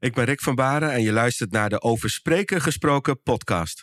Ik ben Rick van Baren en je luistert naar de Over Spreken Gesproken podcast.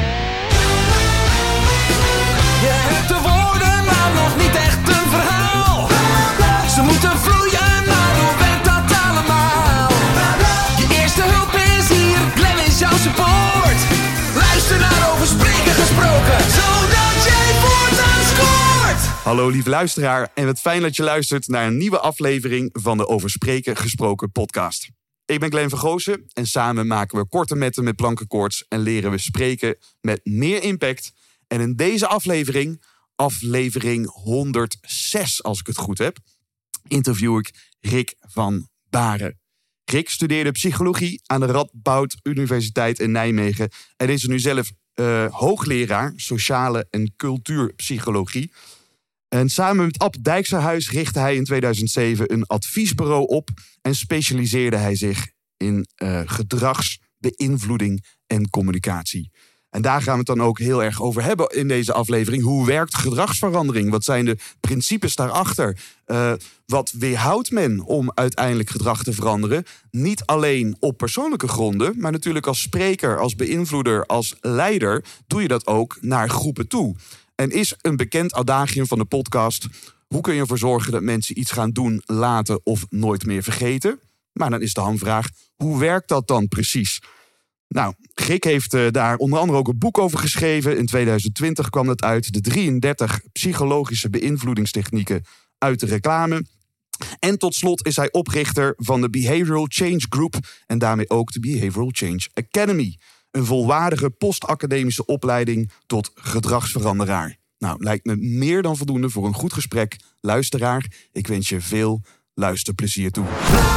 Je hebt de woorden, maar nog niet echt een verhaal. Ze moeten vloeien, maar hoe werkt dat allemaal? Je eerste hulp is hier, Glenn is jouw support. Luister naar Over Spreken Gesproken, zodat jij voortaan scoort. Hallo lieve luisteraar en wat fijn dat je luistert naar een nieuwe aflevering van de Over Spreken Gesproken podcast. Ik ben Glenn van Goosen en samen maken we korte metten met plankenkoorts en leren we spreken met meer impact. En in deze aflevering 106 als ik het goed heb, interview ik Rick van Baren. Rick studeerde psychologie aan de Radboud Universiteit in Nijmegen en is er nu zelf hoogleraar sociale en cultuurpsychologie. En samen met Ab Dijksterhuis richtte hij in 2007 een adviesbureau op en specialiseerde hij zich in gedragsbeïnvloeding en communicatie. En daar gaan we het dan ook heel erg over hebben in deze aflevering. Hoe werkt gedragsverandering? Wat zijn de principes daarachter? Wat weerhoudt men om uiteindelijk gedrag te veranderen? Niet alleen op persoonlijke gronden, maar natuurlijk als spreker, als beïnvloeder, als leider doe je dat ook naar groepen toe. En is een bekend adagium van de podcast: hoe kun je ervoor zorgen dat mensen iets gaan doen, laten of nooit meer vergeten? Maar dan is de hamvraag, hoe werkt dat dan precies? Nou, Rick heeft daar onder andere ook een boek over geschreven. In 2020 kwam dat uit, de 33 psychologische beïnvloedingstechnieken uit de reclame. En tot slot is hij oprichter van de Behavioral Change Group en daarmee ook de Behavioral Change Academy. Een volwaardige postacademische opleiding tot gedragsveranderaar. Nou, lijkt me meer dan voldoende voor een goed gesprek. Luisteraar, ik wens je veel luisterplezier toe.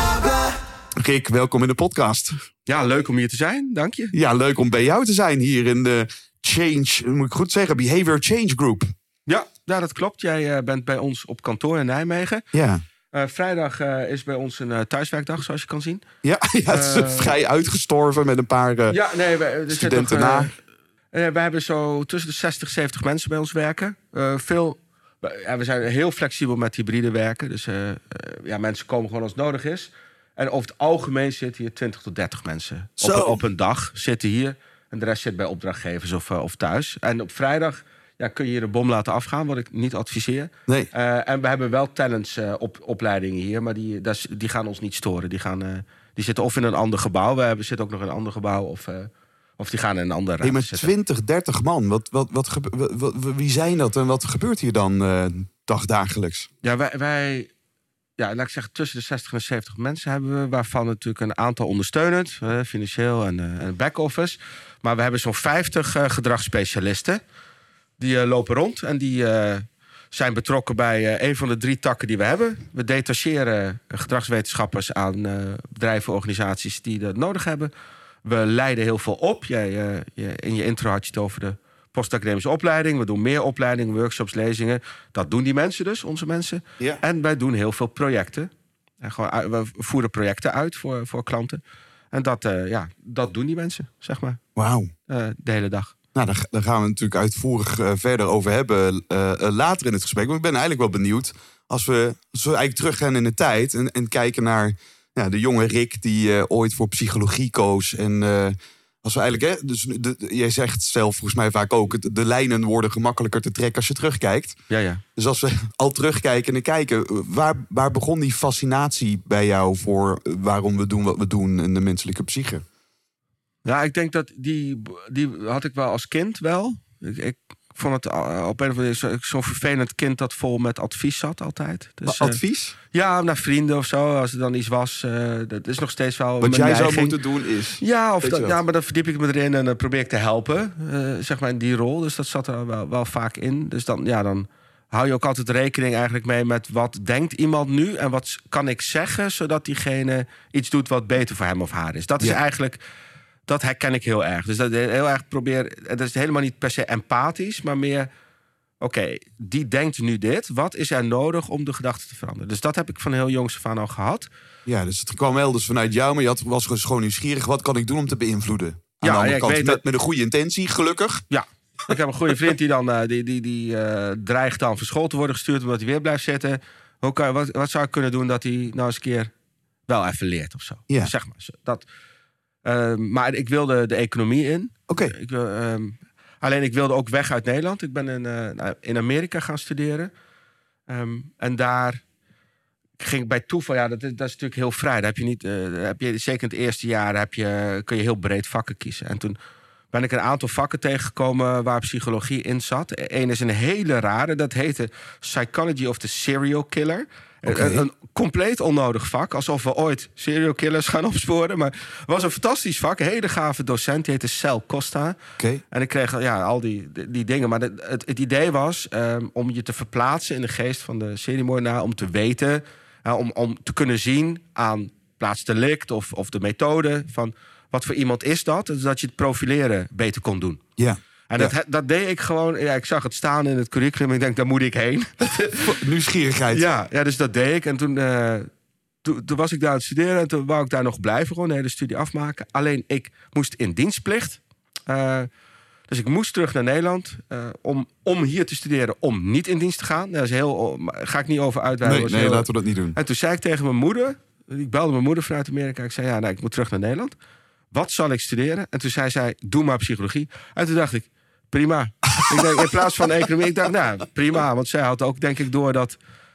Rick, welkom in de podcast. Ja, leuk om hier te zijn, dank je. Ja, leuk om bij jou te zijn hier in de moet ik goed zeggen, Behavior Change Group. Ja, dat klopt. Jij bent bij ons op kantoor in Nijmegen. Ja. Vrijdag is bij ons een thuiswerkdag, zoals je kan zien. Ja, het is vrij uitgestorven met een paar studenten na. We hebben zo tussen de 60 en 70 mensen bij ons werken. We zijn heel flexibel met hybride werken. Dus mensen komen gewoon als het nodig is. En over het algemeen zitten hier 20 tot 30 mensen op een dag zitten hier. En de rest zit bij opdrachtgevers of thuis. En op vrijdag kun je hier een bom laten afgaan, wat ik niet adviseer. Nee. En we hebben wel talents opleidingen hier, maar die gaan ons niet storen. Die zitten of in een ander gebouw. We zitten ook nog in een ander gebouw of die gaan in een andere ruimte maar zitten. 20, 30 man, wie zijn dat en wat gebeurt hier dan dagdagelijks? Ja, wij laat ik zeggen, tussen de 60 en 70 mensen hebben we, waarvan natuurlijk een aantal ondersteunend, financieel en back-office. Maar we hebben zo'n 50 gedragsspecialisten. Die lopen rond en die zijn betrokken bij een van de 3 takken die we hebben. We detacheren gedragswetenschappers aan bedrijven, organisaties die dat nodig hebben. We leiden heel veel op. In je intro had je het over de postacademische opleiding. We doen meer opleidingen, workshops, lezingen. Dat doen die mensen dus, onze mensen. Ja. En wij doen heel veel projecten. We voeren projecten uit voor klanten. En dat doen die mensen, zeg maar. Wauw. De hele dag. Nou, daar gaan we natuurlijk uitvoerig verder over hebben later in het gesprek. Maar ik ben eigenlijk wel benieuwd als we eigenlijk teruggaan in de tijd en kijken naar de jonge Rick die ooit voor psychologie koos. En als we eigenlijk, jij zegt zelf volgens mij vaak ook, de lijnen worden gemakkelijker te trekken als je terugkijkt. Ja. Dus als we al terugkijken en kijken, waar begon die fascinatie bij jou voor waarom we doen wat we doen in de menselijke psyche? Ja, ik denk dat die had ik wel als kind wel. Ik vond het op een of andere manier zo'n vervelend kind dat vol met advies zat altijd. Dus, advies? Ja, naar vrienden of zo. Als er dan iets was, dat is nog steeds wel. Wat jij zou moeten doen is. Ja, maar dan verdiep ik me erin en dan probeer ik te helpen, zeg maar in die rol. Dus dat zat er wel vaak in. Dus dan hou je ook altijd rekening eigenlijk mee met wat denkt iemand nu en wat kan ik zeggen zodat diegene iets doet wat beter voor hem of haar is. Dat is eigenlijk. Dat herken ik heel erg. Dus dat heel erg dat is helemaal niet per se empathisch, maar meer, oké, die denkt nu dit. Wat is er nodig om de gedachte te veranderen? Dus dat heb ik van heel jongs af aan al gehad. Ja, dus het kwam wel dus vanuit jou, maar je was gewoon nieuwsgierig. Wat kan ik doen om te beïnvloeden? Aan de andere kant, met een goede intentie, gelukkig. Ja, ik heb een goede vriend die dan die dreigt dan van school te worden gestuurd omdat hij weer blijft zitten. Wat zou ik kunnen doen dat hij nou eens een keer wel even leert of zo. Ja. Zeg maar. Dat, maar ik wilde de economie in. Oké. Alleen ik wilde ook weg uit Nederland. Ik ben in Amerika gaan studeren. En daar ging ik bij toeval... Ja, dat is natuurlijk heel vrij. Daar heb je niet, zeker in het eerste jaar kun je heel breed vakken kiezen. En toen ben ik een aantal vakken tegengekomen waar psychologie in zat. Eén is een hele rare. Dat heette Psychology of the Serial Killer. Okay. Een compleet onnodig vak. Alsof we ooit serial killers gaan opsporen. Maar het was een fantastisch vak. Een hele gave docent. Die heette Sal Costa. Okay. En ik kreeg al die dingen. Maar het idee was om je te verplaatsen in de geest van de seriemoordenaar. Om te weten, om te kunnen zien aan plaatsdelict of de methode van wat voor iemand is dat. Dat je het profileren beter kon doen. Ja. En dat deed ik gewoon. Ja, ik zag het staan in het curriculum. Ik denk, daar moet ik heen. Nieuwsgierigheid. Ja, dus dat deed ik. En toen was ik daar aan het studeren. En toen wou ik daar nog blijven. Gewoon de hele studie afmaken. Alleen ik moest in dienstplicht. Dus ik moest terug naar Nederland. Om hier te studeren. Om niet in dienst te gaan. Daar ga ik niet over uitweiden. Nee, laten we dat niet doen. En toen zei ik tegen mijn moeder. Ik belde mijn moeder vanuit Amerika. Ik zei, ik moet terug naar Nederland. Wat zal ik studeren? En toen zei zij, doe maar psychologie. En toen dacht ik, prima. Ik denk, in plaats van economie, ik dacht, prima. Want zij had ook, denk ik, door dat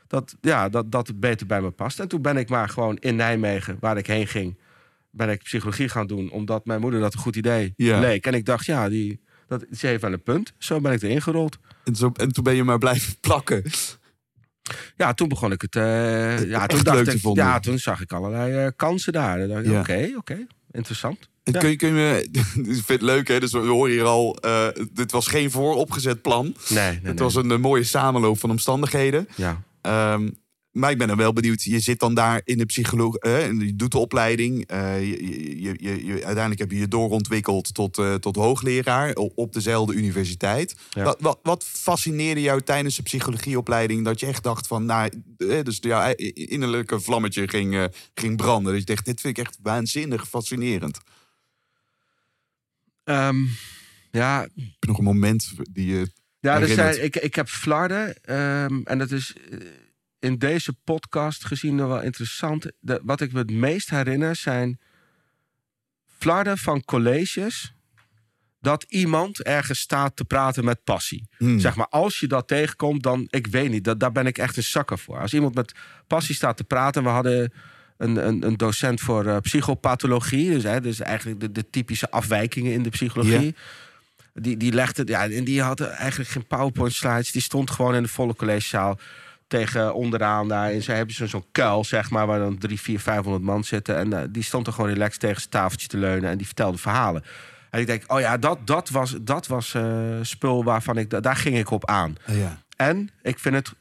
het beter bij me past. En toen ben ik maar gewoon in Nijmegen, waar ik heen ging, ben ik psychologie gaan doen. Omdat mijn moeder dat een goed idee leek. En ik dacht, ze heeft wel een punt. Zo ben ik erin gerold. En toen ben je maar blijven plakken. Ja, toen begon ik het... toen zag ik allerlei kansen daar. Dan dacht ik, oké, interessant. En kun je ik vind het leuk, hè? Dus we horen hier al, dit was geen vooropgezet plan. Nee. Het was een mooie samenloop van omstandigheden. Ja. Maar ik ben dan wel benieuwd. Je zit dan daar in de psychologie, je doet de opleiding. Uiteindelijk heb je je doorontwikkeld tot hoogleraar op dezelfde universiteit. Ja. Wat fascineerde jou tijdens de psychologieopleiding dat je echt dacht van, dus jouw innerlijke vlammetje ging branden. Dus je dacht, dit vind ik echt waanzinnig fascinerend. Ja. Heb je nog een moment die je herinnert? Ik heb Flarden. En dat is in deze podcast gezien nog wel interessant. Wat ik me het meest herinner zijn Flarden van colleges. Dat iemand ergens staat te praten met passie. Zeg maar, als je dat tegenkomt, dan, ik weet niet, daar ben ik echt een zakker voor. Als iemand met passie staat te praten. We hadden een docent voor psychopathologie. Dus eigenlijk de typische afwijkingen in de psychologie. Ja. Die legde, en die had eigenlijk geen PowerPoint slides. Die stond gewoon in de volle collegezaal tegen onderaan daar. En ze hebben zo'n kuil, zeg maar, waar dan 300, 400, 500 man zitten. En die stond er gewoon relaxed tegen zijn tafeltje te leunen. En die vertelde verhalen. En ik denk, dat was spul waarvan daar ging ik op aan. Ja. En ik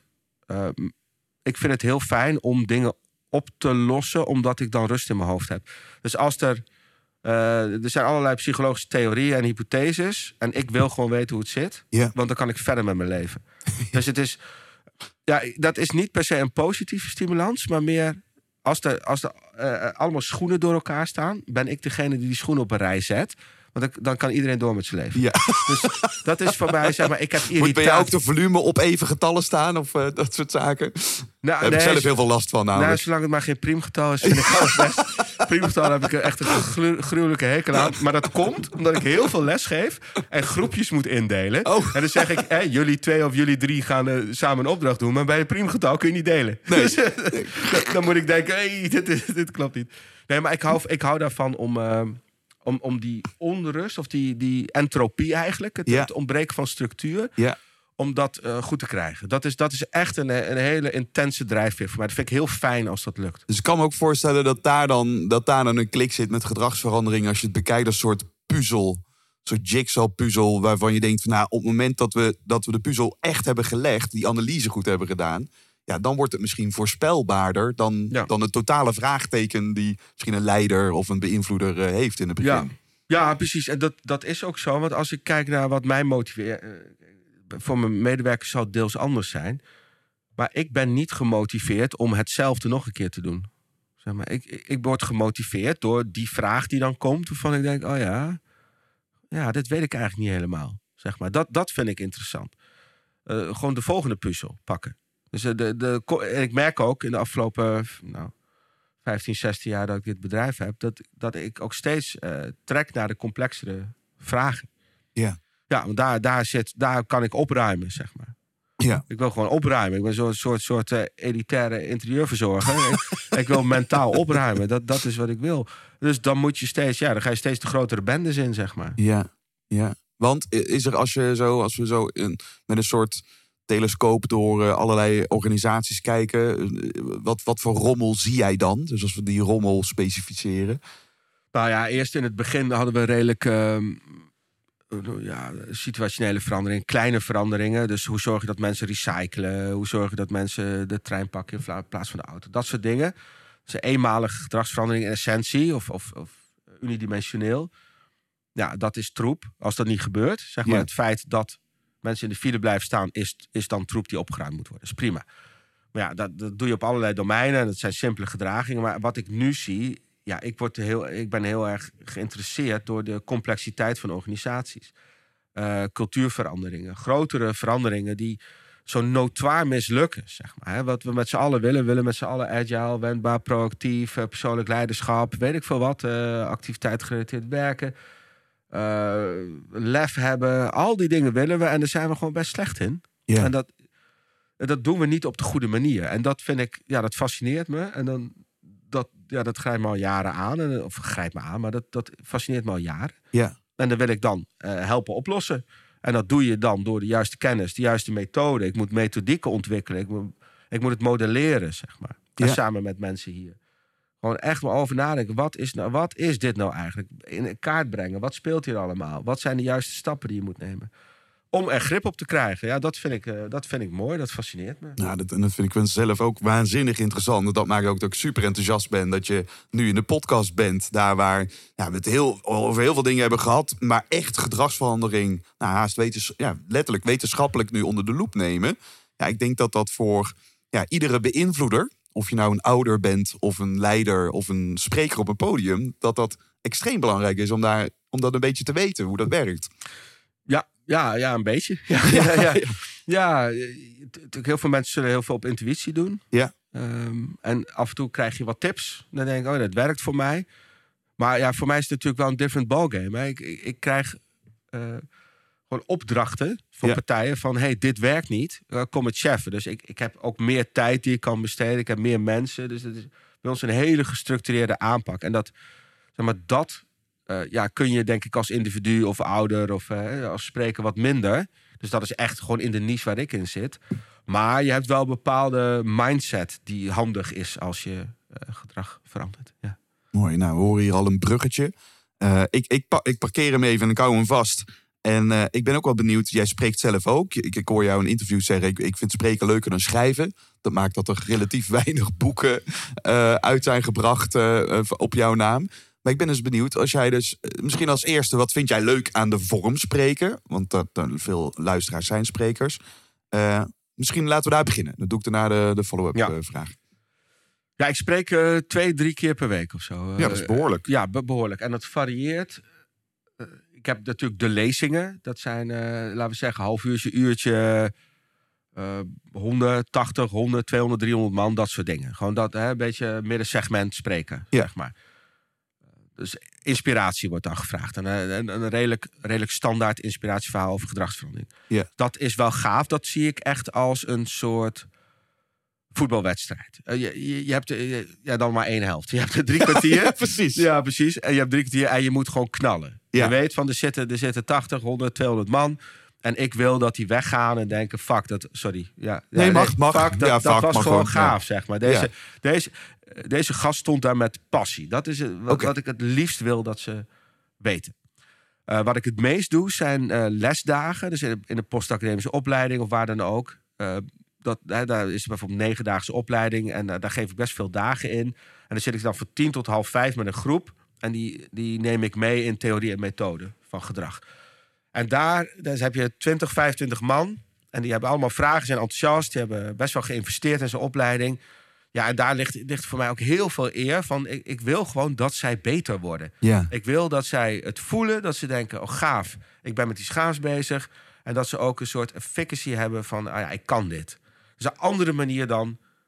vind het heel fijn om dingen op te lossen, omdat ik dan rust in mijn hoofd heb. Dus als er zijn allerlei psychologische theorieën en hypotheses. En ik wil gewoon weten hoe het zit. Ja. Want dan kan ik verder met mijn leven. Dus het is... Ja, dat is niet per se een positieve stimulans. Maar meer als er allemaal schoenen door elkaar staan, ben ik degene die schoenen op een rij zet. Want dan kan iedereen door met zijn leven. Ja. Dus dat is voor mij, zeg maar, ik heb irritatie. Moet bij jou ook de volume op even getallen staan? Of dat soort zaken? Daar heb ik zelf heel veel last van namelijk. Zolang het maar geen priemgetal is, vind ik alles best. Priemgetal heb ik echt een gruwelijke hekel aan. Maar dat komt omdat ik heel veel les geef en groepjes moet indelen. Oh. En dan zeg ik, jullie 2 of jullie 3 gaan samen een opdracht doen. Maar bij een priemgetal kun je niet delen. Nee. Dus dan moet ik denken, dit klopt niet. Nee, maar ik hou daarvan om die onrust of die entropie eigenlijk, het ontbreken van structuur, om dat goed te krijgen. Dat is echt een hele intense drijfveer voor mij. Dat vind ik heel fijn als dat lukt. Dus ik kan me ook voorstellen dat daar dan een klik zit met gedragsverandering als je het bekijkt als soort puzzel, een soort jigsaw-puzzel, waarvan je denkt van, op het moment dat we de puzzel echt hebben gelegd, die analyse goed hebben gedaan, dan wordt het misschien voorspelbaarder dan het totale vraagteken die misschien een leider of een beïnvloeder heeft in het begin. Ja, precies. En dat is ook zo. Want als ik kijk naar wat mij motiveert, voor mijn medewerkers zal het deels anders zijn. Maar ik ben niet gemotiveerd om hetzelfde nog een keer te doen. Zeg maar, ik word gemotiveerd door die vraag die dan komt, waarvan ik denk, dit weet ik eigenlijk niet helemaal. Zeg maar. Dat vind ik interessant. Gewoon de volgende puzzel pakken. Dus en ik merk ook in de afgelopen 15, 16 jaar dat ik dit bedrijf heb, dat ik ook steeds trek naar de complexere vragen. Ja. Ja, want daar kan ik opruimen, zeg maar. Ja. Ik wil gewoon opruimen. Ik ben zo'n soort elitaire interieurverzorger. ik wil mentaal opruimen. Dat is wat ik wil. Dus dan moet je dan ga je steeds de grotere bendes in, zeg maar. Ja. Want is er als we zo met een soort telescoop door allerlei organisaties kijken, wat voor rommel zie jij dan? Dus als we die rommel specificeren. Nou ja, eerst in het begin hadden we redelijk situationele veranderingen, kleine veranderingen. Dus hoe zorg je dat mensen recyclen? Hoe zorg je dat mensen de trein pakken in plaats van de auto? Dat soort dingen. Dus een eenmalige gedragsverandering in essentie of unidimensioneel. Ja, dat is troep. Als dat niet gebeurt, zeg maar, het feit dat mensen in de file blijven staan, is dan troep die opgeruimd moet worden. Dat is prima. Maar ja, dat doe je op allerlei domeinen. En dat zijn simpele gedragingen. Maar wat ik nu zie, ik ben heel erg geïnteresseerd door de complexiteit van organisaties. Cultuurveranderingen, grotere veranderingen die zo notoir mislukken, zeg maar. Hè? Wat we met z'n allen willen met z'n allen agile, wendbaar, proactief, persoonlijk leiderschap, weet ik veel wat, activiteit gerelateerd werken, lef hebben, al die dingen willen we en daar zijn we gewoon best slecht in. Ja. En dat doen we niet op de goede manier. En dat vind ik, dat fascineert me. En dan dat grijpt me al jaren aan. Of grijpt me aan, maar dat fascineert me al jaren. Ja. En dan wil ik dan helpen oplossen. En dat doe je dan door de juiste kennis, de juiste methode. Ik moet methodieken ontwikkelen. Ik moet het modelleren, zeg maar. En samen met mensen hier. Gewoon echt maar over nadenken. Wat is dit nou eigenlijk? In kaart brengen. Wat speelt hier allemaal? Wat zijn de juiste stappen die je moet nemen? Om er grip op te krijgen. Ja, dat vind ik mooi. Dat fascineert me. Nou, dat vind ik zelf ook waanzinnig interessant. Dat maakt ook dat ik super enthousiast ben dat je nu in de podcast bent. Daar waar we het over heel veel dingen hebben gehad. Maar echt gedragsverandering, haast letterlijk wetenschappelijk nu onder de loep nemen. Ja, ik denk dat voor iedere beïnvloeder, of je nou een ouder bent of een leider of een spreker op een podium, dat extreem belangrijk is om dat een beetje te weten, hoe dat werkt. Ja, een beetje. Ja, heel veel mensen zullen heel veel op intuïtie doen. Ja. En af en toe krijg je wat tips. Dan denk ik, dat werkt voor mij. Maar ja, voor mij is het natuurlijk wel een different ballgame. Hè. Ik krijg gewoon opdrachten van partijen van, hey, dit werkt niet. Kom het cheffen. Dus ik heb ook meer tijd die ik kan besteden. Ik heb meer mensen. Dus het is bij ons een hele gestructureerde aanpak. En dat kun je denk ik als individu of ouder of als spreker wat minder. Dus dat is echt gewoon in de niche waar ik in zit. Maar je hebt wel een bepaalde mindset die handig is als je gedrag verandert. Ja. Mooi, nou we horen hier al een bruggetje. Ik parkeer hem even en ik hou hem vast. En ik ben ook wel benieuwd, jij spreekt zelf ook. Ik hoor jou in interviews zeggen, ik vind spreken leuker dan schrijven. Dat maakt dat er relatief weinig boeken uit zijn gebracht op jouw naam. Maar ik ben dus benieuwd, als jij dus misschien als eerste, wat vind jij leuk aan de vorm spreken? Want veel luisteraars zijn sprekers. Misschien laten we daar beginnen. Dan doe ik daarna de follow-up vraag. Ja, ik spreek 2-3 keer per week of zo. Ja, dat is behoorlijk. Ja, behoorlijk. En dat varieert. Ik heb natuurlijk de lezingen. Dat zijn, laten we zeggen, half uurtje, 180, 100, 200, 300 man. Dat soort dingen. Gewoon dat, een beetje middensegment spreken, zeg maar. Dus inspiratie wordt dan gevraagd. En een redelijk standaard inspiratieverhaal over gedragsverandering. Ja. Dat is wel gaaf. Dat zie ik echt als een soort voetbalwedstrijd. Je hebt dan maar 1 helft. Je hebt er 3 kwartier. Ja, precies. Ja, precies. En je hebt 3 kwartier en je moet gewoon knallen. Ja. Je weet van, er zitten 80, 100, 200 man. En ik wil dat die weggaan en denken, fuck, dat... Sorry. Ja, mag. Fuck, dat was mag gewoon ook, gaaf, zeg maar. Deze gast stond daar met passie. Dat is wat ik het liefst wil dat ze weten. Wat ik het meest doe zijn lesdagen. Dus in de postacademische opleiding of waar dan ook. Daar is bijvoorbeeld 9-daagse opleiding. En daar geef ik best veel dagen in. En dan zit ik dan van 10 tot 4:30 met een groep. En die neem ik mee in theorie en methode van gedrag. En daar heb je 20, 25 man. En die hebben allemaal vragen, zijn enthousiast. Die hebben best wel geïnvesteerd in zijn opleiding. Ja, en daar ligt voor mij ook heel veel eer van. Ik wil gewoon dat zij beter worden. Ja. Ik wil dat zij het voelen, dat ze denken, oh gaaf, ik ben met die schaams bezig. En dat ze ook een soort efficacy hebben van, ik kan dit. Dus een andere manier dan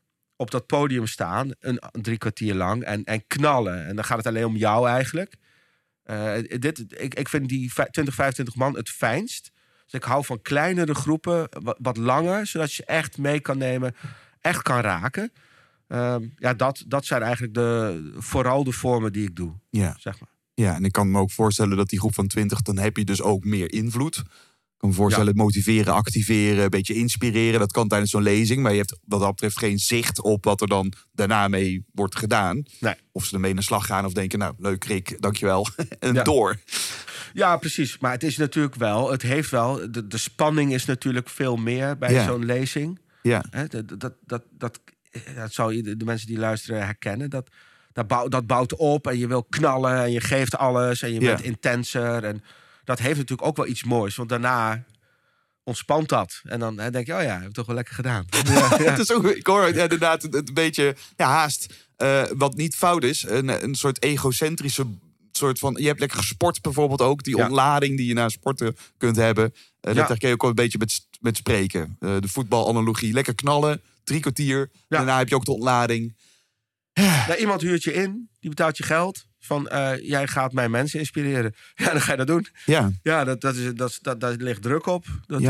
op dat podium staan, een 3 kwartier lang, en knallen. En dan gaat het alleen om jou eigenlijk. Ik vind die 20, 25 man het fijnst. Dus ik hou van kleinere groepen, wat langer, zodat je echt mee kan nemen, echt kan raken. Dat zijn eigenlijk vooral de vormen die ik doe. Ja. Zeg maar. Ja, en ik kan me ook voorstellen dat die groep van 20, dan heb je dus ook meer invloed. Ik kan me voorstellen, motiveren, activeren, een beetje inspireren. Dat kan tijdens zo'n lezing, maar je hebt wat dat betreft geen zicht op wat er dan daarna mee wordt gedaan. Nee. Of ze ermee naar de slag gaan of denken, nou, leuk Rick, dankjewel. En door. Ja, precies. Maar het is natuurlijk wel, het heeft wel, de spanning is natuurlijk veel meer bij zo'n lezing. Ja. Dat zou de mensen die luisteren herkennen. Dat bouwt op en je wil knallen en je geeft alles en je bent intenser. En dat heeft natuurlijk ook wel iets moois, want daarna ontspant dat. En dan denk je, heb ik toch wel lekker gedaan. Het is ook, ik hoor inderdaad een beetje haast, wat niet fout is. Een soort egocentrische soort van, je hebt lekker gesport bijvoorbeeld ook. Die ontlading die je na sporten kunt hebben. Dat herken je ook wel een beetje met spreken. De voetbalanalogie. Lekker knallen, 3 kwartier. Daarna heb je ook de ontlading. Iemand huurt je in, die betaalt je geld. Van, jij gaat mijn mensen inspireren. Ja, dan ga je dat doen. Ja, daar ligt druk op.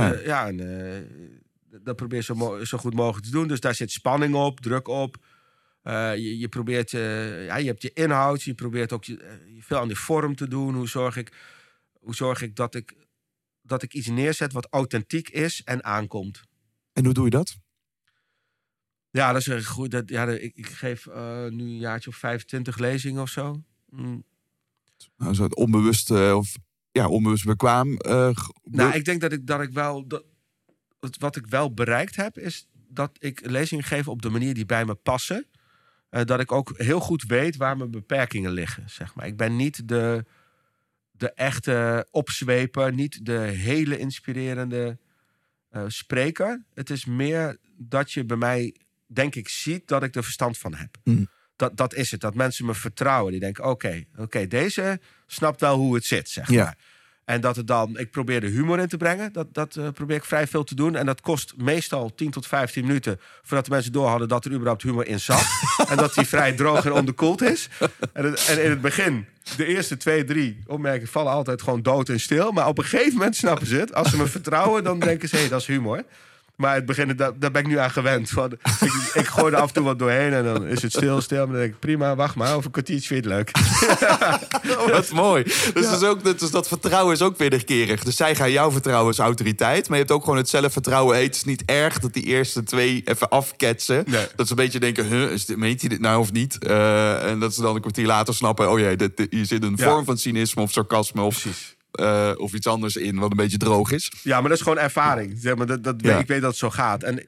Dat probeer je zo goed mogelijk te doen. Dus daar zit spanning op, druk op. Je probeert, je hebt je inhoud. Je probeert ook veel aan de vorm te doen. Hoe zorg ik dat ik iets neerzet wat authentiek is en aankomt. En hoe doe je dat? Ja, dat is goed. Ik geef nu een jaartje of 25 lezingen of zo. Een soort onbewust onbewust bekwaam. Ik denk dat ik wel... wat ik wel bereikt heb, is dat ik lezingen geef op de manier die bij me passen. Dat ik ook heel goed weet waar mijn beperkingen liggen, zeg maar. Ik ben niet de echte opzweper, niet de hele inspirerende spreker. Het is meer dat je bij mij, denk ik, ziet dat ik er verstand van heb. Dat is het, dat mensen me vertrouwen. Die denken, oké, deze snapt wel hoe het zit, zeg maar. En dat het dan, ik probeer de humor in te brengen. Dat probeer ik vrij veel te doen. En dat kost meestal 10 tot 15 minuten... voordat de mensen doorhadden dat er überhaupt humor in zat. En dat die vrij droog en onderkoeld is. En in het begin, de eerste 2, 3 opmerkingen vallen altijd gewoon dood en stil. Maar op een gegeven moment snappen ze het. Als ze me vertrouwen, dan denken ze, dat is humor. Maar het begin, daar ben ik nu aan gewend. Ik gooi er af en toe wat doorheen en dan is het stil. Maar dan denk ik, prima, wacht maar. Over een kwartiertje vind je het leuk. Dat is mooi. Dus dat vertrouwen is ook wederkerig. Dus zij gaan jou vertrouwen als autoriteit. Maar je hebt ook gewoon het zelfvertrouwen. Het is niet erg dat die eerste 2 even afketsen. Nee. Dat ze een beetje denken, meent hij dit nou of niet? En dat ze dan een kwartier later snappen... hier zit een vorm van cynisme of sarcasme of iets anders in wat een beetje droog is. Ja, maar dat is gewoon ervaring. Zeg maar, ik weet dat het zo gaat. En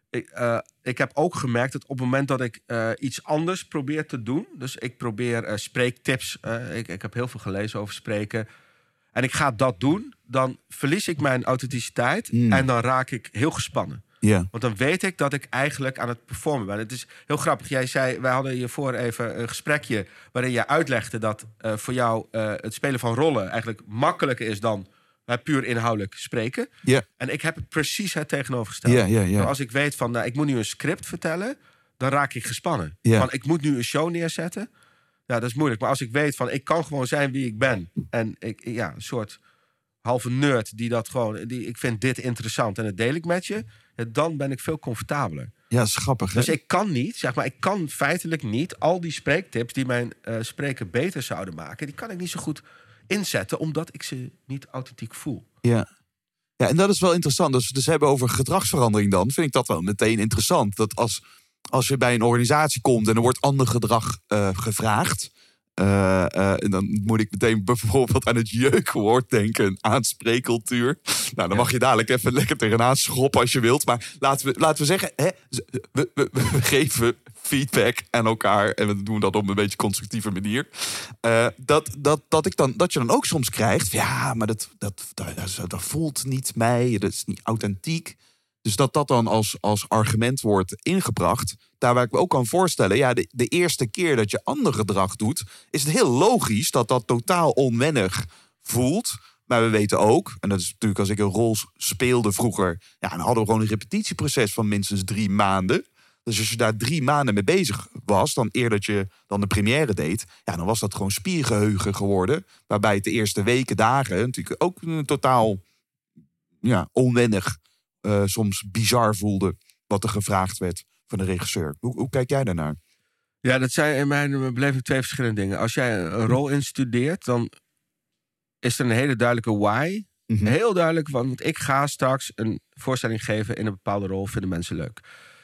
ik heb ook gemerkt dat op het moment dat ik iets anders probeer te doen... dus ik probeer spreektips... Ik heb heel veel gelezen over spreken... en ik ga dat doen... dan verlies ik mijn authenticiteit... en dan raak ik heel gespannen. Yeah. Want dan weet ik dat ik eigenlijk aan het performen ben. Het is heel grappig. Jij zei, wij hadden hiervoor even een gesprekje... waarin jij uitlegde dat voor jou het spelen van rollen... eigenlijk makkelijker is dan puur inhoudelijk spreken. Yeah. En ik heb precies het tegenovergesteld. Yeah. Als ik weet van, ik moet nu een script vertellen... dan raak ik gespannen. Yeah. Van, ik moet nu een show neerzetten. Ja, dat is moeilijk. Maar als ik weet van, ik kan gewoon zijn wie ik ben... en een soort halve nerd die dat gewoon... ik vind dit interessant en dat deel ik met je... dan ben ik veel comfortabeler. Ja, dat is grappig. Dus ik kan niet, ik kan feitelijk niet... al die spreektips die mijn spreken beter zouden maken... die kan ik niet zo goed inzetten... omdat ik ze niet authentiek voel. Ja, en dat is wel interessant. Als we het dus hebben over gedragsverandering dan... vind ik dat wel meteen interessant. Dat als je bij een organisatie komt... en er wordt ander gedrag gevraagd... en dan moet ik meteen bijvoorbeeld aan het jeukwoord denken. Een aanspreekcultuur. Nou, dan mag je dadelijk even lekker tegenaan schoppen als je wilt. Maar laten we zeggen, we geven feedback aan elkaar. En we doen dat op een beetje constructieve manier. Dat je dan ook soms krijgt. Ja, maar dat voelt niet mij. Dat is niet authentiek. Dus dat dan als argument wordt ingebracht. Daar waar ik me ook kan voorstellen... de eerste keer dat je ander gedrag doet... is het heel logisch dat totaal onwennig voelt. Maar we weten ook... en dat is natuurlijk als ik een rol speelde vroeger... dan hadden we gewoon een repetitieproces van minstens 3 maanden. Dus als je daar 3 maanden mee bezig was, dan eer dat je dan de première deed, ja, dan was dat gewoon spiergeheugen geworden. Waarbij het de eerste weken, dagen natuurlijk ook totaal onwennig, soms bizar voelde wat er gevraagd werd van de regisseur. Hoe kijk jij daarnaar? Ja, dat zijn in mijn beleving 2 verschillende dingen. Als jij een rol instudeert, dan is er een hele duidelijke why. Mhm. Heel duidelijk, want ik ga straks een voorstelling geven in een bepaalde rol, vinden mensen leuk.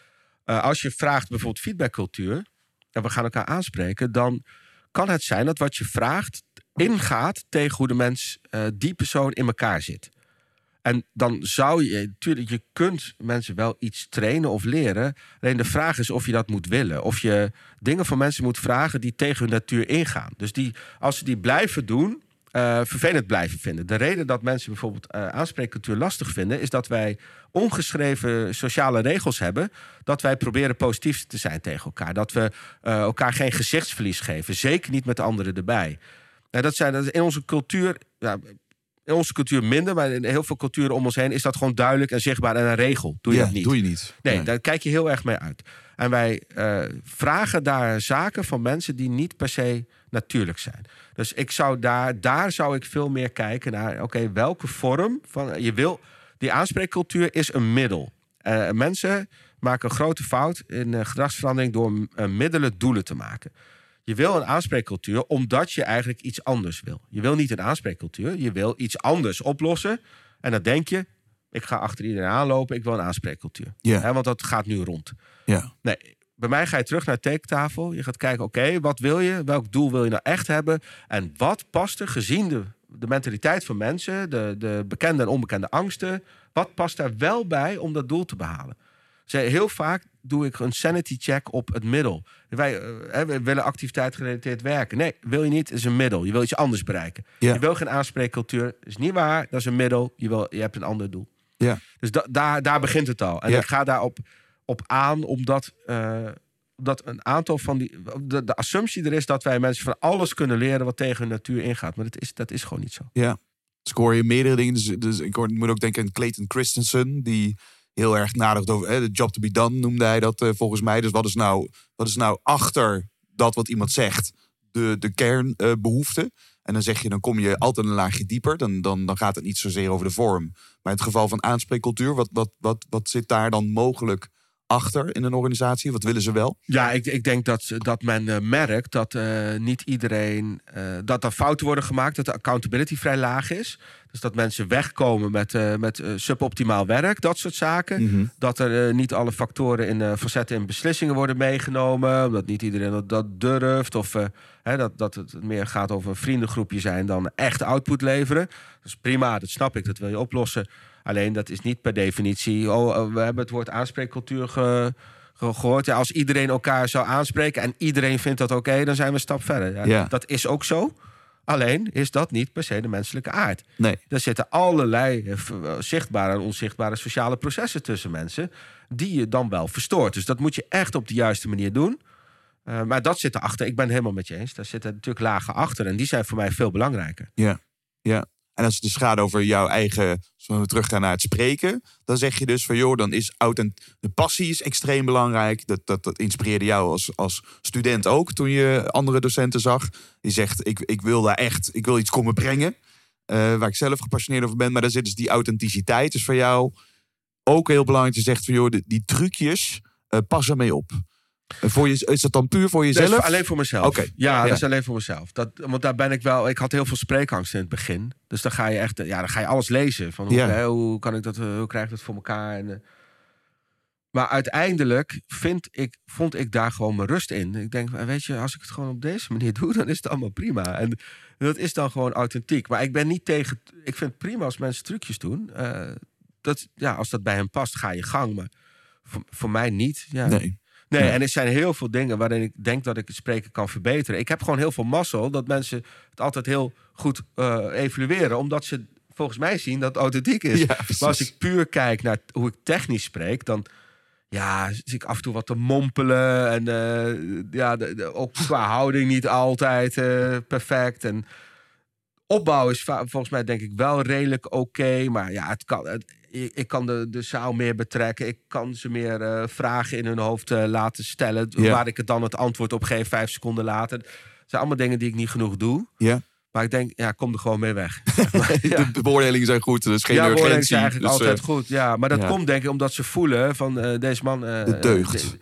Als je vraagt bijvoorbeeld feedbackcultuur, en we gaan elkaar aanspreken, dan kan het zijn dat wat je vraagt ingaat tegen hoe de mens, die persoon in elkaar zit. En dan zou je, natuurlijk, je kunt mensen wel iets trainen of leren. Alleen de vraag is of je dat moet willen. Of je dingen van mensen moet vragen die tegen hun natuur ingaan. Dus als ze die blijven doen, vervelend blijven vinden. De reden dat mensen bijvoorbeeld aanspreekcultuur lastig vinden, is dat wij ongeschreven sociale regels hebben, dat wij proberen positief te zijn tegen elkaar. Dat we elkaar geen gezichtsverlies geven. Zeker niet met de anderen erbij. Dat is in onze cultuur, in onze cultuur minder, maar in heel veel culturen om ons heen is dat gewoon duidelijk en zichtbaar en een regel. Doe je dat niet? Doe je niet. Nee, daar kijk je heel erg mee uit. En wij vragen daar zaken van mensen die niet per se natuurlijk zijn. Dus ik zou daar zou ik veel meer kijken naar, oké, welke vorm van die aanspreekcultuur is een middel. Mensen maken een grote fout in gedragsverandering door middelen doelen te maken. Je wil een aanspreekcultuur omdat je eigenlijk iets anders wil. Je wil niet een aanspreekcultuur, je wil iets anders oplossen. En dan denk je, ik ga achter iedereen aanlopen, ik wil een aanspreekcultuur. Ja. Want dat gaat nu rond. Ja. Nee, bij mij ga je terug naar de tekentafel. Je gaat kijken, oké, wat wil je? Welk doel wil je nou echt hebben? En wat past er, gezien de mentaliteit van mensen, de bekende en onbekende angsten, wat past daar wel bij om dat doel te behalen? Heel vaak doe ik een sanity check op het middel. Wij willen activiteit gerelateerd werken. Nee, wil je niet, is een middel. Je wil iets anders bereiken. Ja. Je wil geen aanspreekcultuur. Dat is niet waar, dat is een middel. Je hebt een ander doel. Ja. Dus daar begint het al. En ik ga daarop aan, omdat een aantal van de assumptie er is dat wij mensen van alles kunnen leren wat tegen hun natuur ingaat. Maar dat is gewoon niet zo. Ja. Dus ik hoor je meerdere dingen. Dus ik moet ook denken aan Clayton Christensen, die heel erg nadacht over de job to be done, noemde hij dat volgens mij. Dus wat is nou achter dat wat iemand zegt de kernbehoefte? En dan zeg je, dan kom je altijd een laagje dieper. Dan gaat het niet zozeer over de vorm. Maar in het geval van aanspreekcultuur, wat zit daar dan mogelijk achter in een organisatie? Wat willen ze wel? Ja, ik denk dat men merkt dat niet iedereen, dat er fouten worden gemaakt, dat de accountability vrij laag is. Dus dat mensen wegkomen met suboptimaal werk, dat soort zaken. Mm-hmm. Dat er niet alle factoren in facetten in beslissingen worden meegenomen. Omdat niet iedereen dat durft. Of dat het meer gaat over een vriendengroepje zijn dan echt output leveren. Dat is prima, dat snap ik, dat wil je oplossen. Alleen dat is niet per definitie, we hebben het woord aanspreekcultuur gehoord. Ja, als iedereen elkaar zou aanspreken en iedereen vindt dat oké, dan zijn we een stap verder. Ja. Dat is ook zo. Alleen is dat niet per se de menselijke aard. Nee. Er zitten allerlei zichtbare en onzichtbare sociale processen tussen mensen die je dan wel verstoort. Dus dat moet je echt op de juiste manier doen. Maar dat zit erachter. Ik ben het helemaal met je eens. Daar zitten natuurlijk lagen achter en die zijn voor mij veel belangrijker. Ja. En als het dus gaat over jouw eigen, als we teruggaan naar het spreken, dan zeg je dus van joh, dan is de passie is extreem belangrijk. Dat inspireerde jou als student ook toen je andere docenten zag. Je zegt, ik wil iets komen brengen. Waar ik zelf gepassioneerd over ben. Maar daar zit dus die authenticiteit. Dus voor jou ook heel belangrijk. Je zegt van joh, die trucjes, pas ermee op. Is dat dan puur voor jezelf? Dat is alleen voor mezelf. Okay. Ja, dat is alleen voor mezelf. Want daar ben ik wel. Ik had heel veel spreekangst in het begin. Dus dan ga je echt, dan ga je alles lezen. Van hoe kan ik dat? Hoe krijg ik dat voor elkaar? Maar uiteindelijk vond ik daar gewoon mijn rust in. Ik denk, weet je, als ik het gewoon op deze manier doe, dan is het allemaal prima. En dat is dan gewoon authentiek. Maar ik ben niet tegen. Ik vind het prima als mensen trucjes doen. Als dat bij hen past, ga je gang. Maar voor mij niet. Ja. Nee, en er zijn heel veel dingen waarin ik denk dat ik het spreken kan verbeteren. Ik heb gewoon heel veel mazzel dat mensen het altijd heel goed evalueren. Omdat ze volgens mij zien dat het authentiek is. Ja, maar als ik puur kijk naar hoe ik technisch spreek, dan zie ik af en toe wat te mompelen. En ook qua houding niet altijd perfect. En opbouw is volgens mij denk ik wel redelijk oké. Maar ja, het kan. ik kan de zaal meer betrekken. Ik kan ze meer vragen in hun hoofd laten stellen. Ja. Waar ik het dan het antwoord op geef 5 seconden later. Het zijn allemaal dingen die ik niet genoeg doe. Ja. Maar ik denk, kom er gewoon mee weg. De beoordelingen zijn goed, er is geen beoordelingen urgentie. zijn eigenlijk dus, altijd goed. Ja, maar dat ja. komt denk ik omdat ze voelen van deze man... de deugd.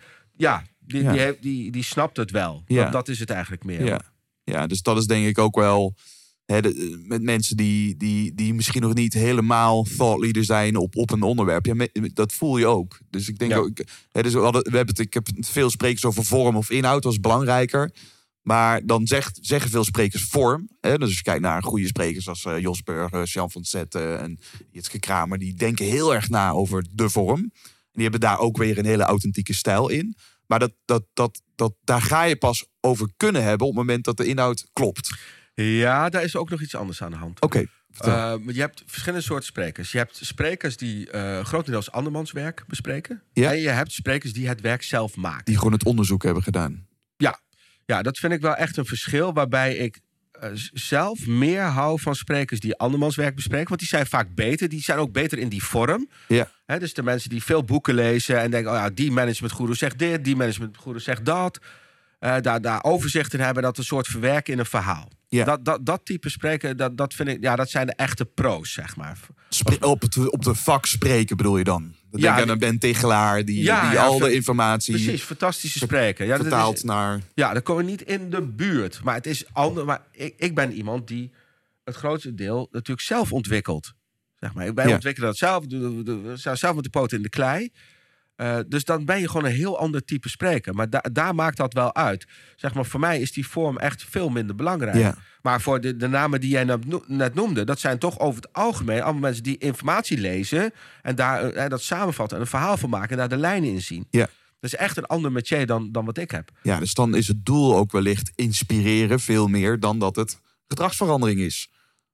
Die snapt het wel. Ja. Dat is het eigenlijk meer. Ja, dus dat is denk ik ook wel... met mensen die misschien nog niet helemaal thought leader zijn op een onderwerp. Ja, dat voel je ook. Dus ik denk ook... Dus ik heb veel sprekers over vorm of inhoud, dat is belangrijker. Maar dan zeggen veel sprekers vorm. Dus als je kijkt naar goede sprekers als Jos Burgers, Jan van Zetten en Jitske Kramer. Die denken heel erg na over de vorm. En die hebben daar ook weer een hele authentieke stijl in. Maar daar ga je pas over kunnen hebben op het moment dat de inhoud klopt. Ja, daar is ook nog iets anders aan de hand. Oké. Je hebt verschillende soorten sprekers. Je hebt sprekers die grotendeels andermans werk bespreken. Ja. En je hebt sprekers die het werk zelf maken. Die gewoon het onderzoek hebben gedaan. Ja, dat vind ik wel echt een verschil. Waarbij ik zelf meer hou van sprekers die andermans werk bespreken. Want die zijn vaak beter. Die zijn ook beter in die vorm. Ja. Dus de mensen die veel boeken lezen en denken... die managementgoeroe zegt dit, die managementgoeroe zegt dat. Daar overzicht in hebben, dat een soort verwerken in een verhaal. Ja. Dat type spreken, dat vind ik... Ja, dat zijn de echte pro's, zeg maar. Op de vak spreken bedoel je dan? Denk aan een Ben Tichelaar die al de informatie... Precies, fantastische spreker. Ja, vertaald naar... Ja, daar komen we niet in de buurt. Maar het is anders. Maar ik ben iemand die het grootste deel natuurlijk zelf ontwikkelt. Zeg maar. Wij ontwikkelen dat zelf. Zelf met de poten in de klei. Dus dan ben je gewoon een heel ander type spreker. Maar daar maakt dat wel uit. Zeg maar, voor mij is die vorm echt veel minder belangrijk. Ja. Maar voor de namen die jij net noemde... dat zijn toch over het algemeen allemaal mensen die informatie lezen... en daar dat samenvatten en een verhaal van maken... en daar de lijnen in zien. Ja. Dat is echt een ander métier dan wat ik heb. Ja, dus dan is het doel ook wellicht inspireren veel meer... dan dat het gedragsverandering is.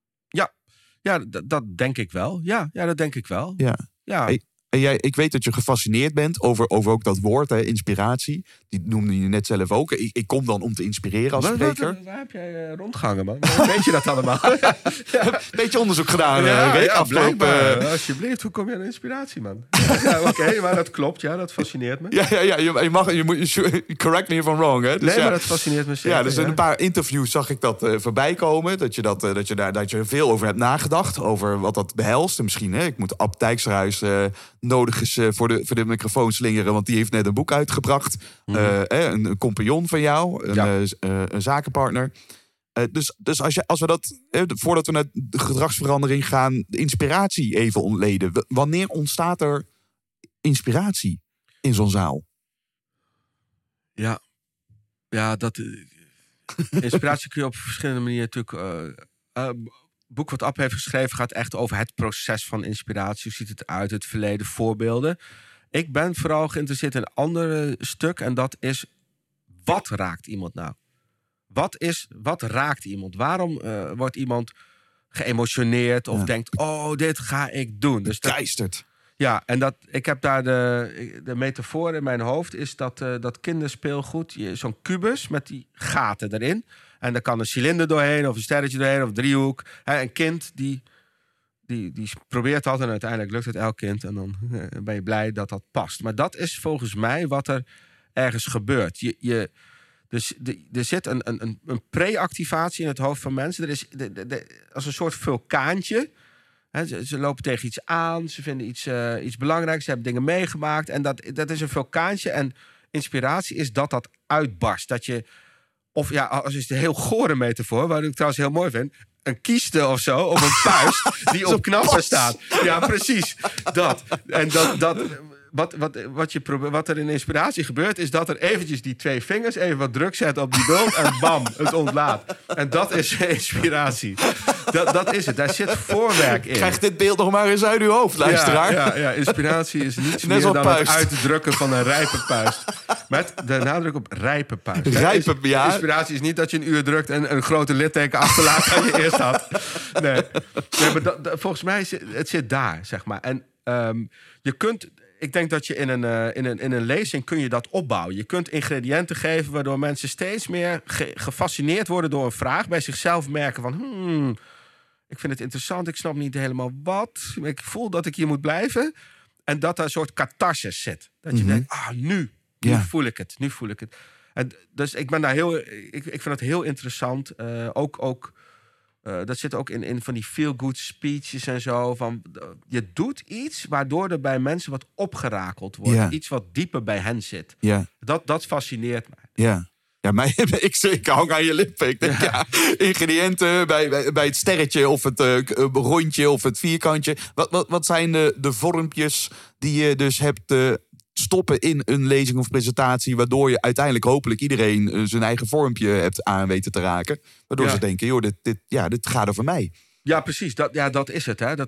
Ja, dat denk ik wel. Ja, dat denk ik wel. Ja. Ja. En ik weet dat je gefascineerd bent over ook dat woord, inspiratie. Die noemde je net zelf ook. Ik kom dan om te inspireren als spreker. Waar heb jij rondgehangen, man? Weet je dat allemaal? Beetje onderzoek gedaan. Blijkbaar. Alsjeblieft, hoe kom je aan inspiratie, man? Oké, maar dat klopt. Ja, dat fascineert me. Je moet correct me if I'm wrong. Hè? Dus maar dat fascineert me zeker. Ja, dus in een paar interviews zag ik dat voorbij komen. Dat je er veel over hebt nagedacht. Over wat dat behelst. En misschien, ik moet Ab Dijkshuis nodig is voor de microfoon slingeren. Want die heeft net een boek uitgebracht. Een compagnon van jou. Een zakenpartner. Dus als we dat, voordat we naar de gedragsverandering gaan, de inspiratie even ontleden. Wanneer ontstaat er inspiratie in zo'n zaal? Ja, inspiratie kun je op verschillende manieren natuurlijk... boek wat Ab heeft geschreven gaat echt over het proces van inspiratie. Hoe ziet het uit, het verleden, voorbeelden. Ik ben vooral geïnteresseerd in een ander stuk. En dat is, wat raakt iemand nou? Wat raakt iemand? Waarom wordt iemand geëmotioneerd of denkt... dit ga ik doen. Dus Keisterd. Ja, en ik heb daar de metafoor in mijn hoofd... is dat kinderspeelgoed, zo'n kubus met die gaten erin... En daar kan een cilinder doorheen, of een sterretje doorheen, of een driehoek. Een kind die probeert dat en uiteindelijk lukt het elk kind. En dan ben je blij dat dat past. Maar dat is volgens mij wat er ergens gebeurt. Er zit een pre-activatie in het hoofd van mensen. Er is als een soort vulkaantje. Ze lopen tegen iets aan, ze vinden iets belangrijks, ze hebben dingen meegemaakt. En dat is een vulkaantje. En inspiratie is dat uitbarst. Dat je... Of ja, als is het een heel gore metafoor, wat ik trouwens heel mooi vind. Een kieste of zo, of een puist die op knappen staat. Ja, precies. Dat. En wat er in inspiratie gebeurt, is dat er eventjes die 2 vingers even wat druk zetten op die bult en bam, het ontlaat. En dat is inspiratie. Dat is het. Daar zit voorwerk in. Krijg dit beeld nog maar eens uit uw hoofd, luisteraar. Ja, inspiratie is niets meer dan het uitdrukken van een rijpe puist. Met de nadruk op rijpe puist. Inspiratie is niet dat je een uur drukt en een grote litteken achterlaat dan je eerst had. Nee, maar volgens mij het zit daar, zeg maar. En je kunt... Ik denk dat je in een lezing kun je dat opbouwen. Je kunt ingrediënten geven waardoor mensen steeds meer gefascineerd worden door een vraag. Bij zichzelf merken van... Ik vind het interessant. Ik snap niet helemaal wat. Ik voel dat ik hier moet blijven. En dat er een soort catharsis zit. Dat je denkt, nu voel ik het. Nu voel ik het. En dus ik ben daar ik vind het heel interessant. Dat zit ook in van die feel-good speeches en zo. Van, je doet iets waardoor er bij mensen wat opgerakeld wordt. Ja. Iets wat dieper bij hen zit. Ja. Dat fascineert mij. Ja. Ja, ik hang aan je lippen. Ik denk, ingrediënten bij het sterretje of het rondje of het vierkantje. Wat zijn de vormpjes die je dus hebt stoppen in een lezing of presentatie, waardoor je uiteindelijk hopelijk iedereen zijn eigen vormpje hebt aan weten te raken. Waardoor ze denken, joh, dit gaat over mij. Ja, precies. Dat is het. Hè. Dat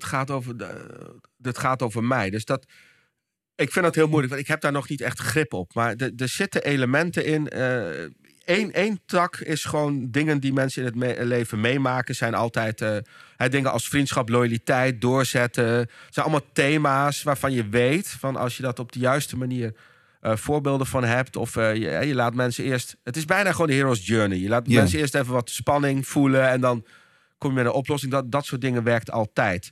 gaat over mij. Dus ik vind dat heel moeilijk, want ik heb daar nog niet echt grip op. Maar er zitten elementen in. Eén tak is gewoon dingen die mensen in het leven meemaken. Zijn altijd dingen als vriendschap, loyaliteit, doorzetten. Het zijn allemaal thema's waarvan je weet, van als je dat op de juiste manier voorbeelden van hebt. Of je laat mensen eerst. Het is bijna gewoon de hero's journey. Je laat mensen eerst even wat spanning voelen en dan kom je met een oplossing. Dat soort dingen werkt altijd.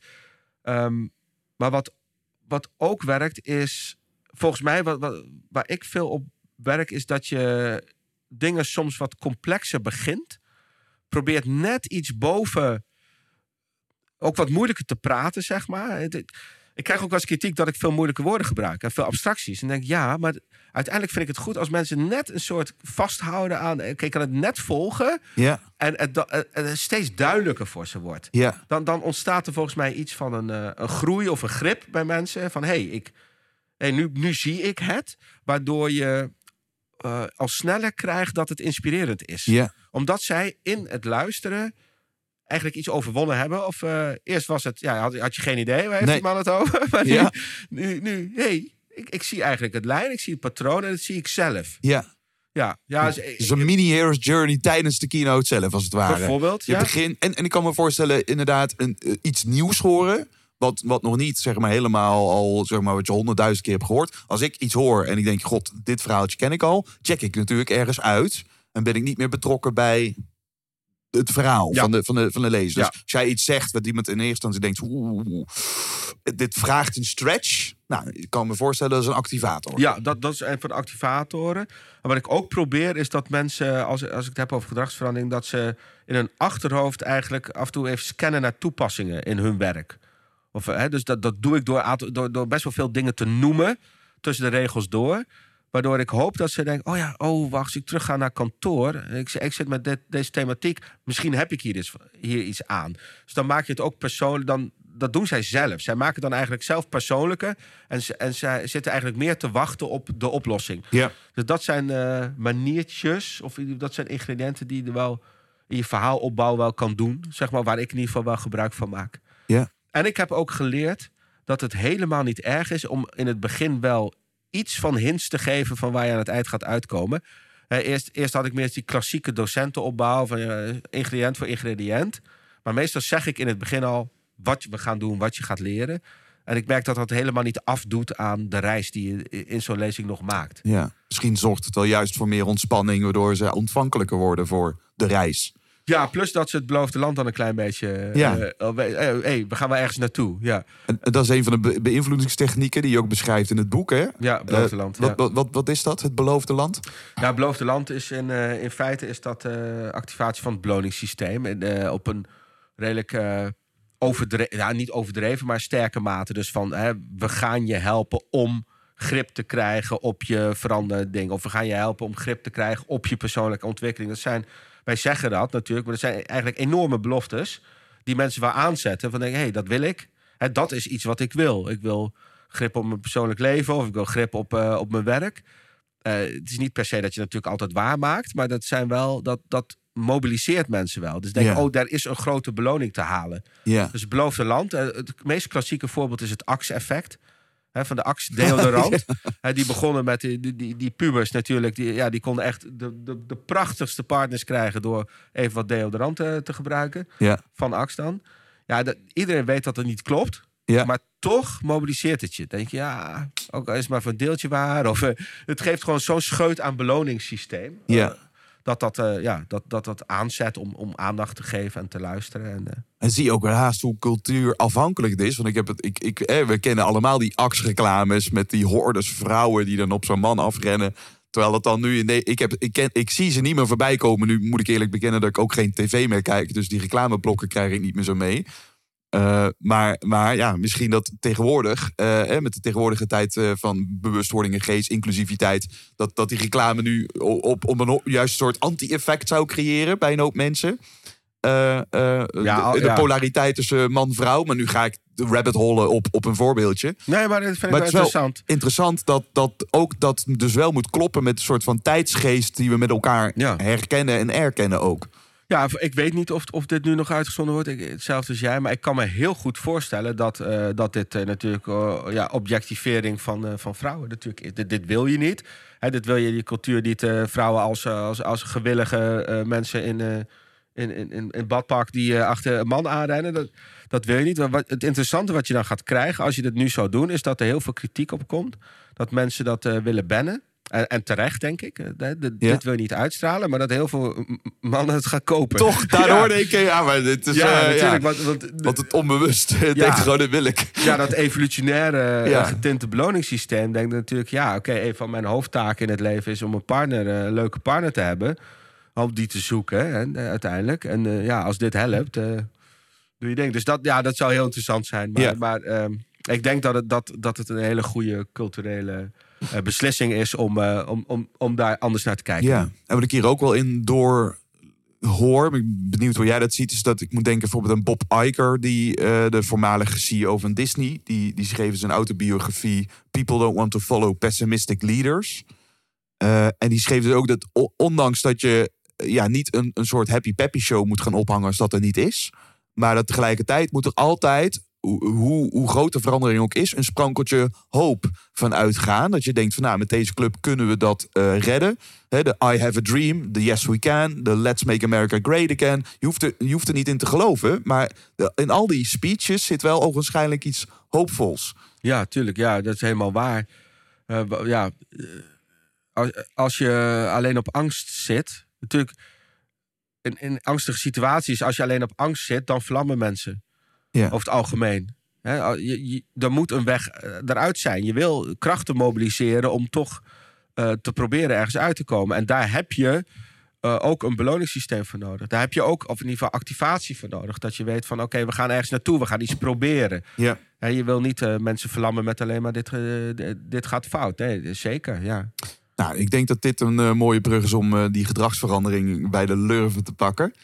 Maar wat ook werkt is, volgens mij, waar ik veel op werk, is dat je dingen soms wat complexer begint. Probeert net iets boven ook wat moeilijker te praten, zeg maar. Ik krijg ook wel eens kritiek dat ik veel moeilijke woorden gebruik en veel abstracties. En denk maar uiteindelijk vind ik het goed als mensen net een soort vasthouden aan. Oké, ik kan het net volgen. Ja. En het steeds duidelijker voor ze wordt. Ja. Dan ontstaat er volgens mij iets van een groei of een grip bij mensen. Van nu zie ik het. Waardoor je al sneller krijgt dat het inspirerend is. Ja. Omdat zij in het luisteren eigenlijk iets overwonnen hebben. Of eerst was het, had je geen idee, waar heeft die man het over? Maar nu ik zie eigenlijk het lijn, ik zie het patroon en dat zie ik zelf. Ja. Dus een mini-hero's journey tijdens de keynote zelf, als het ware. Bijvoorbeeld, je begint, en ik kan me voorstellen, inderdaad, iets nieuws horen. Wat nog niet, zeg maar, helemaal al, zeg maar, wat je 100.000 keer hebt gehoord. Als ik iets hoor en ik denk, god, dit verhaaltje ken ik al. Check ik natuurlijk ergens uit. En ben ik niet meer betrokken bij het verhaal van de lezer. Dus als jij iets zegt wat iemand in eerste instantie denkt, dit vraagt een stretch. Nou, ik kan me voorstellen, dat is een activator. Ja, dat is een van de activatoren. En wat ik ook probeer is dat mensen, als ik het heb over gedragsverandering, dat ze in hun achterhoofd eigenlijk af en toe even scannen naar toepassingen in hun werk. Dus dat doe ik door best wel veel dingen te noemen tussen de regels door. Waardoor ik hoop dat ze denken, wacht, als ik terug ga naar kantoor. Ik zit met deze thematiek. Misschien heb ik hier iets aan. Dus dan maak je het ook persoonlijk. Dat doen zij zelf. Zij maken het dan eigenlijk zelf persoonlijker. En zij zitten eigenlijk meer te wachten op de oplossing. Ja. Dus dat zijn maniertjes. Of dat zijn ingrediënten die je wel in je verhaalopbouw wel kan doen. Zeg maar, waar ik in ieder geval wel gebruik van maak. Ja. En ik heb ook geleerd dat het helemaal niet erg is om in het begin wel iets van hints te geven van waar je aan het eind gaat uitkomen. Eerst had ik meer die klassieke docentenopbouw van ingrediënt voor ingrediënt. Maar meestal zeg ik in het begin al wat we gaan doen, wat je gaat leren. En ik merk dat dat helemaal niet afdoet aan de reis die je in zo'n lezing nog maakt. Ja, misschien zorgt het wel juist voor meer ontspanning, waardoor ze ontvankelijker worden voor de reis. Ja, plus dat ze het beloofde land dan een klein beetje we gaan wel ergens naartoe. Ja. En dat is een van de beïnvloedingstechnieken die je ook beschrijft in het boek, hè? Ja, het beloofde land. Wat is dat, het beloofde land? Ja, het beloofde land is in feite is dat activatie van het beloningssysteem. Op een redelijk niet overdreven, maar sterke mate. Dus van, we gaan je helpen om grip te krijgen op je veranderde dingen. Of we gaan je helpen om grip te krijgen op je persoonlijke ontwikkeling. Wij zeggen dat natuurlijk, maar dat zijn eigenlijk enorme beloftes die mensen wel aanzetten. Van denken, dat wil ik. Dat is iets wat ik wil. Ik wil grip op mijn persoonlijk leven of ik wil grip op mijn werk. Het is niet per se dat je natuurlijk altijd waar maakt, maar dat zijn wel dat mobiliseert mensen wel. Dus denken, daar is een grote beloning te halen. Yeah. Dus het beloofde land. Het meest klassieke voorbeeld is het Axe-effect. Van de Axe deodorant. Die begonnen met die pubers natuurlijk. Die konden echt de prachtigste partners krijgen door even wat deodorant te gebruiken. Yeah. Van Axe dan. Ja, iedereen weet dat het niet klopt. Yeah. Maar toch mobiliseert het je. Denk je, ook al is het maar voor een deeltje waar. Of het geeft gewoon zo'n scheut aan beloningssysteem. Yeah. Dat aanzet om aandacht te geven en te luisteren. En zie je ook wel haast hoe cultuurafhankelijk het is. Want we kennen allemaal die Axe-reclames met die hordes vrouwen die dan op zo'n man afrennen. Terwijl het dan nu ik zie ze niet meer voorbij komen. Nu moet ik eerlijk bekennen dat ik ook geen tv meer kijk. Dus die reclameblokken krijg ik niet meer zo mee. Maar ja, misschien dat tegenwoordig, met de tegenwoordige tijd van bewustwording en geest, inclusiviteit, dat die reclame nu op een juist soort anti-effect zou creëren bij een hoop mensen. De polariteit tussen man-vrouw. Maar nu ga ik de rabbit hollen op een voorbeeldje. Nee, maar dat vind ik wel interessant. Interessant dat dus wel moet kloppen met een soort van tijdsgeest die we met elkaar herkennen en erkennen ook. Ja, ik weet niet of dit nu nog uitgezonden wordt. Hetzelfde als jij. Maar ik kan me heel goed voorstellen dat dit natuurlijk objectivering van vrouwen natuurlijk is. Dit wil je niet. Dit wil je die cultuur niet. Vrouwen als gewillige mensen in badpak die achter een man aanrennen. Dat wil je niet. Het interessante wat je dan gaat krijgen als je dit nu zou doen, is dat er heel veel kritiek op komt. Dat mensen dat willen bannen. En terecht, denk ik. Dit wil je niet uitstralen, maar dat heel veel mannen het gaan kopen. Toch, daar hoorde ik. Maar dit is natuurlijk. Want het onbewust denkt gewoon, dat wil ik. Ja, dat evolutionaire getinte beloningssysteem denkt natuurlijk, een van mijn hoofdtaken in het leven is om een leuke partner te hebben. Om die te zoeken, uiteindelijk. En als dit helpt, doe je ding. Dus dat zou heel interessant zijn. Maar ik denk dat het een hele goede culturele beslissing is om daar anders naar te kijken. Ja, en wat ik hier ook wel in door hoor, ik ben benieuwd hoe jij dat ziet, is dat ik moet denken bijvoorbeeld aan Bob Iger, die de voormalige CEO van Disney, die schreef in zijn autobiografie People Don't Want to Follow Pessimistic Leaders. En die schreef dus ook dat ondanks dat je niet een soort happy peppy show moet gaan ophangen als dat er niet is, maar dat tegelijkertijd moet er altijd, hoe groot de verandering ook is, een sprankeltje hoop van uitgaan. Dat je denkt van met deze club kunnen we dat redden. De I have a dream, de yes we can, de let's make America great again. Je hoeft er niet in te geloven, maar in al die speeches zit wel ogenschijnlijk iets hoopvols. Ja, tuurlijk. Ja, dat is helemaal waar. Als je alleen op angst zit, natuurlijk in angstige situaties, als je alleen op angst zit, dan vlammen mensen. Ja. Over het algemeen. Er moet een weg eruit zijn. Je wil krachten mobiliseren om toch te proberen ergens uit te komen. En daar heb je ook een beloningssysteem voor nodig. Daar heb je ook, of in ieder geval activatie voor nodig. Dat je weet van oké, we gaan ergens naartoe. We gaan iets proberen. Ja. Je wil niet mensen verlammen met alleen maar dit gaat fout. Nee, zeker, ja. Nou, ik denk dat dit een mooie brug is om die gedragsverandering bij de lurven te pakken.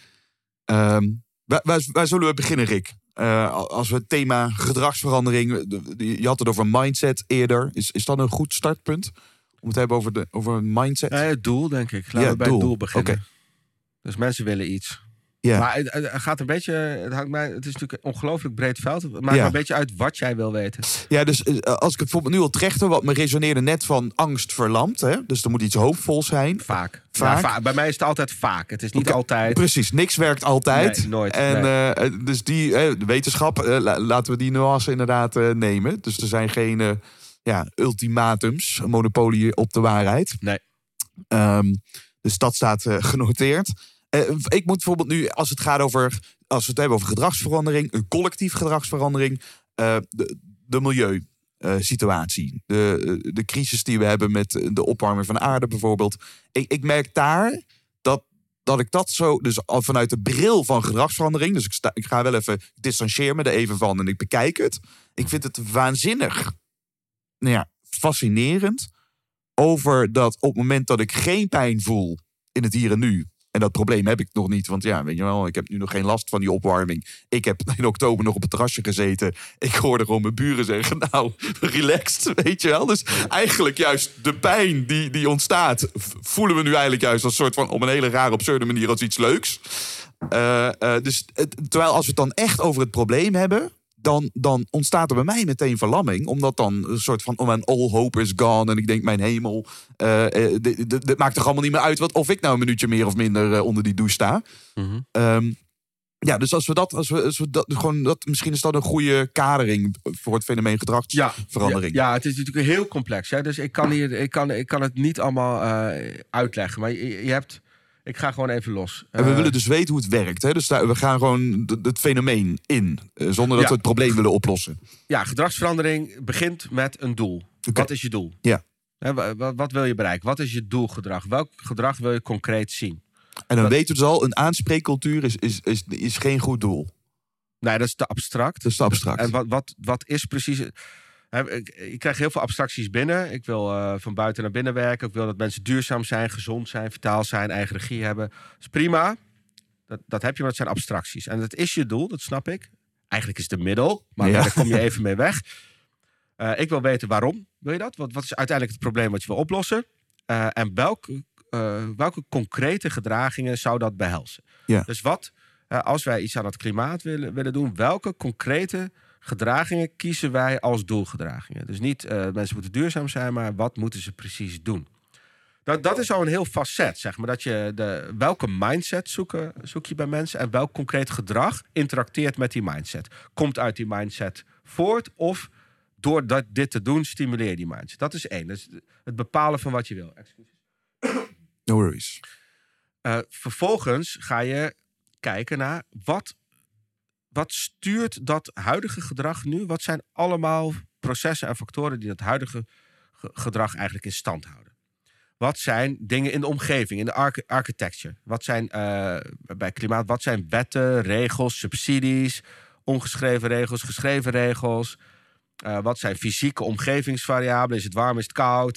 Waar zullen we beginnen, Rick? Als we het thema gedragsverandering, je had het over mindset eerder. Is dat een goed startpunt om het te hebben over mindset? Het doel, denk ik. Laten we bij het doel beginnen. Okay. Dus mensen willen iets. Ja. Maar het gaat een beetje, het is natuurlijk een ongelooflijk breed veld. Het maakt een beetje uit wat jij wil weten. Ja, dus als ik het bijvoorbeeld nu wil trechten, wat me resoneerde net van angst verlamt. Hè? Dus er moet iets hoopvol zijn. Vaak. Ja, bij mij is het altijd vaak. Het is niet altijd. Precies, niks werkt altijd. Nee, nooit. En dus de wetenschap, laten we die nuance inderdaad nemen. Dus er zijn geen ultimatums, een monopolie op de waarheid. Nee. Dus dat staat genoteerd. Ik moet bijvoorbeeld nu, als we het hebben over gedragsverandering, een collectief gedragsverandering, de milieusituatie, de crisis die we hebben met de opwarming van de aarde bijvoorbeeld. Ik merk daar dat ik dat zo, dus al vanuit de bril van gedragsverandering, dus ik ga wel even, distancieer me er even van en ik bekijk het. Ik vind het waanzinnig, fascinerend, over dat op het moment dat ik geen pijn voel in het hier en nu. En dat probleem heb ik nog niet, want weet je wel, ik heb nu nog geen last van die opwarming. Ik heb in oktober nog op het terrasje gezeten. Ik hoorde gewoon mijn buren zeggen, nou, relaxed, weet je wel. Dus eigenlijk juist de pijn die ontstaat, voelen we nu eigenlijk juist als soort van, op een hele rare, absurde manier, als iets leuks. Terwijl als we het dan echt over het probleem hebben, dan ontstaat er bij mij meteen verlamming. Omdat dan een soort van, all hope is gone. En ik denk, mijn hemel, dit maakt toch allemaal niet meer uit of ik nou een minuutje meer of minder onder die douche sta. Mm-hmm. Dus als we dat, misschien is dat een goede kadering voor het fenomeen gedragsverandering. Ja, het is natuurlijk heel complex. Hè? Dus ik kan het niet allemaal uitleggen. Maar je hebt Ik ga gewoon even los. En we willen dus weten hoe het werkt. Hè? Dus we gaan gewoon het fenomeen in. Zonder dat we het probleem willen oplossen. Ja, gedragsverandering begint met een doel. Okay. Wat is je doel? Ja. Wat wil je bereiken? Wat is je doelgedrag? Welk gedrag wil je concreet zien? En dan weten we dus al, een aanspreekcultuur is geen goed doel. Nee, dat is te abstract. Dat is te abstract. En wat is precies... Ik krijg heel veel abstracties binnen. Ik wil van buiten naar binnen werken. Ik wil dat mensen duurzaam zijn, gezond zijn, vitaal zijn, eigen regie hebben. Dat is prima. Dat heb je, maar dat zijn abstracties. En dat is je doel, dat snap ik. Eigenlijk is het een middel, maar daar kom je even mee weg. Ik wil weten waarom wil je dat? Wat is uiteindelijk het probleem wat je wil oplossen? En welke concrete gedragingen zou dat behelzen? Ja. Dus als wij iets aan het klimaat willen doen, welke concrete gedragingen kiezen wij als doelgedragingen? Dus niet mensen moeten duurzaam zijn, maar wat moeten ze precies doen? Dat is al een heel facet, zeg maar. Dat je welke mindset zoek je bij mensen en welk concreet gedrag interacteert met die mindset. Komt uit die mindset voort of door dit te doen stimuleer je die mindset. Dat is één. Dat is het bepalen van wat je wil. Excuses. No worries. Vervolgens ga je kijken naar wat stuurt dat huidige gedrag nu? Wat zijn allemaal processen en factoren die dat huidige gedrag eigenlijk in stand houden? Wat zijn dingen in de omgeving, in de architecture? Wat zijn bij klimaat, wat zijn wetten, regels, subsidies, ongeschreven regels, geschreven regels? Wat zijn fysieke omgevingsvariabelen? Is het warm, is het koud?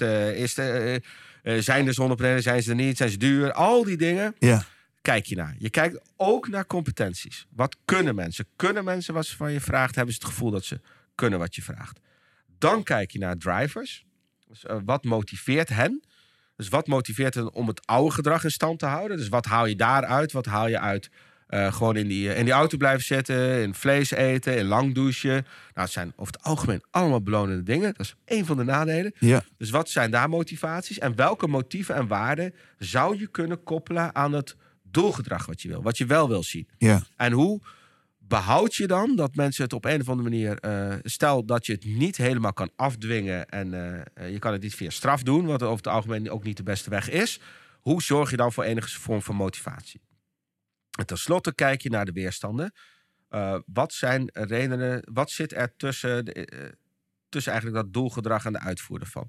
Zijn er zonnepanelen, zijn ze er niet? Zijn ze duur? Al die dingen kijk je naar. Je kijkt ook naar competenties. Wat kunnen mensen? Kunnen mensen wat ze van je vraagt? Hebben ze het gevoel dat ze kunnen wat je vraagt? Dan kijk je naar drivers. Dus, wat motiveert hen? Dus wat motiveert hen om het oude gedrag in stand te houden? Dus wat haal je daaruit? Wat haal je uit gewoon in die auto blijven zitten, in vlees eten, in lang douchen? Nou, het zijn over het algemeen allemaal belonende dingen. Dat is één van de nadelen. Ja. Dus wat zijn daar motivaties? En welke motieven en waarden zou je kunnen koppelen aan het doelgedrag wat je wil? Wat je wel wil zien. Ja. En hoe behoud je dan dat mensen het op een of andere manier... stel dat je het niet helemaal kan afdwingen en je kan het niet via straf doen, wat over het algemeen ook niet de beste weg is. Hoe zorg je dan voor enige vorm van motivatie? En tenslotte kijk je naar de weerstanden. Wat zijn redenen, wat zit er tussen eigenlijk dat doelgedrag en de uitvoer ervan?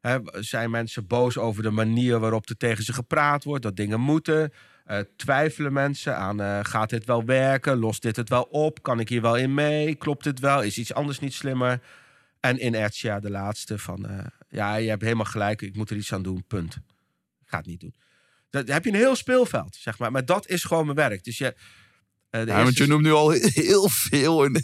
Zijn mensen boos over de manier waarop er tegen ze gepraat wordt, dat dingen moeten? Twijfelen mensen aan, gaat dit wel werken? Lost dit het wel op? Kan ik hier wel in mee? Klopt dit wel? Is iets anders niet slimmer? En inertia, de laatste, van je hebt helemaal gelijk, ik moet er iets aan doen, punt. Ik ga het niet doen. Dan heb je een heel speelveld, zeg maar. Maar dat is gewoon mijn werk. Dus want je noemt nu al heel veel in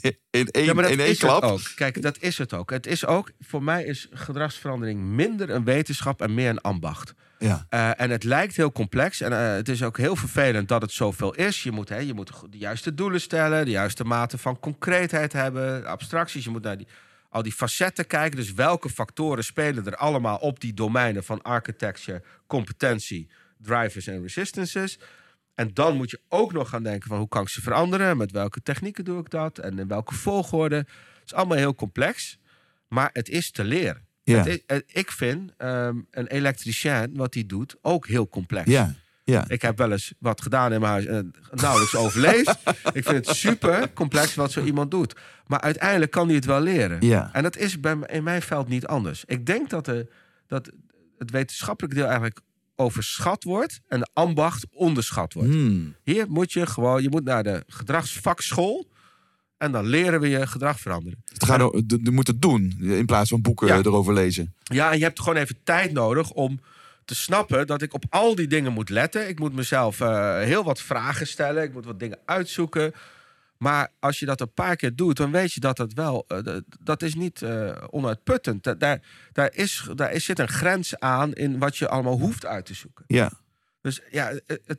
één klap. Ook. Kijk, dat is het ook. Het is ook, voor mij is gedragsverandering minder een wetenschap en meer een ambacht. Ja. En het lijkt heel complex. En het is ook heel vervelend dat het zoveel is. Je moet de juiste doelen stellen, de juiste mate van concreetheid hebben, abstracties. Je moet naar al die facetten kijken. Dus welke factoren spelen er allemaal op die domeinen van architecture, competentie, drivers en resistances. En dan moet je ook nog gaan denken van hoe kan ik ze veranderen? Met welke technieken doe ik dat? En in welke volgorde? Het is allemaal heel complex. Maar het is te leren. Ja. Ik vind een elektricien, wat hij doet, ook heel complex. Ja. Ja. Ik heb wel eens wat gedaan in mijn huis en nauwelijks overleefd. Ik vind het super complex wat zo iemand doet. Maar uiteindelijk kan hij het wel leren. Ja. En dat is in mijn veld niet anders. Ik denk dat het wetenschappelijk deel eigenlijk overschat wordt en de ambacht onderschat wordt. Hier moet je moet naar de gedragsvakschool en dan leren we je gedrag veranderen. Je moet het doen in plaats van boeken erover lezen. Ja, en je hebt gewoon even tijd nodig om te snappen dat ik op al die dingen moet letten. Ik moet mezelf heel wat vragen stellen. Ik moet wat dingen uitzoeken. Maar als je dat een paar keer doet, dan weet je dat het wel... dat is niet onuitputtend. Daar zit een grens aan in wat je allemaal hoeft uit te zoeken. Ja. Dus ja,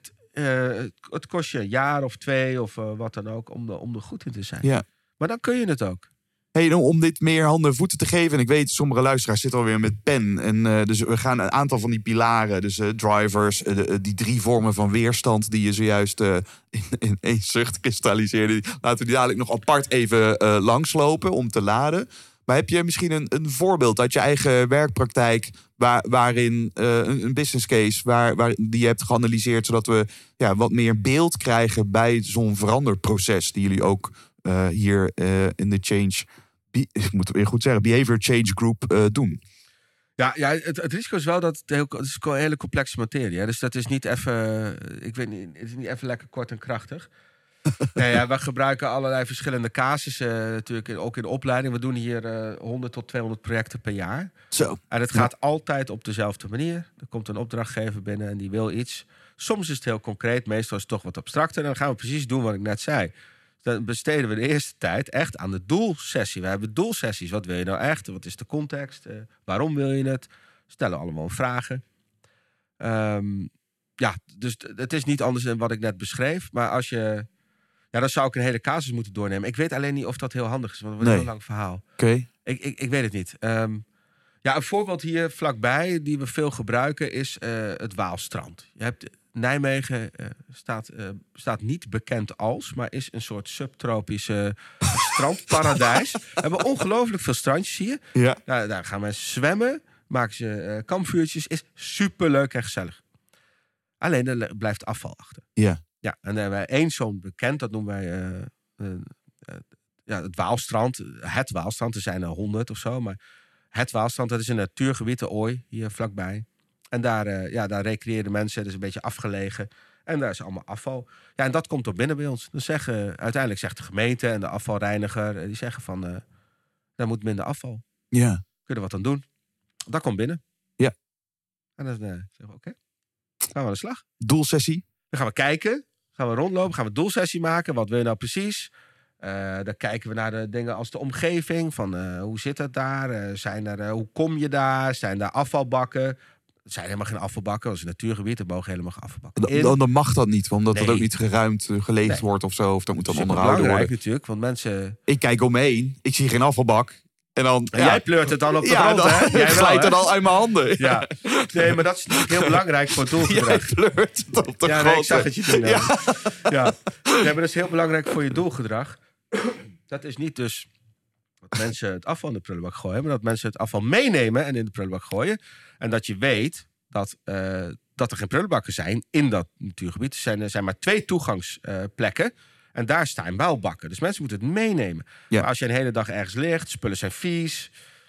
het kost je een jaar of 2 of wat dan ook om er goed in te zijn. Ja. Maar dan kun je het ook. Hey, om dit meer handen en voeten te geven. En ik weet, sommige luisteraars zitten alweer met pen. En dus we gaan een aantal van die pilaren. Dus drivers, die 3 vormen van weerstand die je zojuist in één zucht kristalliseerde. Laten we die dadelijk nog apart even langslopen om te laden. Maar heb je misschien een voorbeeld uit je eigen werkpraktijk... waarin een business case die je hebt geanalyseerd... zodat we wat meer beeld krijgen bij zo'n veranderproces... die jullie ook hier in de Change... ik moet het weer goed zeggen, Behavior Change Group doen? Ja, het risico is wel dat het is een hele complexe materie. Hè? Dus dat is niet even... Ik weet niet, het is niet even lekker kort en krachtig. Nee, we gebruiken allerlei verschillende casussen natuurlijk ook in de opleiding. We doen hier 100 tot 200 projecten per jaar. Zo. En het gaat altijd op dezelfde manier. Er komt een opdrachtgever binnen en die wil iets. Soms is het heel concreet, meestal is het toch wat abstracter. En dan gaan we precies doen wat ik net zei. Dan besteden we de eerste tijd echt aan de doelsessie. We hebben doelsessies. Wat wil je nou echt? Wat is de context? Waarom wil je het? Stellen allemaal vragen. Dus het is niet anders dan wat ik net beschreef. Maar als je... Ja, dan zou ik een hele casus moeten doornemen. Ik weet alleen niet of dat heel handig is, want het wordt een heel lang verhaal. Oké. Ik weet het niet. Een voorbeeld hier vlakbij die we veel gebruiken is het Waalstrand. Je hebt Nijmegen staat niet bekend als, maar is een soort subtropische strandparadijs. We hebben ongelooflijk veel strandjes hier. Ja. Daar gaan mensen zwemmen, maken ze kampvuurtjes. Is superleuk en gezellig. Alleen er blijft afval achter. Ja. Ja, en dan hebben wij één zo'n bekend, dat noemen wij het Waalstrand. Het Waalstrand, er zijn er 100 of zo. Maar het Waalstrand, dat is een natuurgebied, de Ooi, hier vlakbij. En daar recreëren mensen, dat is een beetje afgelegen. En daar is allemaal afval. Ja, en dat komt ook binnen bij ons. Dus uiteindelijk zegt de gemeente en de afvalreiniger, die zeggen van, daar moet minder afval. Ja. Kun je er wat aan doen? Dat komt binnen. Ja. En dan zeggen we, oké, gaan we aan de slag. Doelsessie? Dan gaan we kijken. Gaan we rondlopen, gaan we doelsessie maken. Wat wil je nou precies? Dan kijken we naar de dingen als de omgeving. Van hoe zit het daar? Hoe kom je daar? Zijn daar afvalbakken? Er zijn helemaal geen afvalbakken. Dat is een natuurgebied. Er mogen helemaal geen afvalbakken. Dan mag dat niet. Omdat dat ook niet geruimd geleegd wordt of zo. Of dat moet dan onderhouden worden. Belangrijk natuurlijk. Want mensen... Ik kijk om me heen. Ik zie geen afvalbak. En jij pleurt het dan op de grond, hè? Jij glijdt dan al uit mijn handen. Ja. Nee, maar dat is natuurlijk heel belangrijk voor het doelgedrag. Jij pleurt het op de grond. Nee, ik zag het je doen. Ja. Nee, maar dat is heel belangrijk voor je doelgedrag. Dat is niet dus dat mensen het afval in de prullenbak gooien, maar dat mensen het afval meenemen en in de prullenbak gooien. En dat je weet dat er geen prullenbakken zijn in dat natuurgebied. Er zijn maar 2 toegangsplekken. En daar staan bouwbakken. Dus mensen moeten het meenemen. Ja. Maar als je een hele dag ergens ligt, spullen zijn vies.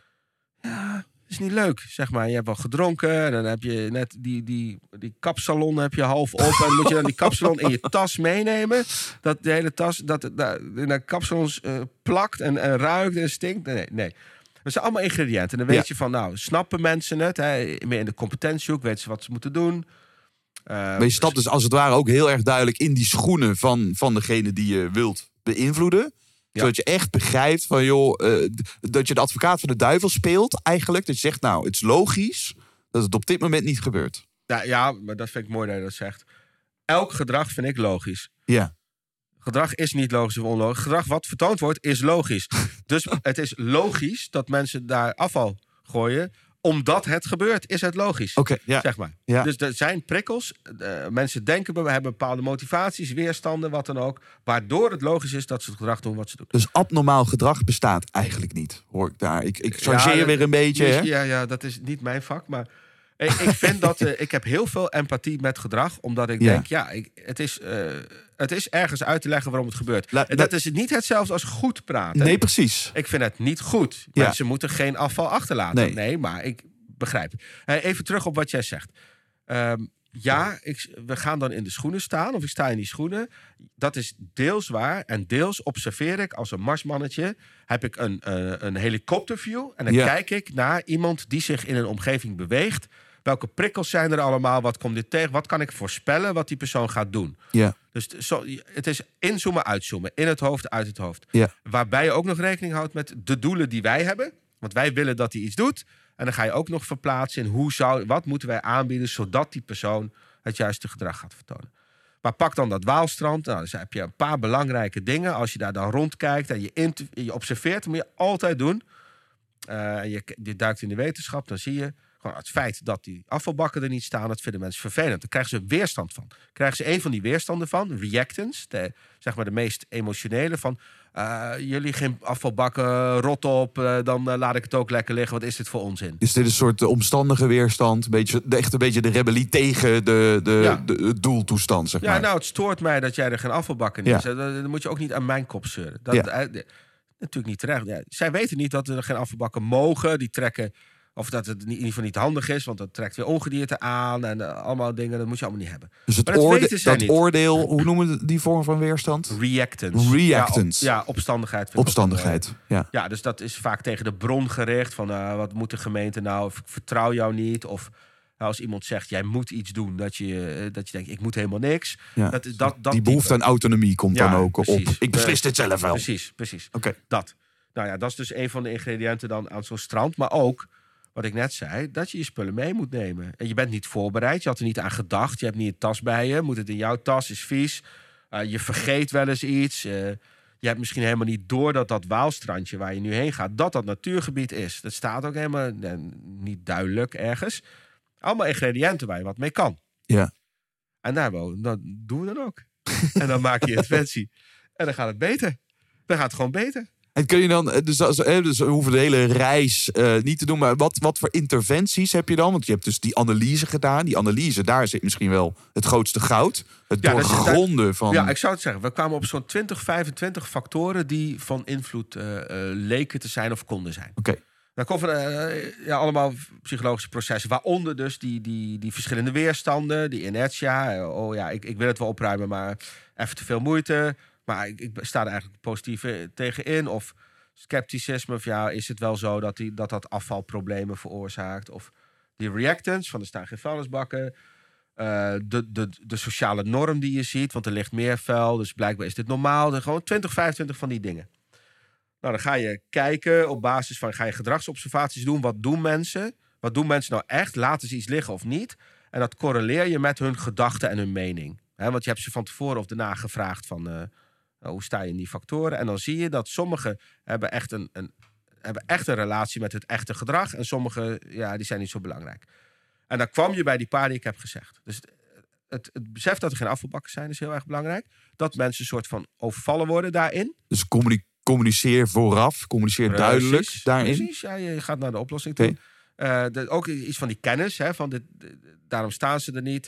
Ja, is niet leuk, zeg maar. Je hebt wel gedronken. En dan heb je net die kapsalon heb je half op. En dan moet je dan die kapsalon in je tas meenemen. Dat de hele tas, de kapsalons plakt en ruikt en stinkt. Nee. Dat zijn allemaal ingrediënten. En dan weet je van, snappen mensen het? Hè? Meer in de competentiehoek, weten ze wat ze moeten doen. Maar je stapt dus als het ware ook heel erg duidelijk in die schoenen van degene die je wilt beïnvloeden. Ja. Zodat je echt begrijpt van dat je de advocaat van de duivel speelt eigenlijk. Dat je zegt, het is logisch dat het op dit moment niet gebeurt. Ja, maar dat vind ik mooi dat je dat zegt. Elk gedrag vind ik logisch. Ja. Gedrag is niet logisch of onlogisch. Gedrag wat vertoond wordt is logisch. Dus het is logisch dat mensen daar afval gooien. Omdat het gebeurt, is het logisch. Oké, ja. Zeg maar. Ja. Dus er zijn prikkels. Mensen denken, we hebben bepaalde motivaties, weerstanden, wat dan ook. Waardoor het logisch is dat ze het gedrag doen wat ze doen. Dus abnormaal gedrag bestaat eigenlijk niet, hoor ik daar. Ik chargeer weer een beetje. Hè? Ja, dat is niet mijn vak. Maar ik vind dat... ik heb heel veel empathie met gedrag. Omdat ik denk, het is ergens uit te leggen waarom het gebeurt. Dat is niet hetzelfde als goed praten. Nee, precies. Ik vind het niet goed. Ja. Mensen moeten geen afval achterlaten. Nee, maar ik begrijp het. Even terug op wat jij zegt. We gaan dan in de schoenen staan. Of ik sta in die schoenen. Dat is deels waar. En deels observeer ik als een marsmannetje. Heb ik een helikopterview. En dan kijk ik naar iemand die zich in een omgeving beweegt. Welke prikkels zijn er allemaal? Wat komt dit tegen? Wat kan ik voorspellen wat die persoon gaat doen? Ja. Dus het is inzoomen, uitzoomen. In het hoofd, uit het hoofd. Ja. Waarbij je ook nog rekening houdt met de doelen die wij hebben. Want wij willen dat hij iets doet. En dan ga je ook nog verplaatsen in wat moeten wij aanbieden zodat die persoon het juiste gedrag gaat vertonen. Maar pak dan dat Waalstrand. Dus heb je een paar belangrijke dingen. Als je daar dan rondkijkt en je observeert, dat moet je altijd doen. Je duikt in de wetenschap, dan zie je gewoon het feit dat die afvalbakken er niet staan, dat vinden mensen vervelend. Dan krijgen ze weerstand van. Krijgen ze een van die weerstanden van, reactance, zeg maar de meest emotionele van, jullie geen afvalbakken, rot op, dan laat ik het ook lekker liggen. Wat is dit voor onzin? Is dit een soort omstandige weerstand? Echt een beetje de rebellie tegen de doeltoestand, zeg maar. Ja, nou, het stoort mij dat jij er geen afvalbakken neerzet. Dan moet je ook niet aan mijn kop zeuren. Natuurlijk niet terecht. Ja, zij weten niet dat er geen afvalbakken mogen. Die trekken, of dat het in ieder geval niet handig is, want dat trekt weer ongedierte aan en allemaal dingen. Dat moet je allemaal niet hebben. Dus dat oordeel, hoe noemen we die vorm van weerstand? Reactance. Ja, opstandigheid. Opstandigheid, ja. Ja, dus dat is vaak tegen de bron gericht. Van wat moet de gemeente nou? Of ik vertrouw jou niet. Of als iemand zegt, jij moet iets doen. Dat je denkt, ik moet helemaal niks. Ja. Die behoefte aan autonomie komt dan ook precies. op. Ik beslis dit zelf wel. Precies. Okay. Dat. Nou ja, dat is dus een van de ingrediënten dan aan zo'n strand. Maar ook, wat ik net zei, dat je je spullen mee moet nemen. En je bent niet voorbereid. Je had er niet aan gedacht. Je hebt niet een tas bij je. Moet het in jouw tas, is vies. Je vergeet wel eens iets. Je hebt misschien helemaal niet door dat Waalstrandje waar je nu heen gaat, dat natuurgebied is. Dat staat ook helemaal niet duidelijk ergens. Allemaal ingrediënten waar je wat mee kan. Ja. En dat doen we dan ook. En dan maak je interventie. En dan gaat het beter. Dan gaat het gewoon beter. En kun je dan, dus we hoeven de hele reis niet te doen, maar wat voor interventies heb je dan? Want je hebt dus die analyse gedaan. Die analyse, daar zit misschien wel het grootste goud. Het doorgronden van... Ja, ik zou het zeggen. We kwamen op zo'n 20, 25 factoren die van invloed leken te zijn of konden zijn. Oké. Dan komen allemaal psychologische processen. Waaronder dus die verschillende weerstanden. Die inertia. Ik wil het wel opruimen, maar even te veel moeite. Maar ik sta er eigenlijk positief tegenin. Of scepticisme. Of is het wel zo dat afvalproblemen veroorzaakt. Of die reactants, van er staan geen vuilnisbakken. De sociale norm die je ziet. Want er ligt meer vuil. Dus blijkbaar is dit normaal. Gewoon 20, 25 van die dingen. Nou, dan ga je kijken op basis van, ga je gedragsobservaties doen. Wat doen mensen? Wat doen mensen nou echt? Laten ze iets liggen of niet? En dat correleer je met hun gedachten en hun mening. Want je hebt ze van tevoren of daarna gevraagd van, hoe sta je in die factoren? En dan zie je dat sommigen hebben echt een relatie met het echte gedrag. En sommigen, die zijn niet zo belangrijk. En dan kwam je bij die paar die ik heb gezegd. Dus het besef dat er geen afvalbakken zijn is heel erg belangrijk. Dat mensen een soort van overvallen worden daarin. Dus communiceer vooraf, communiceer duidelijk daarin. Precies, je gaat naar de oplossing toe. Ook iets van die kennis, daarom staan ze er niet.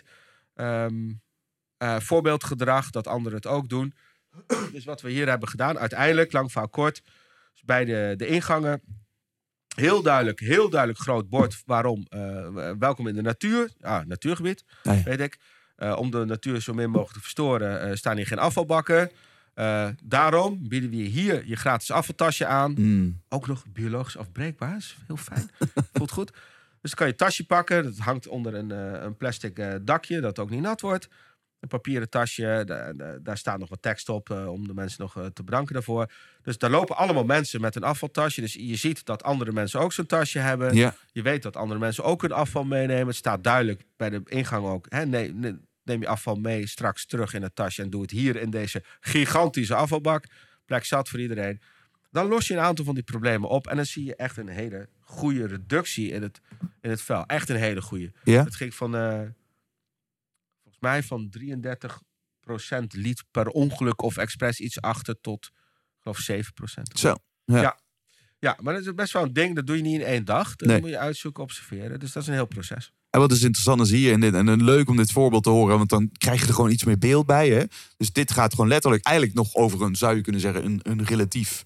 Voorbeeldgedrag, dat anderen het ook doen. Dus wat we hier hebben gedaan, uiteindelijk, lang verhaal kort, dus bij de ingangen, heel duidelijk groot bord. Waarom? Welkom in de natuur. Natuurgebied, weet ik. Om de natuur zo min mogelijk te verstoren, staan hier geen afvalbakken. Daarom bieden we hier je gratis afvaltasje aan. Ook nog biologisch afbreekbaar. Dat is heel fijn. Voelt goed. Dus dan kan je tasje pakken. Dat hangt onder een plastic dakje, dat ook niet nat wordt. Een papieren tasje. Daar staat nog wat tekst op om de mensen nog te bedanken daarvoor. Dus daar lopen allemaal mensen met een afvaltasje. Dus je ziet dat andere mensen ook zo'n tasje hebben. Ja. Je weet dat andere mensen ook hun afval meenemen. Het staat duidelijk bij de ingang ook. Neem je afval mee straks terug in het tasje en doe het hier in deze gigantische afvalbak. Plek zat voor iedereen. Dan los je een aantal van die problemen op en dan zie je echt een hele goede reductie in het vuil. Echt een hele goede. Ja? Het ging van, volgens mij van 33% liet per ongeluk of expres iets achter tot, ik geloof 7%. Zo. Ja, maar dat is best wel een ding. Dat doe je niet in 1 dag. Dat moet je uitzoeken, observeren. Dus dat is een heel proces. En wat is interessant is hier, en leuk om dit voorbeeld te horen, want dan krijg je er gewoon iets meer beeld bij. Hè? Dus dit gaat gewoon letterlijk eigenlijk nog over zou je kunnen zeggen, een relatief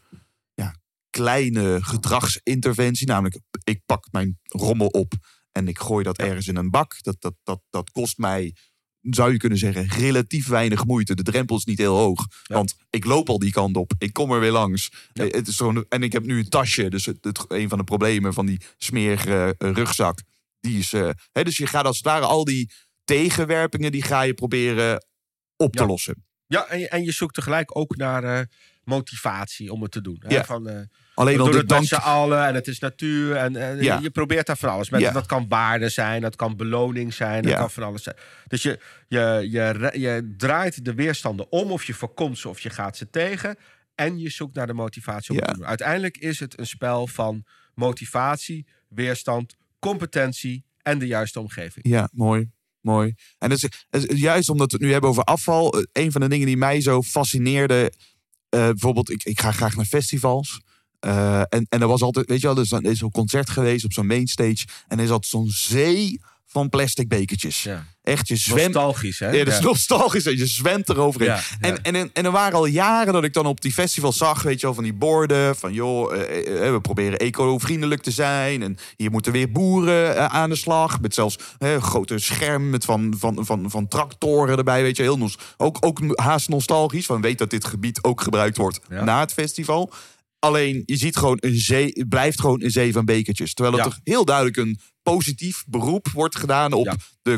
kleine gedragsinterventie. Namelijk, ik pak mijn rommel op en ik gooi dat ergens in een bak. Dat kost mij, zou je kunnen zeggen, relatief weinig moeite. De drempel is niet heel hoog. Ja. Want ik loop al die kant op. Ik kom er weer langs. Ja. Het is en ik heb nu een tasje. Dus een van de problemen van die smerige rugzak. Die is, dus je gaat als het ware al die tegenwerpingen, die ga je proberen op te lossen. Ja, en je zoekt tegelijk ook naar motivatie om het te doen. Ja. Alleen al het met z'n allen en het is natuur. En je probeert daar van alles. Dat kan waarde zijn, dat kan beloning zijn, dat kan van alles zijn. Dus je draait de weerstanden om, of je voorkomt ze of je gaat ze tegen. En je zoekt naar de motivatie om het te doen. Uiteindelijk is het een spel van motivatie, weerstand, competentie en de juiste omgeving. Ja, mooi. En dat is juist omdat we het nu hebben over afval. Een van de dingen die mij zo fascineerde Bijvoorbeeld, ik ga graag naar festivals. En er was altijd, weet je wel, er is zo'n concert geweest op zo'n mainstage. En er is altijd zo'n zee van plastic bekertjes. Ja. Echt, je zwemt... Nostalgisch, hè? Ja, dat is nostalgisch. Je zwemt eroverheen. Ja, ja. En er waren al jaren dat ik dan op die festivals zag, weet je wel, van die borden. Van joh, we proberen eco-vriendelijk te zijn. En hier moeten weer boeren aan de slag. Met zelfs een grote scherm met van tractoren erbij, weet je. Ook haast nostalgisch. Van weet dat dit gebied ook gebruikt wordt na het festival. Alleen, je ziet gewoon het blijft gewoon een zee van bekertjes. Terwijl het toch heel duidelijk een positief beroep wordt gedaan op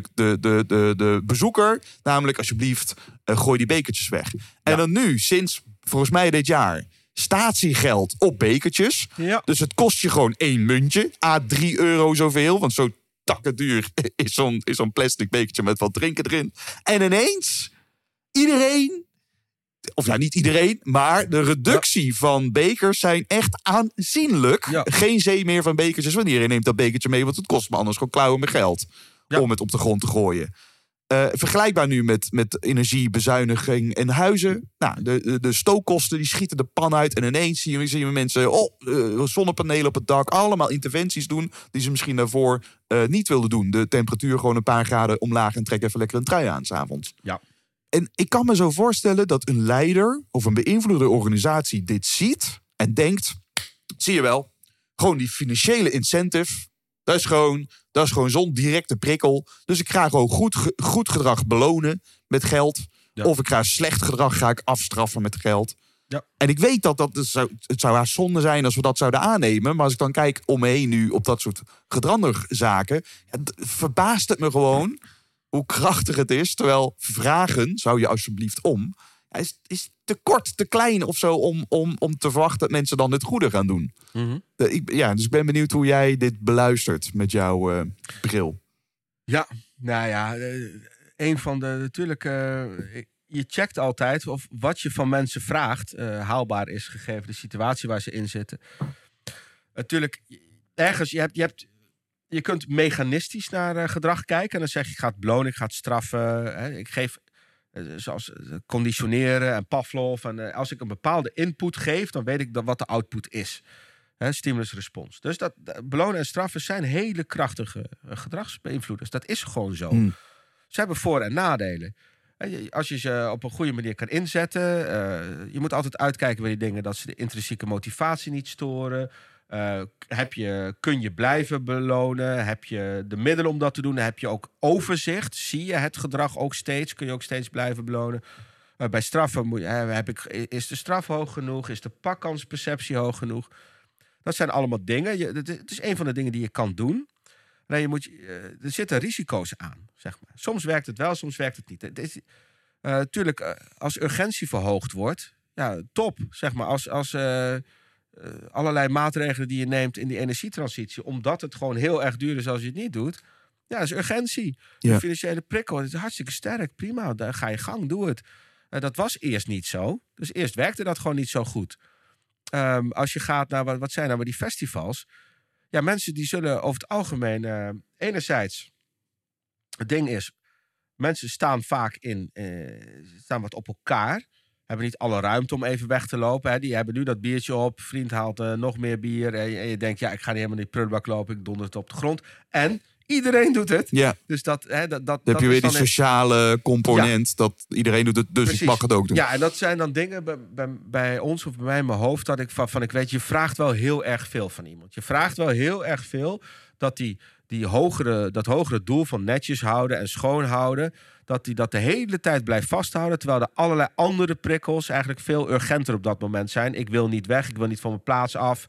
de bezoeker. Namelijk, alsjeblieft, gooi die bekertjes weg. En dan nu, sinds volgens mij dit jaar, statiegeld op bekertjes. Ja. Dus het kost je gewoon 1 muntje, €3 zoveel. Want zo takkenduur is zo'n plastic bekertje met wat drinken erin. En ineens, iedereen... Of nou, niet iedereen, maar de reductie van bekers zijn echt aanzienlijk. Ja. Geen zee meer van bekertjes. Want iedereen neemt dat bekertje mee, want het kost me anders gewoon klauwen met geld. Ja. Om het op de grond te gooien. Vergelijkbaar nu met energiebezuiniging en huizen. Nou, de stookkosten die schieten de pan uit. En ineens zien we mensen zonnepanelen op het dak. Allemaal interventies doen die ze misschien daarvoor niet wilden doen. De temperatuur gewoon een paar graden omlaag en trek even lekker een trui aan 's avonds. Ja. En ik kan me zo voorstellen dat een leider of een beïnvloede organisatie dit ziet en denkt, zie je wel, gewoon die financiële incentive, dat is gewoon zo'n directe prikkel. Dus ik ga gewoon goed gedrag belonen met geld. Ja. Of ik ga slecht gedrag afstraffen met geld. Ja. En ik weet dat het zou haast zonde zijn als we dat zouden aannemen. Maar als ik dan kijk om me heen nu op dat soort gedranderzaken, verbaast het me gewoon hoe krachtig het is. Terwijl vragen, zou je alsjeblieft om, is te kort, te klein of zo om te verwachten dat mensen dan het goede gaan doen. Mm-hmm. Dus ik ben benieuwd hoe jij dit beluistert met jouw bril. Ja, nou ja, een van de natuurlijk... je checkt altijd of wat je van mensen vraagt haalbaar is, gegeven de situatie waar ze in zitten. Natuurlijk, ergens, je kunt mechanistisch naar gedrag kijken. En dan zeg je, ik ga het belonen, ik ga het straffen. Ik geef, zoals conditioneren en Pavlov. En als ik een bepaalde input geef, dan weet ik dan wat de output is. Stimulus-respons. Dus dat belonen en straffen zijn hele krachtige gedragsbeïnvloeders. Dat is gewoon zo. Ze hebben voor- en nadelen. Als je ze op een goede manier kan inzetten. Je moet altijd uitkijken bij die dingen dat ze de intrinsieke motivatie niet storen. Kun je blijven belonen? Heb je de middelen om dat te doen? Heb je ook overzicht? Zie je het gedrag ook steeds? Kun je ook steeds blijven belonen? Bij straffen is de straf hoog genoeg? Is de pakkansperceptie hoog genoeg? Dat zijn allemaal dingen. Het is een van de dingen die je kan doen. Er zitten risico's aan, zeg maar. Soms werkt het wel, soms werkt het niet. Tuurlijk, als urgentie verhoogd wordt, ja, top. Zeg maar, als allerlei maatregelen die je neemt in die energietransitie, omdat het gewoon heel erg duur is als je het niet doet. Ja, dat is urgentie. Ja. De financiële prikkel, dat is hartstikke sterk. Prima, dan ga je gang, doe het. Dat was eerst niet zo. Dus eerst werkte dat gewoon niet zo goed. Als je gaat naar, wat zijn nou maar die festivals? Ja, mensen die zullen over het algemeen enerzijds, het ding is, mensen staan vaak staan wat op elkaar, hebben niet alle ruimte om even weg te lopen. Hè. Die hebben nu dat biertje op, vriend haalt nog meer bier en je denkt, ja, ik ga niet helemaal in die prullenbak lopen, ik donder het op de grond. En iedereen doet het. Ja. Dus dat heb je weer die sociale component, ja, dat iedereen doet het, dus precies, ik mag het ook doen. Ja, en dat zijn dan dingen bij ons of bij mij in mijn hoofd, dat ik van ik weet, je vraagt wel heel erg veel van iemand. Je vraagt wel heel erg veel dat dat hogere doel van netjes houden en schoon houden, dat die dat de hele tijd blijft vasthouden, terwijl er allerlei andere prikkels eigenlijk veel urgenter op dat moment zijn. Ik wil niet weg, ik wil niet van mijn plaats af.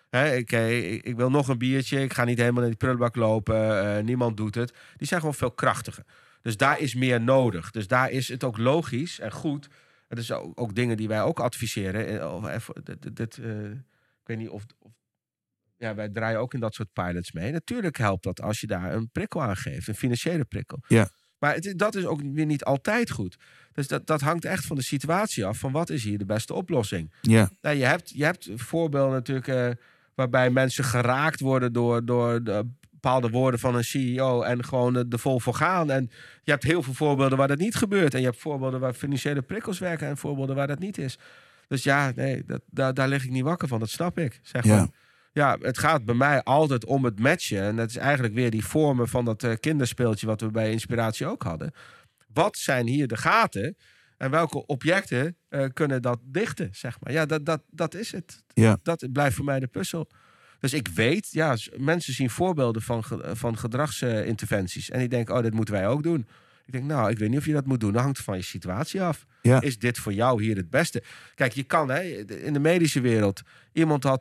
Ik wil nog een biertje, ik ga niet helemaal in die prullenbak lopen, niemand doet het. Die zijn gewoon veel krachtiger. Dus daar is meer nodig. Dus daar is het ook logisch en goed. Dat is ook dingen die wij ook adviseren. Ik weet niet of ja, wij draaien ook in dat soort pilots mee. Natuurlijk helpt dat als je daar een prikkel aan geeft, een financiële prikkel. Ja. Maar dat is ook weer niet altijd goed. Dus dat hangt echt van de situatie af, van wat is hier de beste oplossing. Ja. Nou, je hebt voorbeelden natuurlijk waarbij mensen geraakt worden door de bepaalde woorden van een CEO en gewoon er vol voor gaan. En je hebt heel veel voorbeelden waar dat niet gebeurt. En je hebt voorbeelden waar financiële prikkels werken en voorbeelden waar dat niet is. Dus ja, nee, daar lig ik niet wakker van. Dat snap ik, zeg Ja. maar. Ja, het gaat bij mij altijd om het matchen. En dat is eigenlijk weer die vormen van dat kinderspeeltje... wat we bij Inspiratie ook hadden. Wat zijn hier de gaten? En welke objecten kunnen dat dichten, zeg maar. Ja, dat is het. Ja. Dat blijft voor mij de puzzel. Dus ik weet, ja, mensen zien voorbeelden van gedragsinterventies. En die denken, oh, dit moeten wij ook doen. Ik denk, nou, ik weet niet of je dat moet doen. Dat hangt van je situatie af. Ja. Is dit voor jou hier het beste? Kijk, je kan, hè, in de medische wereld... Iemand had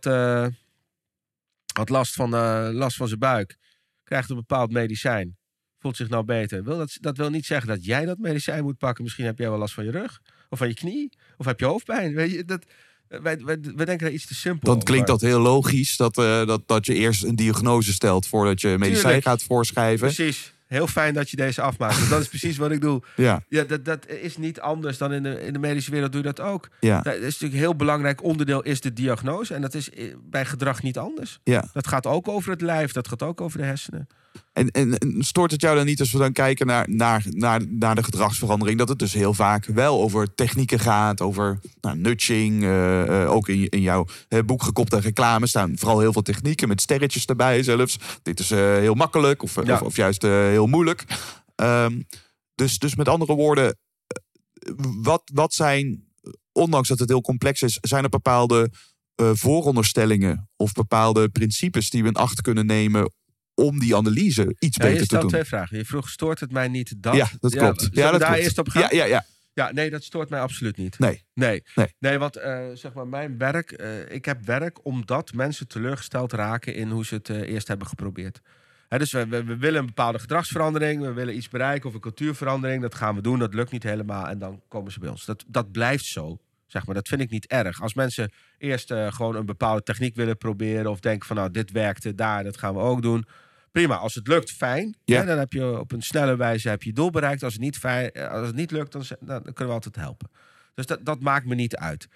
last van zijn buik. Krijgt een bepaald medicijn. Voelt zich nou beter. Dat wil niet zeggen dat jij dat medicijn moet pakken. Misschien heb jij wel last van je rug. Of van je knie. Of heb je hoofdpijn. Weet je, wij denken daar iets te simpel Dan klinkt dat heel logisch dat je eerst een diagnose stelt voordat je medicijn Tuurlijk. gaat voorschrijven. Precies. Heel fijn dat je deze afmaakt. Want dat is precies wat ik doe. Ja. Ja, dat is niet anders dan in de medische wereld doe je dat ook. Ja. Dat is natuurlijk een heel belangrijk onderdeel is de diagnose. En dat is bij gedrag niet anders. Ja. Dat gaat ook over het lijf. Dat gaat ook over de hersenen. En stoort het jou dan niet als we dan kijken naar de gedragsverandering... dat het dus heel vaak wel over technieken gaat, over nudging. Ook in jouw boek Gekopte reclame staan vooral heel veel technieken... met sterretjes erbij zelfs. Dit is heel makkelijk of juist heel moeilijk. Dus met andere woorden, wat zijn, ondanks dat het heel complex is... zijn er bepaalde vooronderstellingen of bepaalde principes... die we in acht kunnen nemen... om die analyse iets beter te doen. Je stelt twee vragen. Je vroeg, stoort het mij niet dat? Ja, dat klopt. Zullen we dat daar klopt. eerst op gaan? Ja. Ja, nee, dat stoort mij absoluut niet. Nee. Nee, want zeg maar, mijn werk... ik heb werk omdat mensen teleurgesteld raken... in hoe ze het eerst hebben geprobeerd. Dus we willen een bepaalde gedragsverandering... we willen iets bereiken of een cultuurverandering... dat gaan we doen, dat lukt niet helemaal... en dan komen ze bij ons. Dat blijft zo. Zeg maar, dat vind ik niet erg. Als mensen eerst gewoon een bepaalde techniek willen proberen... of denken van nou, dit werkte daar, dat gaan we ook doen... Prima, als het lukt, fijn. Ja. Dan heb je op een snelle wijze je doel bereikt. Als het niet lukt, dan kunnen we altijd helpen. Dus dat maakt me niet uit.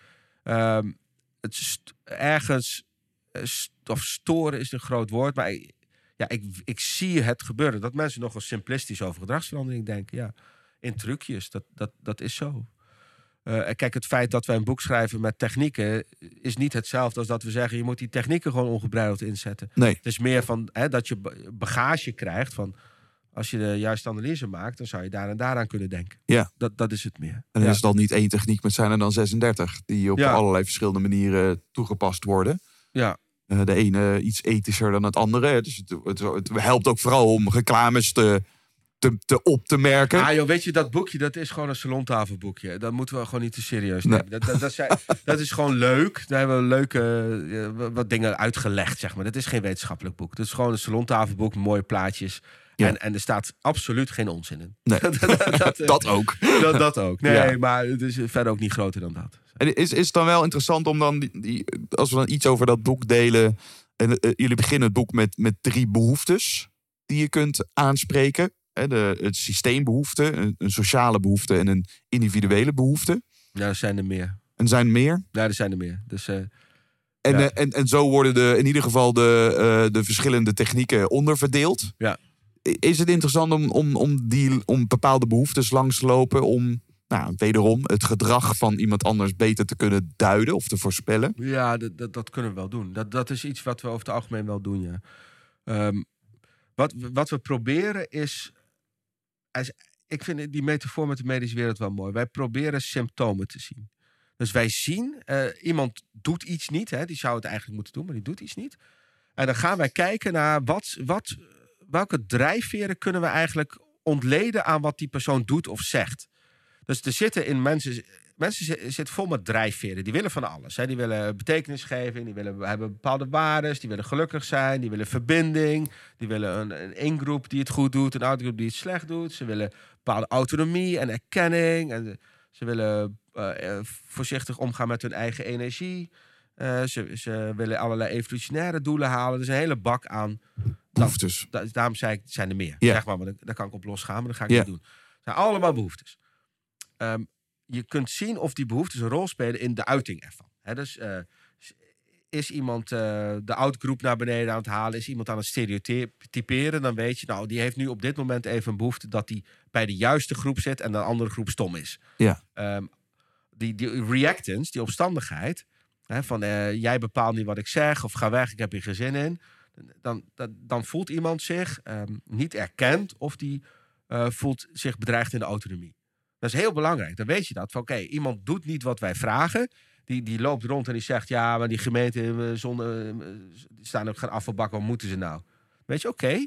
Of storen is een groot woord. Maar ik zie het gebeuren. Dat mensen nogal simplistisch over gedragsverandering denken. Ja, in trucjes, dat is zo. Kijk, het feit dat wij een boek schrijven met technieken... is niet hetzelfde als dat we zeggen... je moet die technieken gewoon ongebreideld inzetten. Nee. Het is meer van dat je bagage krijgt van... als je de juiste analyse maakt... dan zou je daar en daaraan kunnen denken. Ja. Dat is het meer. En dan is het dan niet één techniek, maar zijn er dan 36... die op allerlei verschillende manieren toegepast worden. Ja. De ene iets ethischer dan het andere. Dus het helpt ook vooral om reclames op te merken. Ah joh, weet je, dat boekje, dat is gewoon een salontafelboekje. Dat moeten we gewoon niet te serieus nemen. Nee. Dat is gewoon leuk. Daar hebben we leuke wat dingen uitgelegd, zeg maar. Dat is geen wetenschappelijk boek. Dat is gewoon een salontafelboek met mooie plaatjes. Ja. En er staat absoluut geen onzin in. Nee. Dat ook. Dat ook. Nee, maar het is verder ook niet groter dan dat. En is het dan wel interessant om dan, als we dan iets over dat boek delen... en jullie beginnen het boek met 3 behoeftes die je kunt aanspreken... Het systeembehoefte, een sociale behoefte en een individuele behoefte. Ja, er zijn er meer. En zijn er meer? Ja, er zijn er meer. Dus, en zo worden in ieder geval de verschillende technieken onderverdeeld. Ja. Is het interessant om bepaalde behoeftes langs te lopen... om wederom het gedrag van iemand anders beter te kunnen duiden of te voorspellen? Ja, dat kunnen we wel doen. Dat is iets wat we over het algemeen wel doen, ja. Wat we proberen is... Ik vind die metafoor met de medische wereld wel mooi. Wij proberen symptomen te zien. Dus wij zien, iemand doet iets niet. Hè, die zou het eigenlijk moeten doen, maar die doet iets niet. En dan gaan wij kijken naar welke drijfveren kunnen we eigenlijk ontleden aan wat die persoon doet of zegt. Dus er zitten in mensen zitten vol met drijfveren. Die willen van alles. Hè. Die willen betekenis geven. Die hebben bepaalde waarden. Die willen gelukkig zijn. Die willen verbinding. Die willen een ingroep die het goed doet. Een outgroep die het slecht doet. Ze willen bepaalde autonomie en erkenning. En ze willen voorzichtig omgaan met hun eigen energie. Ze willen allerlei evolutionaire doelen halen. Er is een hele bak aan behoeftes. Daarom zei ik, zijn er meer. Ja. Zeg maar daar kan ik op losgaan, maar dat ga ik niet doen. Het zijn allemaal behoeftes. Je kunt zien of die behoeftes een rol spelen in de uiting ervan. Dus is iemand de outgroep naar beneden aan het halen? Is iemand aan het stereotyperen? Dan weet je, nou, die heeft nu op dit moment even een behoefte... dat hij bij de juiste groep zit en de andere groep stom is. Ja. die reactance, die omstandigheid... Hè, van jij bepaalt niet wat ik zeg... of ga weg, ik heb hier geen zin in... Dan voelt iemand zich niet erkend... of die voelt zich bedreigd in de autonomie. Dat is heel belangrijk. Dan weet je dat. Van, iemand doet niet wat wij vragen... Die loopt rond en die zegt... ja, maar die gemeenten die staan ook geen afvalbak... wat moeten ze nou? Weet je,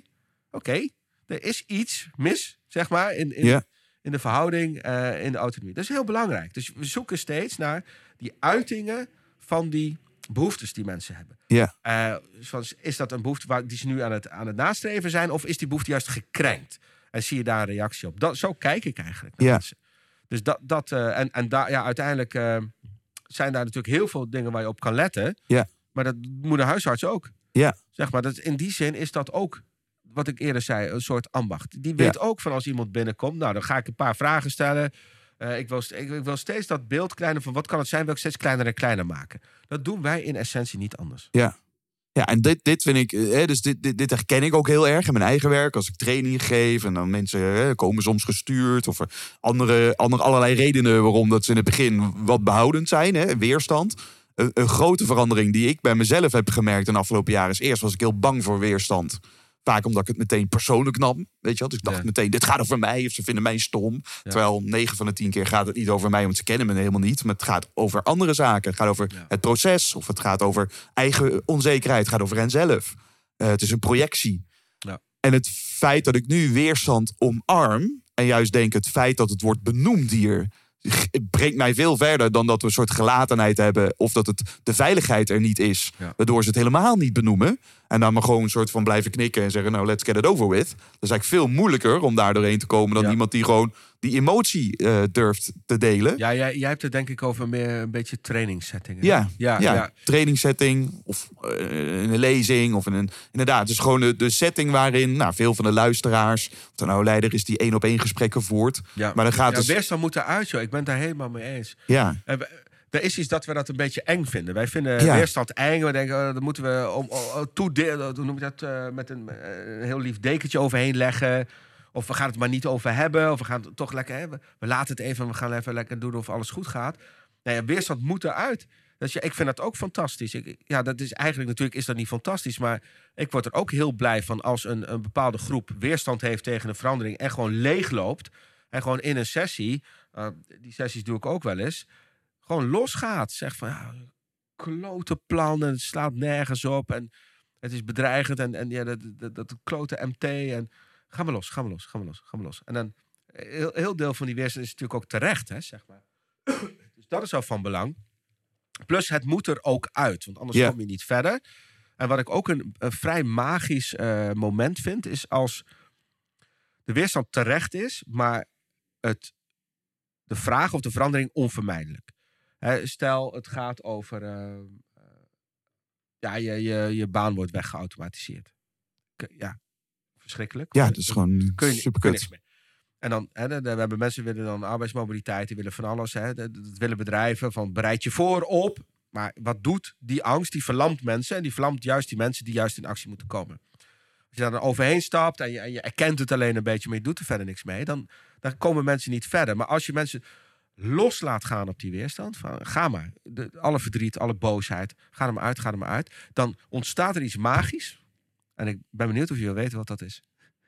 oké. Er is iets mis, zeg maar... in de verhouding, in de autonomie. Dat is heel belangrijk. Dus we zoeken steeds naar die uitingen... van die behoeftes die mensen hebben. Ja. Is dat een behoefte die ze nu aan het nastreven zijn... of is die behoefte juist gekrenkt? En zie je daar een reactie op? Zo kijk ik eigenlijk naar mensen. Dus uiteindelijk zijn daar natuurlijk heel veel dingen waar je op kan letten. Ja. Maar dat moet een huisarts ook. Ja. Zeg maar, in die zin is dat ook, wat ik eerder zei, een soort ambacht. Die weet ook van als iemand binnenkomt, nou, dan ga ik een paar vragen stellen. Ik wil steeds dat beeld kleiner van wat kan het zijn, wil ik steeds kleiner en kleiner maken. Dat doen wij in essentie niet anders. Ja. Ja, en dit vind ik, dus dit herken ik ook heel erg in mijn eigen werk. Als ik training geef en dan mensen komen soms gestuurd. Of allerlei redenen waarom dat ze in het begin wat behoudend zijn. Weerstand. Een grote verandering die ik bij mezelf heb gemerkt in de afgelopen jaren is... eerst was ik heel bang voor weerstand. Vaak omdat ik het meteen persoonlijk nam. Weet je wat? Dus ik dacht meteen, dit gaat over mij of ze vinden mij stom. Ja. Terwijl 9 van de 10 keer gaat het niet over mij, want ze kennen me helemaal niet. Maar het gaat over andere zaken. Het gaat over het proces of het gaat over eigen onzekerheid. Het gaat over henzelf. Het is een projectie. Ja. En het feit dat ik nu weerstand omarm... en juist denk het feit dat het wordt benoemd hier... brengt mij veel verder dan dat we een soort gelatenheid hebben... of dat de veiligheid er niet is. Ja. Waardoor ze het helemaal niet benoemen. En dan maar gewoon een soort van blijven knikken en zeggen... nou, let's get it over with. Dat is eigenlijk veel moeilijker om daar doorheen te komen... dan iemand die gewoon die emotie durft te delen. Ja, jij hebt het denk ik over meer een beetje trainingssettingen. Ja. Trainingssetting of een lezing. Of inderdaad, dus gewoon de setting waarin veel van de luisteraars... of er nou leider is die 1-op-1 gesprekken voert. Ja. Maar dan gaat weerstand moet eruit, joh. Ik ben het daar helemaal mee eens. Ja. Er is iets dat we dat een beetje eng vinden. Wij vinden weerstand eng. We denken, dat moeten we hoe noem je dat, met een heel lief dekentje overheen leggen. Of we gaan het maar niet over hebben. Of we gaan het toch lekker hebben. We laten het even en we gaan even lekker doen of alles goed gaat. Weerstand moet eruit. Dus ik vind dat ook fantastisch. Dat is eigenlijk natuurlijk is dat niet fantastisch. Maar ik word er ook heel blij van als een bepaalde groep weerstand heeft tegen een verandering. En gewoon leegloopt. En gewoon in een sessie. Die sessies doe ik ook wel eens. Gewoon losgaat. Zeg van, klote plan en het slaat nergens op. En het is bedreigend. En dat klote MT. En gaan we los. En dan, heel deel van die weerstand is natuurlijk ook terecht, hè, zeg maar. Dus dat is al van belang. Plus, het moet er ook uit. Want anders kom je niet verder. En wat ik ook een vrij magisch moment vind... is als de weerstand terecht is... maar de vraag of de verandering onvermijdelijk. Stel, het gaat over... je baan wordt weggeautomatiseerd. Verschrikkelijk. Ja, dat is gewoon superkut. En dan, we hebben mensen willen dan arbeidsmobiliteit, die willen van alles. Dat willen bedrijven van bereid je voor op. Maar wat doet die angst? Die verlamt mensen en die verlamt juist die mensen die juist in actie moeten komen. Als je daar dan overheen stapt en je erkent het alleen een beetje, maar je doet er verder niks mee, dan komen mensen niet verder. Maar als je mensen los laat gaan op die weerstand, van ga maar, alle verdriet, alle boosheid, ga er maar uit. Dan ontstaat er iets magisch. En ik ben benieuwd of je wil weten wat dat is.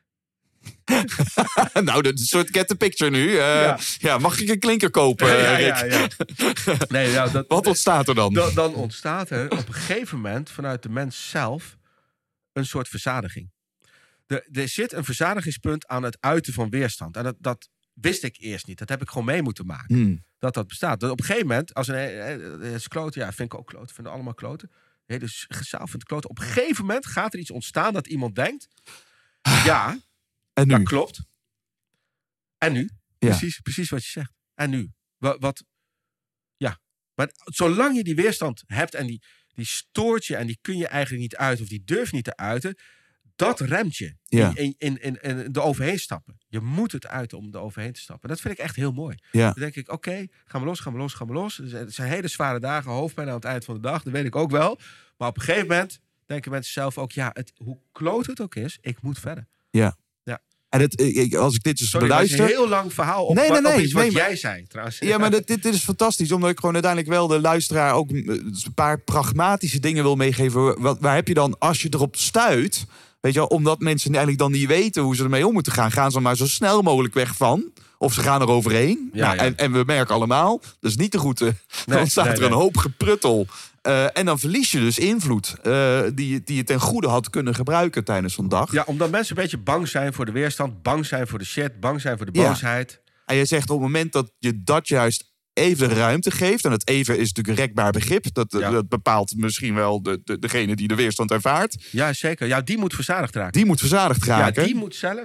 Nou, dat is een soort get the picture nu. Mag ik een klinker kopen? Ja. Nee, wat ontstaat er dan? Dan ontstaat er op een gegeven moment vanuit de mens zelf een soort verzadiging. Er zit een verzadigingspunt aan het uiten van weerstand. En dat wist ik eerst niet. Dat heb ik gewoon mee moeten maken. Dat bestaat. Dus op een gegeven moment, als is kloten, vind ik ook kloten. Vinden allemaal kloten. Dus gezaal vindt kloten. Op een gegeven moment gaat er iets ontstaan dat iemand denkt... Ja, en nu? Dat klopt. En nu? Ja. Precies wat je zegt. En nu? Wat? Ja. Maar zolang je die weerstand hebt en die stoort je... en die kun je eigenlijk niet uiten of die durf niet te uiten... dat remt je in de overheen stappen. Je moet het uiten om er overheen te stappen. Dat vind ik echt heel mooi. Ja. Dan denk ik, oké, gaan we los. Het zijn hele zware dagen, hoofdpijn aan het eind van de dag. Dat weet ik ook wel. Maar op een gegeven moment denken mensen zelf ook... hoe kloot het ook is, ik moet verder. Ja. En als ik dit dus Sorry, dat is beluister... een heel lang verhaal op, Nee, op iets wat maar- jij zei, trouwens. Ja, maar dit is fantastisch. Omdat ik gewoon uiteindelijk wel de luisteraar ook een paar pragmatische dingen wil meegeven. Waar heb je dan, als je erop stuit... Weet je wel, omdat mensen eigenlijk dan niet weten hoe ze ermee om moeten gaan... gaan ze maar zo snel mogelijk weg van. Of ze gaan er overheen. Ja, ja. En we merken allemaal, dat is niet de route. Dan ontstaat er een hoop gepruttel. En dan verlies je dus invloed die je ten goede had kunnen gebruiken tijdens zo'n dag. Ja, omdat mensen een beetje bang zijn voor de weerstand... bang zijn voor de shit, bang zijn voor de Ja. boosheid. En je zegt op het moment dat je dat juist even de ruimte geeft... en het even is natuurlijk een rekbaar begrip... dat bepaalt misschien wel degene die de weerstand ervaart... Ja, zeker. Ja, die moet verzadigd raken. die moet verzadigd raken. Ja, die moet zelf...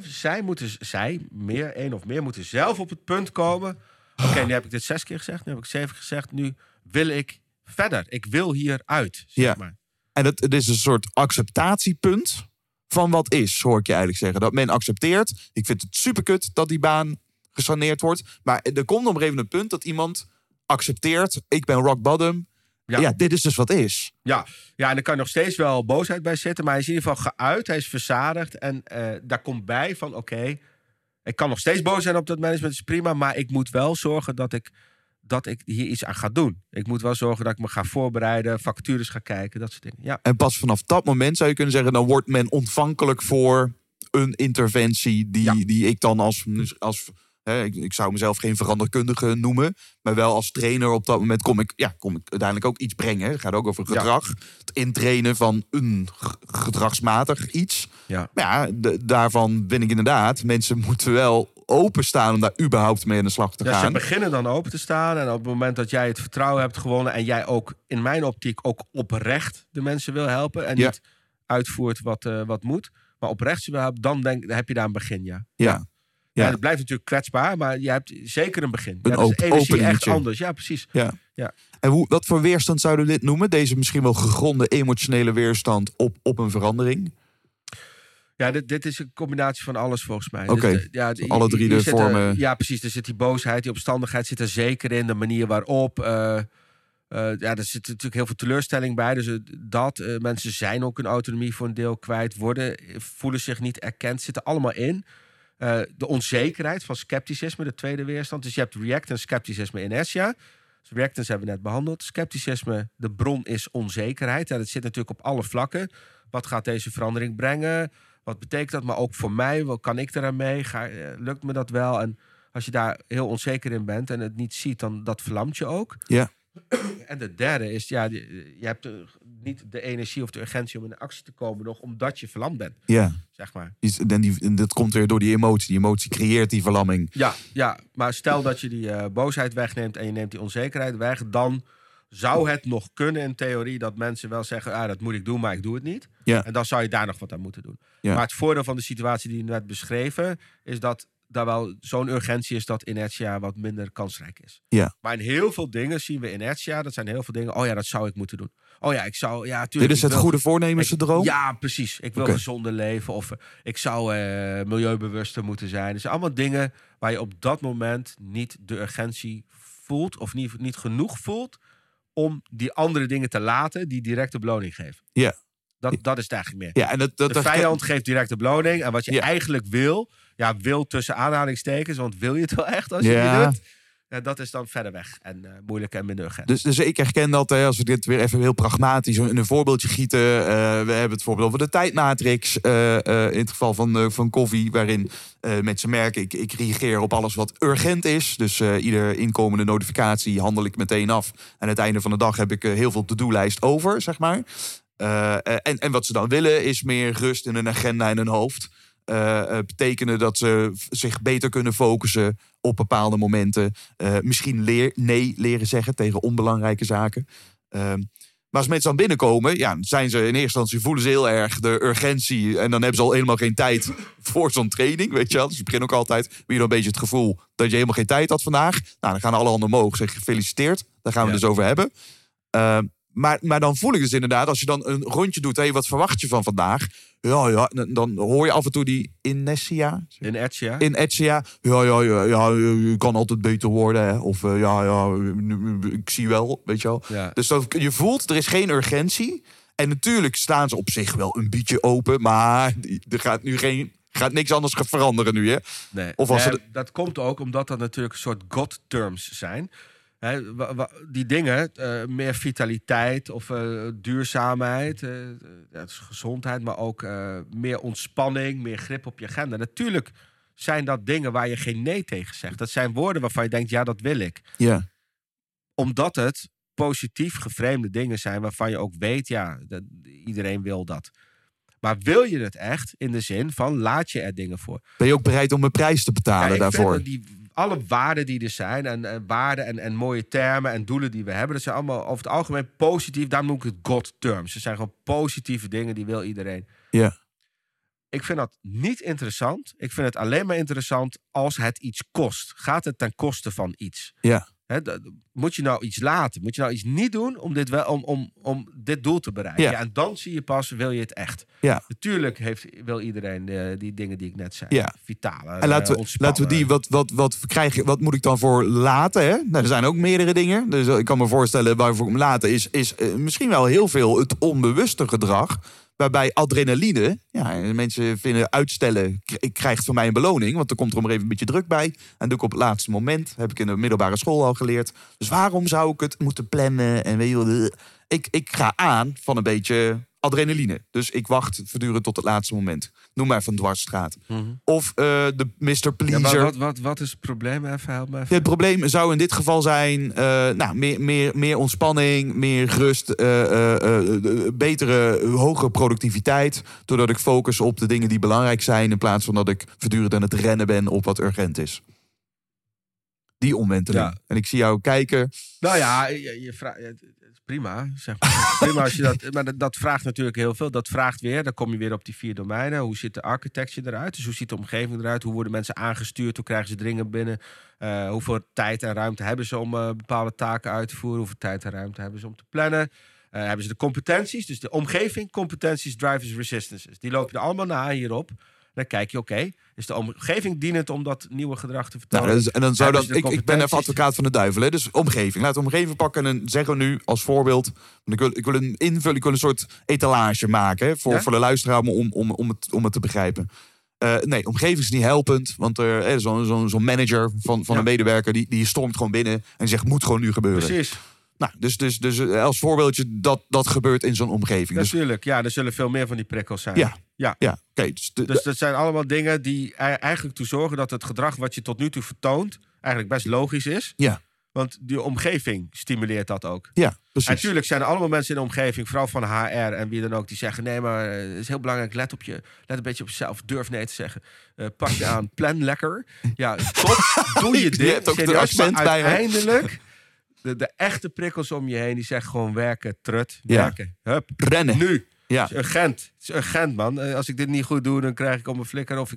één of meer, moeten zelf op het punt komen... Oké, nu heb ik dit 6 keer gezegd, nu heb ik 7 gezegd... nu wil ik verder. Ik wil hieruit, zeg Ja. maar. En het is een soort acceptatiepunt van wat is, hoor ik je eigenlijk zeggen. Dat men accepteert, ik vind het superkut dat die baan gesaneerd wordt... maar er komt op een gegeven punt dat iemand accepteert... ik ben rock bottom, ja, dit is dus wat is. Ja, en er kan nog steeds wel boosheid bij zitten... maar hij is in ieder geval geuit, hij is verzadigd... en daar komt bij van, oké, ik kan nog steeds boos zijn op dat management, is prima... maar ik moet wel zorgen dat ik hier iets aan ga doen. Ik moet wel zorgen dat ik me ga voorbereiden... vacatures ga kijken, dat soort dingen. Ja. En pas vanaf dat moment zou je kunnen zeggen... dan wordt men ontvankelijk voor een interventie... die ik dan als ik zou mezelf geen veranderkundige noemen... maar wel als trainer op dat moment kom ik uiteindelijk ook iets brengen. Het gaat ook over gedrag. Ja. Het intrainen van een gedragsmatig iets. Ja. Maar ja, daarvan ben ik inderdaad... mensen moeten wel openstaan om daar überhaupt mee aan de slag te gaan. Ze beginnen dan open te staan. En op het moment dat jij het vertrouwen hebt gewonnen... en jij ook, in mijn optiek, ook oprecht de mensen wil helpen... en niet uitvoert wat moet... maar oprecht ze wil helpen, dan heb je daar een begin, ja. Ja, het blijft natuurlijk kwetsbaar, maar je hebt zeker een begin. Een dus de energie echt openingetje. anders. Ja, precies. Ja. Ja. En wat voor weerstand zouden we dit noemen? Deze misschien wel gegronde emotionele weerstand op een verandering? Ja, dit is een combinatie van alles volgens mij. Oké, Dus, alle drie de vormen. Ja, precies. Er zit die boosheid, die opstandigheid zit er zeker in. De manier waarop. Er zit natuurlijk heel veel teleurstelling bij. Dus mensen zijn ook hun autonomie voor een deel kwijt. Voelen zich niet erkend. Zitten allemaal in. De onzekerheid van scepticisme, de tweede weerstand. Dus je hebt reactance, scepticisme, inertia. Dus reactance hebben we net behandeld. Scepticisme, de bron is onzekerheid. Ja, dat zit natuurlijk op alle vlakken. Wat gaat deze verandering brengen? Wat betekent dat? Maar ook voor mij, wat kan ik eraan mee? Lukt me dat wel? En als je daar heel onzeker in bent en het niet ziet, dan dat verlamt je ook. Ja. En de derde is, je hebt niet de energie of de urgentie om in actie te komen nog, omdat je verlamd bent. Ja. Zeg maar. En dat komt weer door die emotie. Die emotie creëert die verlamming. Ja, maar stel dat je die boosheid wegneemt en je neemt die onzekerheid weg, dan zou het nog kunnen in theorie dat mensen wel zeggen, dat moet ik doen, maar ik doe het niet. Ja. En dan zou je daar nog wat aan moeten doen. Ja. Maar het voordeel van de situatie die je net beschreven is dat daar wel zo'n urgentie is dat inertia wat minder kansrijk is. Ja. Maar in heel veel dingen zien we inertia. Dat zijn heel veel dingen. Dat zou ik moeten doen. Tuurlijk. Dit is het goede voornemerssyndroom? Ja, precies. Ik wil gezonder leven. Of ik zou milieubewuster moeten zijn. Dus allemaal dingen waar je op dat moment niet de urgentie voelt. Of niet genoeg voelt om die andere dingen te laten die directe beloning geven. Ja. Dat is het eigenlijk meer. Ja, en de vijand geeft directe beloning. En wat je eigenlijk wil tussen aanhalingstekens, want wil je het wel echt als je het doet? Dat is dan verder weg en moeilijk en minder urgent. Dus ik herken dat, als we dit weer even heel pragmatisch in een voorbeeldje gieten. We hebben het voorbeeld over de tijdmatrix. In het geval van koffie, waarin mensen merken, ik reageer op alles wat urgent is. Dus ieder inkomende notificatie handel ik meteen af. En aan het einde van de dag heb ik heel veel to-do-lijst over, zeg maar. En wat ze dan willen is meer rust in hun agenda en hun hoofd. Betekenen dat ze zich beter kunnen focussen op bepaalde momenten. Misschien nee leren zeggen tegen onbelangrijke zaken. Maar als mensen dan binnenkomen, zijn ze in eerste instantie voelen ze heel erg de urgentie. En dan hebben ze al helemaal geen tijd voor zo'n training. Weet je wel? Dus je begint ook altijd weer dan een beetje het gevoel dat je helemaal geen tijd had vandaag. Nou, dan gaan alle handen omhoog. Zeg gefeliciteerd. Daar gaan we het dus over hebben. Maar dan voel ik dus inderdaad, als je dan een rondje doet, wat verwacht je van vandaag? Ja, dan hoor je af en toe die inertia. Inertia. Ja, je kan altijd beter worden. Hè. Of ik zie wel, weet je wel. Ja. Dus je voelt, er is geen urgentie. En natuurlijk staan ze op zich wel een beetje open, maar er gaat nu geen Gaat niks anders veranderen nu, hè? Nee. Of als Dat komt ook omdat dat natuurlijk een soort God-terms zijn. Die dingen, meer vitaliteit of duurzaamheid, dat is gezondheid, maar ook meer ontspanning, meer grip op je agenda. Natuurlijk zijn dat dingen waar je geen nee tegen zegt. Dat zijn woorden waarvan je denkt, ja, dat wil ik. Ja. Omdat het positief geframede dingen zijn waarvan je ook weet, ja, iedereen wil dat. Maar wil je het echt in de zin van, laat je er dingen voor? Ben je ook bereid om een prijs te betalen daarvoor? Alle waarden die er zijn en waarden en mooie termen en doelen die we hebben, dat zijn allemaal over het algemeen positief. Daarom noem ik het God terms. Het zijn gewoon positieve dingen, die wil iedereen. Ja. Ik vind dat niet interessant. Ik vind het alleen maar interessant als het iets kost. Gaat het ten koste van iets? Ja. Moet je nou iets laten? Moet je nou iets niet doen om dit doel te bereiken? Ja. Ja, en dan zie je pas, wil je het echt? Ja. Natuurlijk wil iedereen die dingen die ik net zei. Ja. Vitale, En laten we die, wat moet ik dan voor laten? Hè? Nou, er zijn ook meerdere dingen. Dus ik kan me voorstellen, waarvoor ik hem laten is misschien wel heel veel het onbewuste gedrag. Waarbij adrenaline, mensen vinden uitstellen, ik krijg van mij een beloning, want er komt er om even een beetje druk bij. En doe ik op het laatste moment, heb ik in de middelbare school al geleerd. Dus waarom zou ik het moeten plannen? En weet je wel, ik ga aan van een beetje adrenaline. Dus ik wacht voortdurend tot het laatste moment. Noem maar van dwarsstraat. Mm-hmm. Of de Mr. Pleaser. Ja, maar wat is het probleem? Help me even. Het probleem zou in dit geval zijn meer ontspanning, meer rust, betere, hogere productiviteit. Doordat ik focus op de dingen die belangrijk zijn in plaats van dat ik voortdurend aan het rennen ben op wat urgent is. Die omwenteling. Ja. En ik zie jou kijken. Nou ja, je vraagt... Prima, zeg maar. Prima als je dat, maar dat vraagt natuurlijk heel veel. Dat vraagt weer, dan kom je weer op die 4 domeinen. Hoe ziet de architecture eruit? Dus hoe ziet de omgeving eruit? Hoe worden mensen aangestuurd? Hoe krijgen ze dingen binnen? Hoeveel tijd en ruimte hebben ze om bepaalde taken uit te voeren? Hoeveel tijd en ruimte hebben ze om te plannen? Hebben ze de competenties? Dus de omgeving, competenties, drivers, resistances. Die lopen er allemaal na hierop. Dan kijk je, oké, is de omgeving dienend om dat nieuwe gedrag te vertonen? Nou, en dan zou ik ben even advocaat van de duivel. Hè? Dus omgeving. Laten we omgeving pakken en dan zeggen we nu als voorbeeld. Ik wil een invulling, ik wil een soort etalage maken. Hè, voor de luisteraar om het te begrijpen. Nee, omgeving is niet helpend. Want zo'n manager van een medewerker die stormt gewoon binnen en zegt, moet gewoon nu gebeuren. Precies. Nou, dus als voorbeeldje dat gebeurt in zo'n omgeving. Natuurlijk, ja, er zullen veel meer van die prikkels zijn. Ja. Okay, dus dat zijn allemaal dingen die eigenlijk toe zorgen dat het gedrag wat je tot nu toe vertoont eigenlijk best logisch is. Ja. Want die omgeving stimuleert dat ook. Ja, precies. En natuurlijk zijn er allemaal mensen in de omgeving, vooral van HR en wie dan ook, die zeggen, nee, maar het is heel belangrijk, let een beetje op jezelf, durf nee te zeggen. Pas je aan, plan lekker. Ja, top, doe je dit. Je hebt ook de accent bij, uiteindelijk... De echte prikkels om je heen, die zeggen gewoon werken, werken. Hup, rennen. Nu. Ja. Het is urgent, man. Als ik dit niet goed doe, dan krijg ik op mijn flikker. Of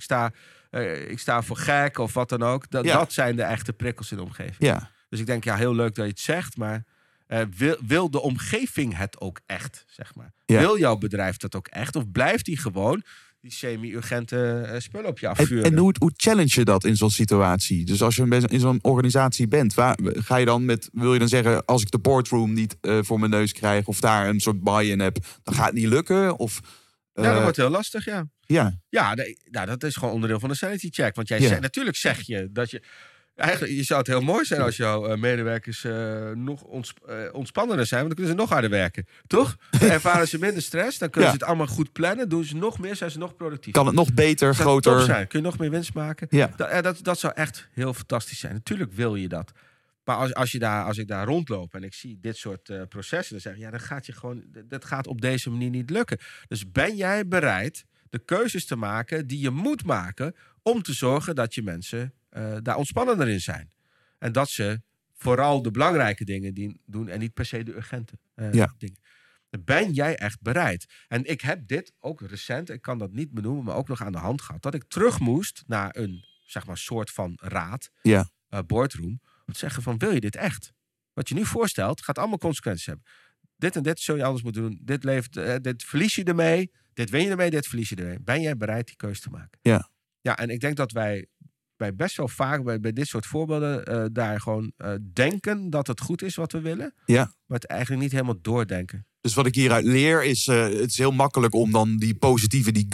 ik sta voor gek of wat dan ook. Dat zijn de echte prikkels in de omgeving. Ja. Dus ik denk, heel leuk dat je het zegt, maar wil de omgeving het ook echt, zeg maar? Ja. Wil jouw bedrijf dat ook echt? Of blijft die gewoon die semi-urgente spullen op je afvuren? En hoe challenge je dat in zo'n situatie? Dus als je in zo'n organisatie bent, ga je dan wil je dan zeggen, als ik de boardroom niet voor mijn neus krijg of daar een soort buy-in heb, dan gaat het niet lukken? Of, dat wordt heel lastig, ja. Ja, dat is gewoon onderdeel van de sanity check. Want jij natuurlijk zeg je dat je... Eigenlijk, je zou het heel mooi zijn als jouw medewerkers nog ontspannender zijn. Want dan kunnen ze nog harder werken. Toch? Dan ervaren ze minder stress. Dan kunnen ze het allemaal goed plannen. Doen ze nog meer, zijn ze nog productief. Kan het nog beter, groter zijn? Kun je nog meer winst maken? Ja. Dat zou echt heel fantastisch zijn. Natuurlijk wil je dat. Maar als ik daar rondloop en ik zie dit soort processen, dan zeg ik, dan gaat je gewoon, dat gaat op deze manier niet lukken. Dus ben jij bereid de keuzes te maken die je moet maken om te zorgen dat je mensen daar ontspannender in zijn. En dat ze vooral de belangrijke dingen doen en niet per se de urgente dingen. Ben jij echt bereid? En ik heb dit ook recent, ik kan dat niet benoemen, maar ook nog aan de hand gehad, dat ik terug moest naar een soort van raad, boardroom, om te zeggen van, wil je dit echt? Wat je nu voorstelt, gaat allemaal consequenties hebben. Dit en dit zul je anders moeten doen. Dit verlies je ermee. Dit win je ermee, dit verlies je ermee. Ben jij bereid die keuze te maken? Ja, en ik denk dat wij best wel vaak bij dit soort voorbeelden daar gewoon denken dat het goed is wat we willen. Ja. Maar het eigenlijk niet helemaal doordenken. Dus wat ik hieruit leer is, het is heel makkelijk om dan die positieve, die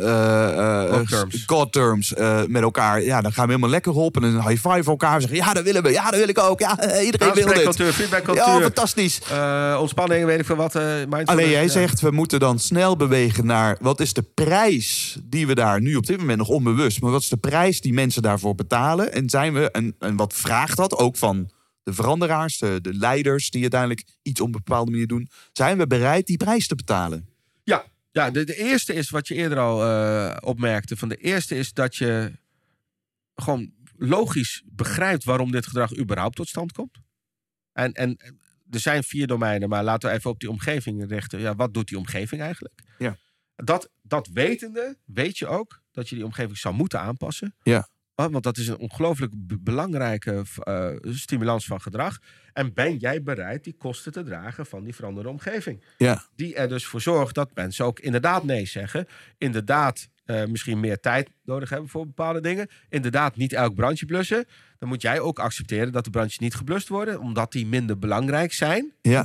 God terms met elkaar. Ja, dan gaan we helemaal lekker op en een high five elkaar. Zeggen, ja, dat willen we. Ja, dat wil ik ook. Ja, iedereen wil dit. Feedbackcultuur. Ja, fantastisch. Ontspanning, weet ik veel wat. Alleen jij zegt, we moeten dan snel bewegen naar, wat is de prijs die we daar nu op dit moment nog onbewust, maar wat is de prijs die mensen daarvoor betalen? En zijn we, en wat vraagt dat ook van de veranderaars, de leiders die uiteindelijk iets op een bepaalde manier doen, zijn we bereid die prijs te betalen? Ja, de eerste is wat je eerder al opmerkte. Van de eerste is dat je gewoon logisch begrijpt waarom dit gedrag überhaupt tot stand komt. En er zijn 4 domeinen, maar laten we even op die omgeving richten. Ja, wat doet die omgeving eigenlijk? Ja. Dat wetende, weet je ook dat je die omgeving zou moeten aanpassen. Ja. Want dat is een ongelooflijk belangrijke stimulans van gedrag. En ben jij bereid die kosten te dragen van die veranderde omgeving? Ja. Die er dus voor zorgt dat mensen ook inderdaad nee zeggen. Inderdaad misschien meer tijd nodig hebben voor bepaalde dingen. Inderdaad niet elk brandje blussen. Dan moet jij ook accepteren dat de brandjes niet geblust worden. Omdat die minder belangrijk zijn. Ja.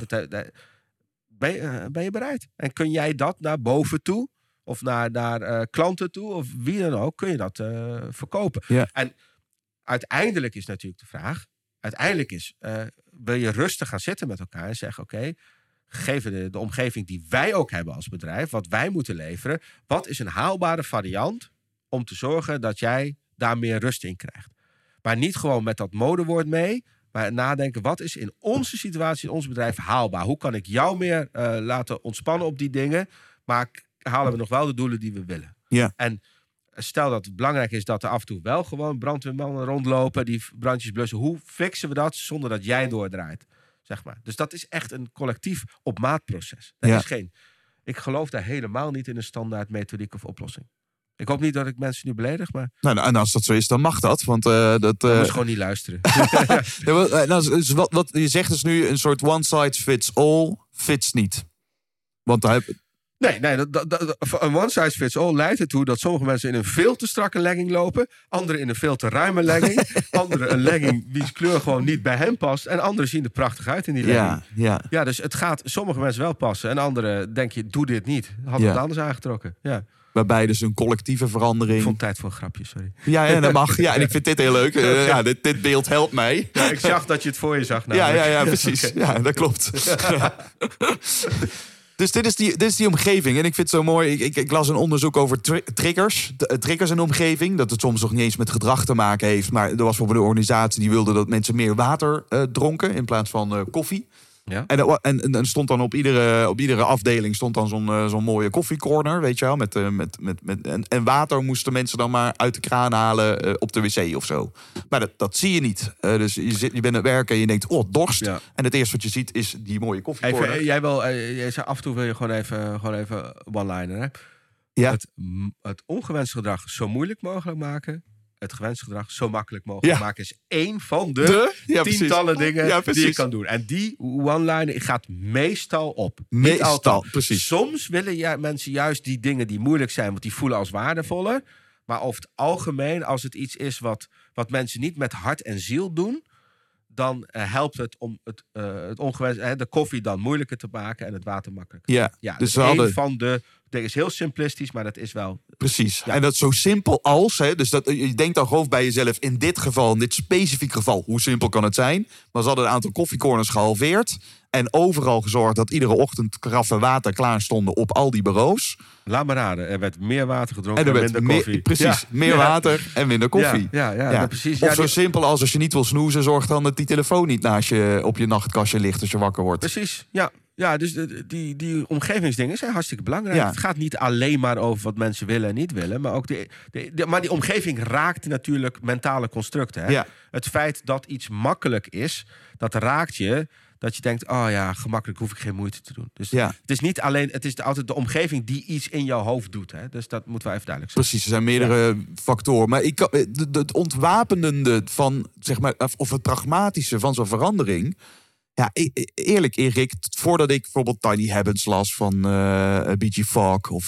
Ben je bereid? En kun jij dat naar boven toe? Of naar klanten toe, of wie dan ook, kun je dat verkopen. Ja. En uiteindelijk is natuurlijk de vraag, wil je rustig gaan zitten met elkaar en zeggen, oké, gegeven de omgeving die wij ook hebben als bedrijf, wat wij moeten leveren, wat is een haalbare variant om te zorgen dat jij daar meer rust in krijgt. Maar niet gewoon met dat modewoord mee, maar nadenken, wat is in onze situatie, in ons bedrijf haalbaar? Hoe kan ik jou meer laten ontspannen op die dingen, maar halen we nog wel de doelen die we willen. Ja. En stel dat het belangrijk is dat er af en toe wel gewoon brandweermannen rondlopen, die brandjes blussen. Hoe fixen we dat zonder dat jij doordraait? Zeg maar. Dus dat is echt een collectief op maat proces. Ik geloof daar helemaal niet in een standaard methodiek of oplossing. Ik hoop niet dat ik mensen nu beledig, maar... Nou, en als dat zo is, dan mag dat. Want dat... Je moet gewoon niet luisteren. Wat je zegt is nu een soort one size fits all, fits niet. Want daar heb... Nee, een one size fits all leidt ertoe dat sommige mensen in een veel te strakke legging lopen. Anderen in een veel te ruime legging. Anderen een legging wiens kleur gewoon niet bij hen past. En anderen zien er prachtig uit in die legging. Ja, dus het gaat sommige mensen wel passen. En anderen denk je, doe dit niet. Had het anders aangetrokken. Ja. Waarbij dus een collectieve verandering... Ik vond tijd voor een grapje, sorry. Ja, dat mag. Ja, en ik vind dit heel leuk. Dit beeld helpt mij. Ja, ik zag dat je het voor je zag. Ja, precies. Ja, dat klopt. Dus dit is die omgeving. En ik vind het zo mooi. Ik las een onderzoek over triggers. Triggers in de omgeving. Dat het soms nog niet eens met gedrag te maken heeft. Maar er was bijvoorbeeld een organisatie die wilde dat mensen meer water dronken in plaats van koffie. Ja. En stond dan op iedere afdeling stond dan zo'n mooie koffiecorner, weet je wel. En water moesten mensen dan maar uit de kraan halen op de wc of zo. Maar dat zie je niet. Dus je bent aan het werken en je denkt, dorst. Ja. En het eerste wat je ziet is die mooie koffiecorner. Jij zei af en toe wil je gewoon even one-liner, hè? Ja. Het ongewenste gedrag zo moeilijk mogelijk maken. Het gewenste gedrag zo makkelijk mogelijk maken is één van de tientallen dingen die je kan doen. En die one-liner gaat meestal op. Meestal, precies. Soms willen mensen juist die dingen die moeilijk zijn, want die voelen als waardevoller. Maar over het algemeen, als het iets is wat mensen niet met hart en ziel doen, dan helpt het om het ongewenste, de koffie dan moeilijker te maken en het water makkelijker. Ja, dus één van de... Dit is heel simplistisch, maar dat is wel... Precies. Ja. En dat is zo simpel als... Dus je denkt dan gewoon bij jezelf... in dit geval, in dit specifiek geval... hoe simpel kan het zijn? Maar ze hadden een aantal koffiecorners gehalveerd... en overal gezorgd dat iedere ochtend karaffen water klaar stonden... op al die bureaus. Laat maar raden. Er werd meer water gedronken en minder koffie. Precies. Meer water en minder koffie. Ja, precies. Of zo simpel als je niet wil snoezen... zorg dan dat die telefoon niet naast je op je nachtkastje ligt... als je wakker wordt. Precies, ja. Ja, dus die omgevingsdingen zijn hartstikke belangrijk. Ja. Het gaat niet alleen maar over wat mensen willen en niet willen. Maar ook maar die omgeving raakt natuurlijk mentale constructen. Hè? Ja. Het feit dat iets makkelijk is, dat raakt je. Dat je denkt, gemakkelijk hoef ik geen moeite te doen. Dus het is niet alleen, het is altijd de omgeving die iets in jouw hoofd doet. Hè? Dus dat moeten we even duidelijk zijn. Precies, er zijn meerdere factoren. Maar het ontwapenende van, zeg maar, of het pragmatische van zo'n verandering... Ja, eerlijk Erik, voordat ik bijvoorbeeld Tiny Habits las van B.G. Fogg of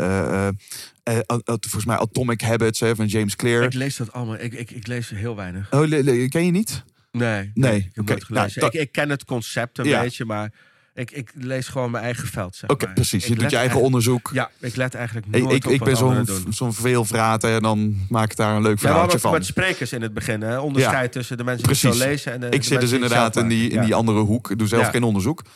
volgens mij Atomic Habits van James Clear. Ik lees dat allemaal, ik lees heel weinig. Oh, ken je niet? Nee. Ik heb nooit gelezen. Ik ken het concept een beetje, maar Ik lees gewoon mijn eigen veld, zeg Oké, maar. precies. Je Ik doet je let eigen onderzoek. Ja, ik let eigenlijk nooit op Ik wat ben anderen doen. zo'n veelvrater en dan maak ik daar een leuk Ja, we verhaaltje hadden van. met sprekers in het begin. Hè? Onderscheid tussen de mensen die Precies. het zo lezen en de Ik de zit dus mensen die het inderdaad zelf in maken. die andere hoek. Ik doe zelf Ja. geen onderzoek.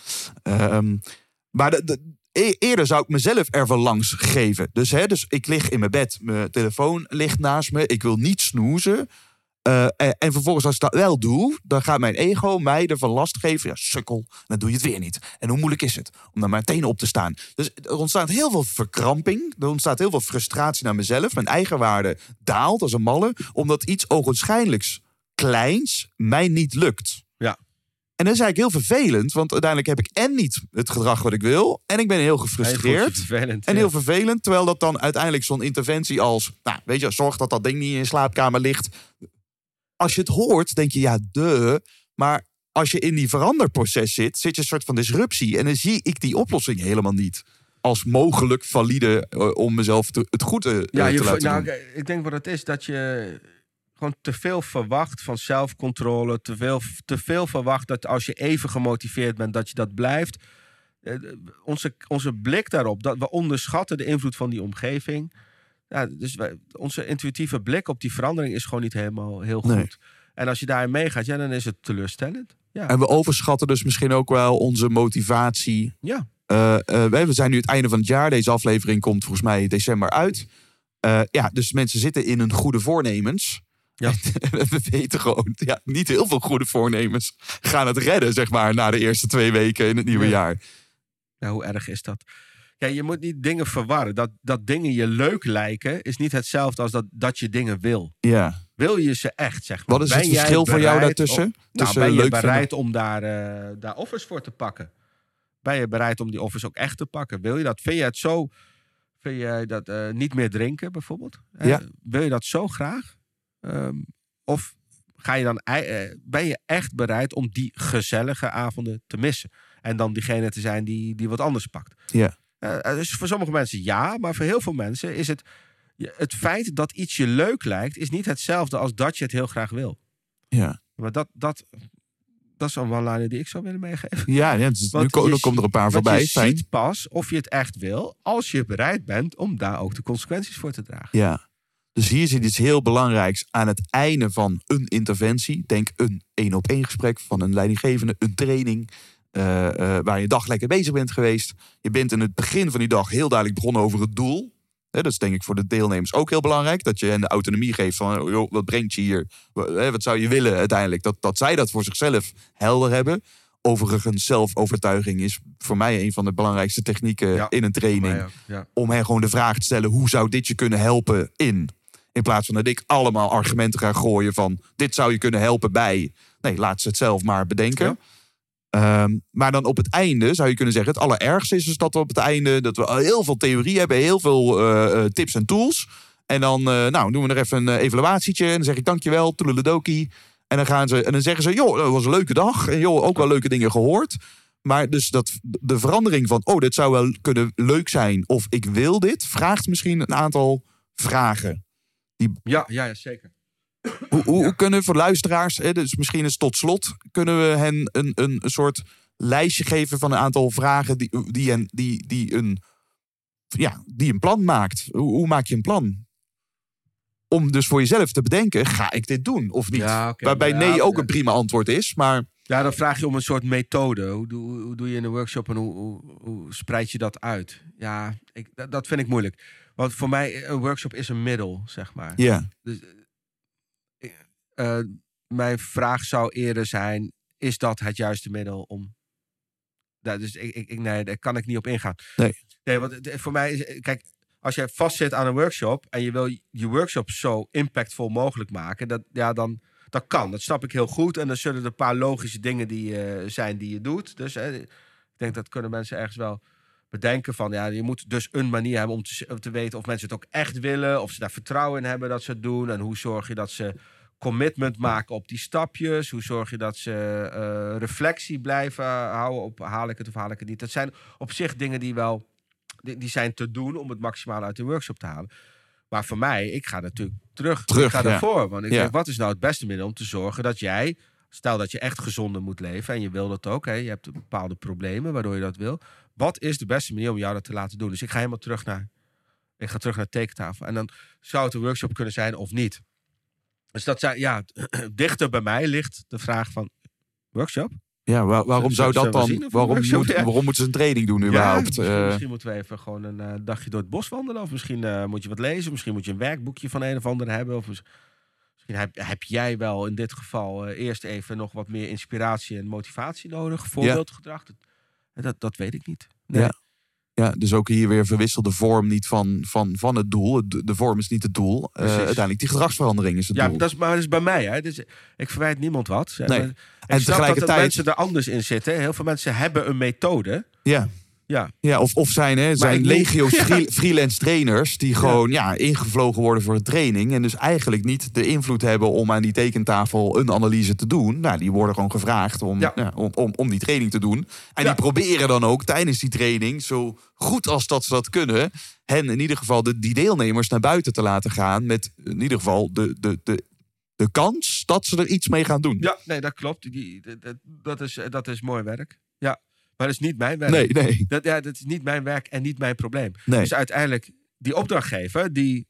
Maar eerder zou ik mezelf ervan langs geven. Dus ik lig in mijn bed. Mijn telefoon ligt naast me. Ik wil niet snoezen. En vervolgens als ik dat wel doe, dan gaat mijn ego mij ervan last geven. Ja, sukkel, dan doe je het weer niet. En hoe moeilijk is het om dan maar meteen op te staan? Dus er ontstaat heel veel verkramping. Er ontstaat heel veel frustratie naar mezelf. Mijn eigenwaarde daalt als een malle. Omdat iets ogenschijnlijks kleins mij niet lukt. Ja. En dat is eigenlijk heel vervelend. Want uiteindelijk heb ik en niet het gedrag wat ik wil. En ik ben heel gefrustreerd. Vervelend, En heel vervelend. Terwijl dat dan uiteindelijk zo'n interventie als... Nou, weet je, zorg dat dat ding niet in je slaapkamer ligt. Als je het hoort, denk je, ja, maar als je in die veranderproces zit je een soort van disruptie. En dan zie ik die oplossing helemaal niet als mogelijk valide om mezelf het goed te laten doen. Ik denk wat het is, dat je gewoon te veel verwacht van zelfcontrole. Te veel verwacht dat als je even gemotiveerd bent, dat je dat blijft. Onze blik daarop, dat we onderschatten de invloed van die omgeving. Ja, dus onze intuïtieve blik op die verandering is gewoon niet helemaal heel goed. Nee. En als je daarin meegaat, ja, dan is het teleurstellend. Ja. En we overschatten dus misschien ook wel onze motivatie. Ja. We zijn nu het einde van het jaar. Deze aflevering komt volgens mij december uit. Dus mensen zitten in hun goede voornemens. Ja. We weten gewoon, niet heel veel goede voornemens gaan het redden, zeg maar, na de eerste 2 weken in het nieuwe jaar. Ja, hoe erg is dat? Ja, je moet niet dingen verwarren. Dat dingen je leuk lijken, is niet hetzelfde als dat je dingen wil. Ja. Wil je ze echt, zeg maar? Wat is het verschil voor jou daartussen? Ben je leuk bereid om daar offers voor te pakken? Ben je bereid om die offers ook echt te pakken? Wil je dat? Vind je het zo... Vind je dat niet meer drinken, bijvoorbeeld? Ja. Wil je dat zo graag? Of ga je dan, ben je echt bereid om die gezellige avonden te missen? En dan diegene te zijn die wat anders pakt? Ja. Dus voor sommige mensen ja, maar voor heel veel mensen is het feit dat iets je leuk lijkt, is niet hetzelfde als dat je het heel graag wil. Ja. Maar dat is een one-liner die ik zou willen meegeven. Ja, nu komen er een paar voorbij. Je ziet pas of je het echt wil als je bereid bent om daar ook de consequenties voor te dragen. Ja. Dus hier zit iets heel belangrijks aan het einde van een interventie. Denk een 1-op-1 gesprek van een leidinggevende, een training. Waar je dag lekker bezig bent geweest. Je bent in het begin van die dag heel duidelijk begonnen over het doel. Dat is denk ik voor de deelnemers ook heel belangrijk. Dat je hen de autonomie geeft van, joh, wat brengt je hier? Wat zou je willen uiteindelijk? Dat zij dat voor zichzelf helder hebben. Overigens, zelfovertuiging is voor mij een van de belangrijkste technieken in een training. Om hen gewoon de vraag te stellen, hoe zou dit je kunnen helpen in? In plaats van dat ik allemaal argumenten ga gooien van, dit zou je kunnen helpen bij. Nee, laat ze het zelf maar bedenken. Ja. Maar dan op het einde zou je kunnen zeggen, het allerergste is dus dat we op het einde, dat we heel veel theorie hebben, heel veel tips en tools. En dan doen we er even een evaluatietje en dan zeg ik dankjewel, toedeledokie. En dan zeggen ze, joh, dat was een leuke dag. En joh, ook wel leuke dingen gehoord. Maar dus de verandering van, dit zou wel kunnen leuk zijn of ik wil dit, vraagt misschien een aantal vragen. Ja, zeker. Hoe kunnen we voor luisteraars, dus misschien eens tot slot, kunnen we hen een soort lijstje geven van een aantal vragen die een plan maakt? Hoe maak je een plan? Om dus voor jezelf te bedenken, ga ik dit doen of niet? Ja, okay. Waarbij nee ook een prima antwoord is, maar... Ja, dan vraag je om een soort methode. Hoe doe je in een workshop en hoe spreid je dat uit? Ja, dat vind ik moeilijk. Want voor mij, een workshop is een middel, zeg maar. Ja. Dus, mijn vraag zou eerder zijn, is dat het juiste middel om... Dus nee, daar kan ik niet op ingaan. Nee, want voor mij is... Kijk, als jij vastzit aan een workshop en je wil je workshop zo impactvol mogelijk maken, dat kan. Dat snap ik heel goed. En dan zullen er een paar logische dingen zijn die je doet. Dus ik denk dat kunnen mensen ergens wel bedenken van, je moet dus een manier hebben om te weten of mensen het ook echt willen, of ze daar vertrouwen in hebben dat ze het doen. En hoe zorg je dat ze commitment maken op die stapjes? Hoe zorg je dat ze reflectie blijven houden op haal ik het of haal ik het niet? Dat zijn op zich dingen die zijn te doen om het maximaal uit de workshop te halen. Maar voor mij, ik ga natuurlijk terug. Ik ga daarvoor. Want ik denk, wat is nou het beste middel om te zorgen dat jij Stel dat je echt gezonder moet leven en je wil dat ook. Hè, je hebt bepaalde problemen waardoor je dat wil. Wat is de beste manier om jou dat te laten doen? Dus ik ga helemaal terug naar tekentafel. En dan zou het een workshop kunnen zijn of niet. Dus dat zijn, dichter bij mij ligt de vraag van workshop. Ja, waarom zou dat dan? Waarom moeten ze een training doen überhaupt? Misschien moeten we even gewoon een dagje door het bos wandelen. Of misschien moet je wat lezen. Misschien moet je een werkboekje van een of ander hebben. Of misschien heb jij wel in dit geval eerst even nog wat meer inspiratie en motivatie nodig. Voorbeeldgedrag. Dat weet ik niet. Nee. Ja, dus ook hier weer verwisselde vorm niet van het doel. De vorm is niet het doel. Uiteindelijk die gedragsverandering is het doel. Ja, dat is bij mij. Hè. Dus ik verwijt niemand wat. Nee. En tegelijkertijd dat mensen er anders in zitten. Heel veel mensen hebben een methode. Ja, of zijn legio's freelance trainers die gewoon ingevlogen worden voor een training. En dus eigenlijk niet de invloed hebben om aan die tekentafel een analyse te doen. Nou, die worden gewoon gevraagd om die training te doen. En die proberen dan ook tijdens die training, zo goed als dat ze dat kunnen, hen in ieder geval die deelnemers naar buiten te laten gaan. Met in ieder geval de kans dat ze er iets mee gaan doen. Ja, nee, dat klopt. Dat is mooi werk. Ja. Maar dat is niet mijn werk. Nee. Dat is niet mijn werk en niet mijn probleem. Nee. Dus uiteindelijk, die opdrachtgever, die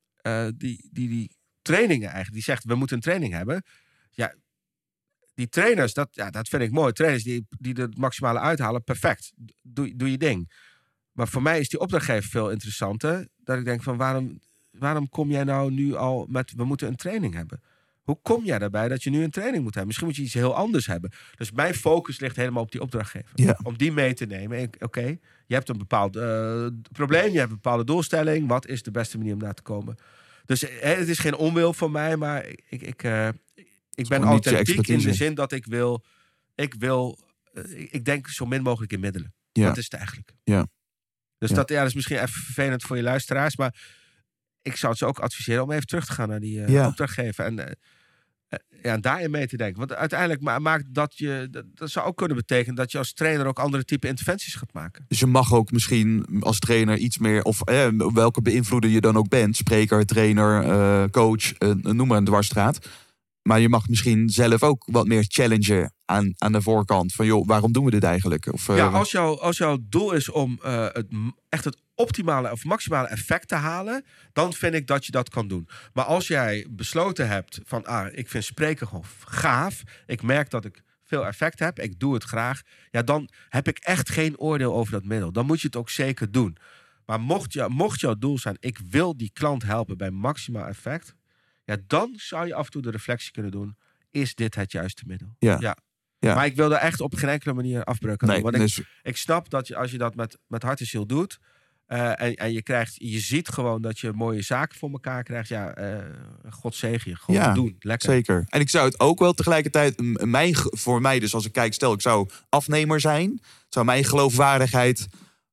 trainingen eigenlijk, die zegt, we moeten een training hebben. Ja, die trainers, dat vind ik mooi. Trainers die er het maximale uithalen, perfect. Doe je ding. Maar voor mij is die opdrachtgever veel interessanter. Dat ik denk van, waarom kom jij nou nu al met, we moeten een training hebben? Hoe kom jij daarbij dat je nu een training moet hebben? Misschien moet je iets heel anders hebben. Dus mijn focus ligt helemaal op die opdrachtgever. Ja. Om die mee te nemen. Oké, je hebt een bepaald probleem. Je hebt een bepaalde doelstelling. Wat is de beste manier om daar te komen? Dus het is geen onwil van mij. Maar ik ben authentiek in de zin dat ik denk zo min mogelijk in middelen. Ja. Dat is het eigenlijk. Ja. Dus dat is misschien even vervelend voor je luisteraars. Maar ik zou het ze ook adviseren om even terug te gaan naar die opdrachtgever. En daarin mee te denken. Want uiteindelijk maakt dat zou ook kunnen betekenen dat je als trainer ook andere type interventies gaat maken. Dus je mag ook misschien als trainer iets meer, of welke beïnvloeder je dan ook bent, spreker, trainer, coach, noem maar een dwarsstraat. Maar je mag misschien zelf ook wat meer challengen aan de voorkant. Van joh, waarom doen we dit eigenlijk? Of, als jouw doel is om het optimale of maximale effect te halen, dan vind ik dat je dat kan doen. Maar als jij besloten hebt van, ik vind spreken gewoon gaaf. Ik merk dat ik veel effect heb. Ik doe het graag. Ja, dan heb ik echt geen oordeel over dat middel. Dan moet je het ook zeker doen. Maar mocht jouw doel zijn, ik wil die klant helpen bij maximaal effect. Ja, dan zou je af en toe de reflectie kunnen doen. Is dit het juiste middel? Ja. Maar ik wil er echt op geen enkele manier afbreuk aan doen. Want ik snap dat als je dat met hart en ziel doet, en je ziet gewoon dat je mooie zaken voor elkaar krijgt. Ja, God zegen je. Gewoon doen. Lekker. Zeker. En ik zou het ook wel tegelijkertijd, voor mij dus als ik kijk, stel ik zou afnemer zijn, zou mijn geloofwaardigheid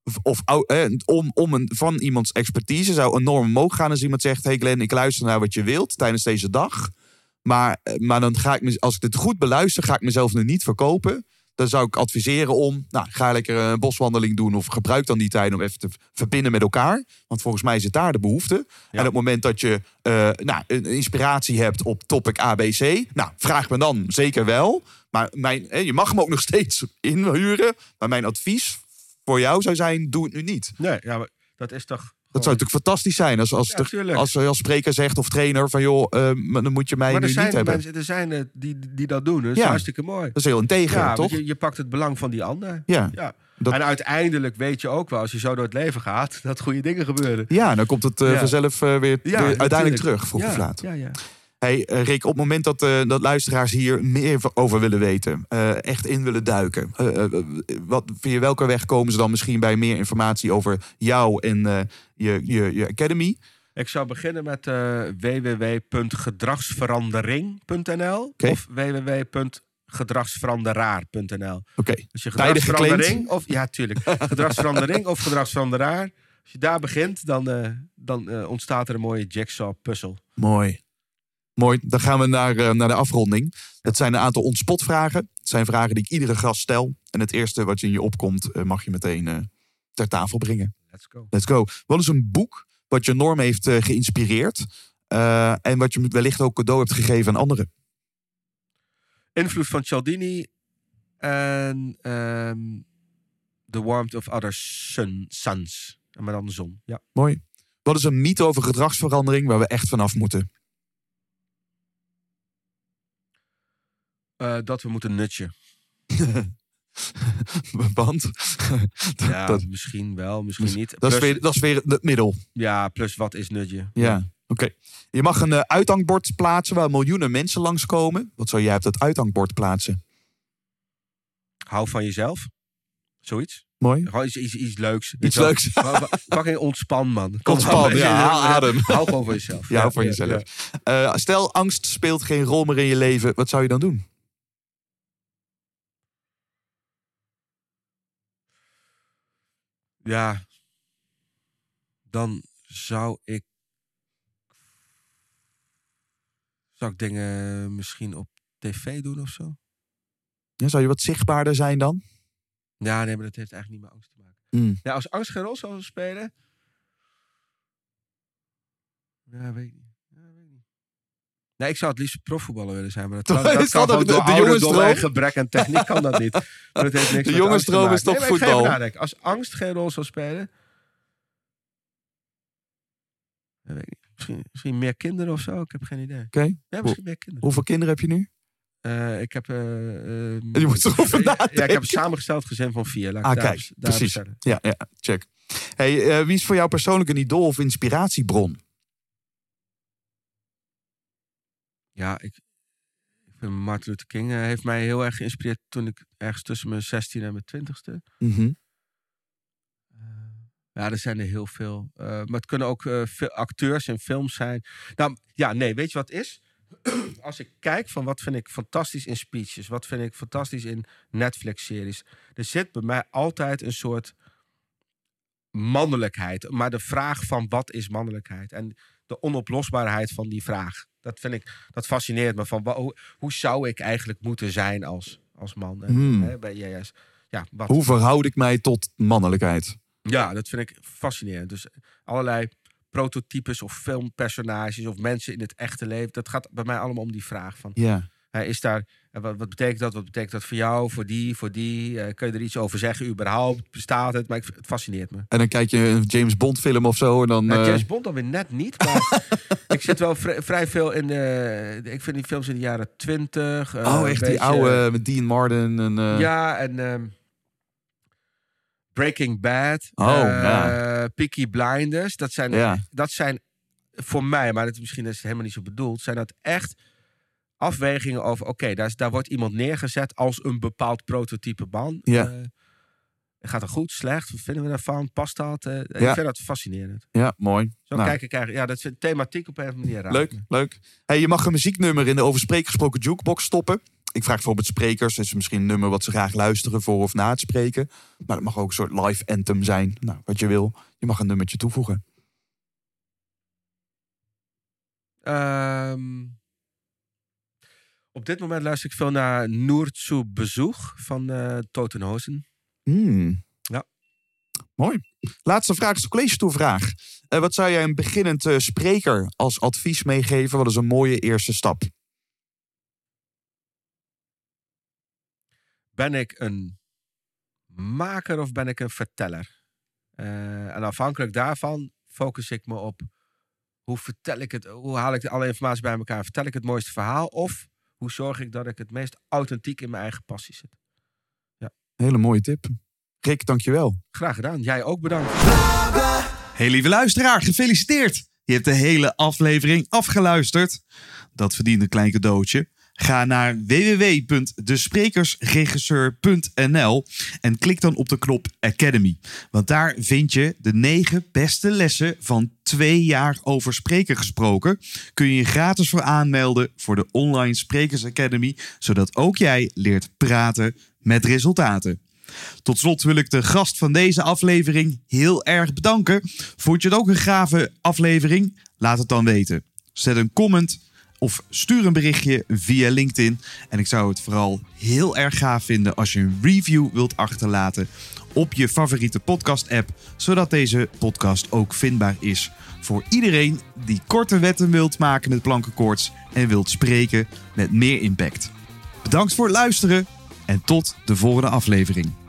van iemands expertise zou enorm omhoog gaan als iemand zegt, hey Glenn, ik luister naar wat je wilt tijdens deze dag. Maar dan ga ik, als ik dit goed beluister, ga ik mezelf nu niet verkopen. Dan zou ik adviseren om, ga lekker een boswandeling doen of gebruik dan die tijd om even te verbinden met elkaar. Want volgens mij zit daar de behoefte. Ja. En op het moment dat je een inspiratie hebt op topic ABC, vraag me dan zeker wel. Maar je mag hem ook nog steeds inhuren. Maar mijn advies voor jou zou zijn, doe het nu niet. Nee, maar dat is toch... Dat zou natuurlijk fantastisch zijn als je als spreker zegt of trainer van joh, dan moet je mij nu niet hebben. Er zijn die dat doen, dus hartstikke mooi. Dat is heel integer, toch? Je pakt het belang van die ander. Ja. En uiteindelijk weet je ook wel, als je zo door het leven gaat, dat goede dingen gebeuren. Ja, dan komt het vanzelf weer uiteindelijk terug, vroeg of laat. Ja. Hey, Rick, op het moment dat luisteraars hier meer over willen weten, echt in willen duiken, via welke weg komen ze dan misschien bij meer informatie over jou en je academy? Ik zou beginnen met www.gedragsverandering.nl of www.gedragsveranderaar.nl. Oké. Dus je gedragsverandering tuurlijk. Gedragsverandering of gedragsveranderaar. Als je daar begint, dan ontstaat er een mooie jigsaw puzzel. Mooi, dan gaan we naar de afronding. Dat zijn een aantal ontspotvragen. Het zijn vragen die ik iedere gast stel. En het eerste wat in je opkomt, mag je meteen ter tafel brengen. Let's go. Wat is een boek wat je enorm heeft geïnspireerd? En wat je wellicht ook cadeau hebt gegeven aan anderen? Invloed van Cialdini en The Warmth of Other Suns. Maar dan de zon, ja. Mooi. Wat is een mythe over gedragsverandering waar we echt vanaf moeten? Dat we moeten nudgen. Want? Ja, misschien wel, misschien niet. Dat is weer het middel. Ja, plus wat is nudgen? Ja, oké. Je mag een uithangbord plaatsen waar miljoenen mensen langskomen. Wat zou jij op dat uithangbord plaatsen? Hou van jezelf. Zoiets. Mooi. Gewoon iets leuks. Iets leuks. Fucking ontspan, man. Ontspan, ja. Haal adem. Hou gewoon van jezelf. Ja, hou van jezelf. Ja. Stel, angst speelt geen rol meer in je leven. Wat zou je dan doen? Ja. Dan zou ik dingen misschien op tv doen of zo? Ja, zou je wat zichtbaarder zijn dan? Ja, nee, maar dat heeft eigenlijk niet met angst te maken. Ja, als angst geen rol zou spelen... Ja, weet ik niet. Nee, ik zou het liefst profvoetballer willen zijn. Maar dat kan ook door mijn gebrek aan techniek kan dat niet. Maar dat heeft niks de jongensdroom is toch voetbal? Als angst geen rol zou spelen... Ja, weet ik niet. Misschien meer kinderen of zo. Ik heb geen idee. Oké. Ja, misschien meer kinderen. Hoeveel kinderen heb je nu? Ik heb... je moet erover nadenken. Ja, ik heb een samengesteld gezin van 4. Kijk, precies. Ja, check. Hey, wie is voor jou persoonlijk een idool of inspiratiebron? Ja, ik vind Martin Luther King heeft mij heel erg geïnspireerd toen ik ergens tussen mijn 16 en mijn 20ste. Ja, er zijn er heel veel. Maar het kunnen ook veel acteurs in films zijn. Nou, ja, nee, weet je wat het is? Als ik kijk van wat vind ik fantastisch in speeches, wat vind ik fantastisch in Netflix-series, er zit bij mij altijd een soort mannelijkheid. Maar de vraag van wat is mannelijkheid? En de onoplosbaarheid van die vraag. Dat fascineert me. Van hoe zou ik eigenlijk moeten zijn als man? Hoe verhoud ik mij tot mannelijkheid? Ja, dat vind ik fascinerend. Dus allerlei prototypes of filmpersonages of mensen in het echte leven. Dat gaat bij mij allemaal om die vraag van... Ja. Is daar, wat betekent dat? Wat betekent dat voor jou, voor die? Kun je er iets over zeggen überhaupt? Bestaat het? Maar het fascineert me. En dan kijk je een James Bond film of zo en dan... James Bond dan weer net niet, maar ik zit wel vrij veel in ik vind die films in de jaren 20. echt die oude met Dean Martin en... Ja, en... Breaking Bad, Peaky Blinders, dat zijn voor mij, maar misschien is het helemaal niet zo bedoeld, zijn dat echt afwegingen over, daar wordt iemand neergezet als een bepaald prototype man. Ja. Gaat het goed, slecht? Wat vinden we daarvan? Past dat? Ik vind dat fascinerend. Ja, mooi. Zo kijk ik eigenlijk. Ja, dat is een thematiek op een of andere manier. Leuk. Hey, je mag een muzieknummer in de over spreek gesproken jukebox stoppen. Ik vraag bijvoorbeeld sprekers. Het is misschien een nummer wat ze graag luisteren voor of na het spreken. Maar het mag ook een soort live anthem zijn. Nou, wat je wil. Je mag een nummertje toevoegen. Op dit moment luister ik veel naar Nur zu Besuch van Totenhosen. Ja. Mooi. Laatste vraag is de college-toevraag. Wat zou jij een beginnend spreker als advies meegeven? Wat is een mooie eerste stap? Ben ik een maker of ben ik een verteller? En afhankelijk daarvan focus ik me op hoe vertel ik het, hoe haal ik alle informatie bij elkaar? Vertel ik het mooiste verhaal of hoe zorg ik dat ik het meest authentiek in mijn eigen passie zit? Ja. Hele mooie tip. Rick, dankjewel. Graag gedaan. Jij ook bedankt. Hey lieve luisteraar, gefeliciteerd. Je hebt de hele aflevering afgeluisterd. Dat verdient een klein cadeautje. Ga naar www.desprekersregisseur.nl en klik dan op de knop Academy. Want daar vind je de 9 beste lessen van 2 jaar over spreken gesproken. Kun je je gratis voor aanmelden voor de Online Sprekers Academy, zodat ook jij leert praten met resultaten. Tot slot wil ik de gast van deze aflevering heel erg bedanken. Vond je het ook een gave aflevering? Laat het dan weten. Zet een comment of stuur een berichtje via LinkedIn. En ik zou het vooral heel erg gaaf vinden als je een review wilt achterlaten op je favoriete podcast-app, zodat deze podcast ook vindbaar is voor iedereen die korte wetten wilt maken met plankenkoorts en wilt spreken met meer impact. Bedankt voor het luisteren en tot de volgende aflevering.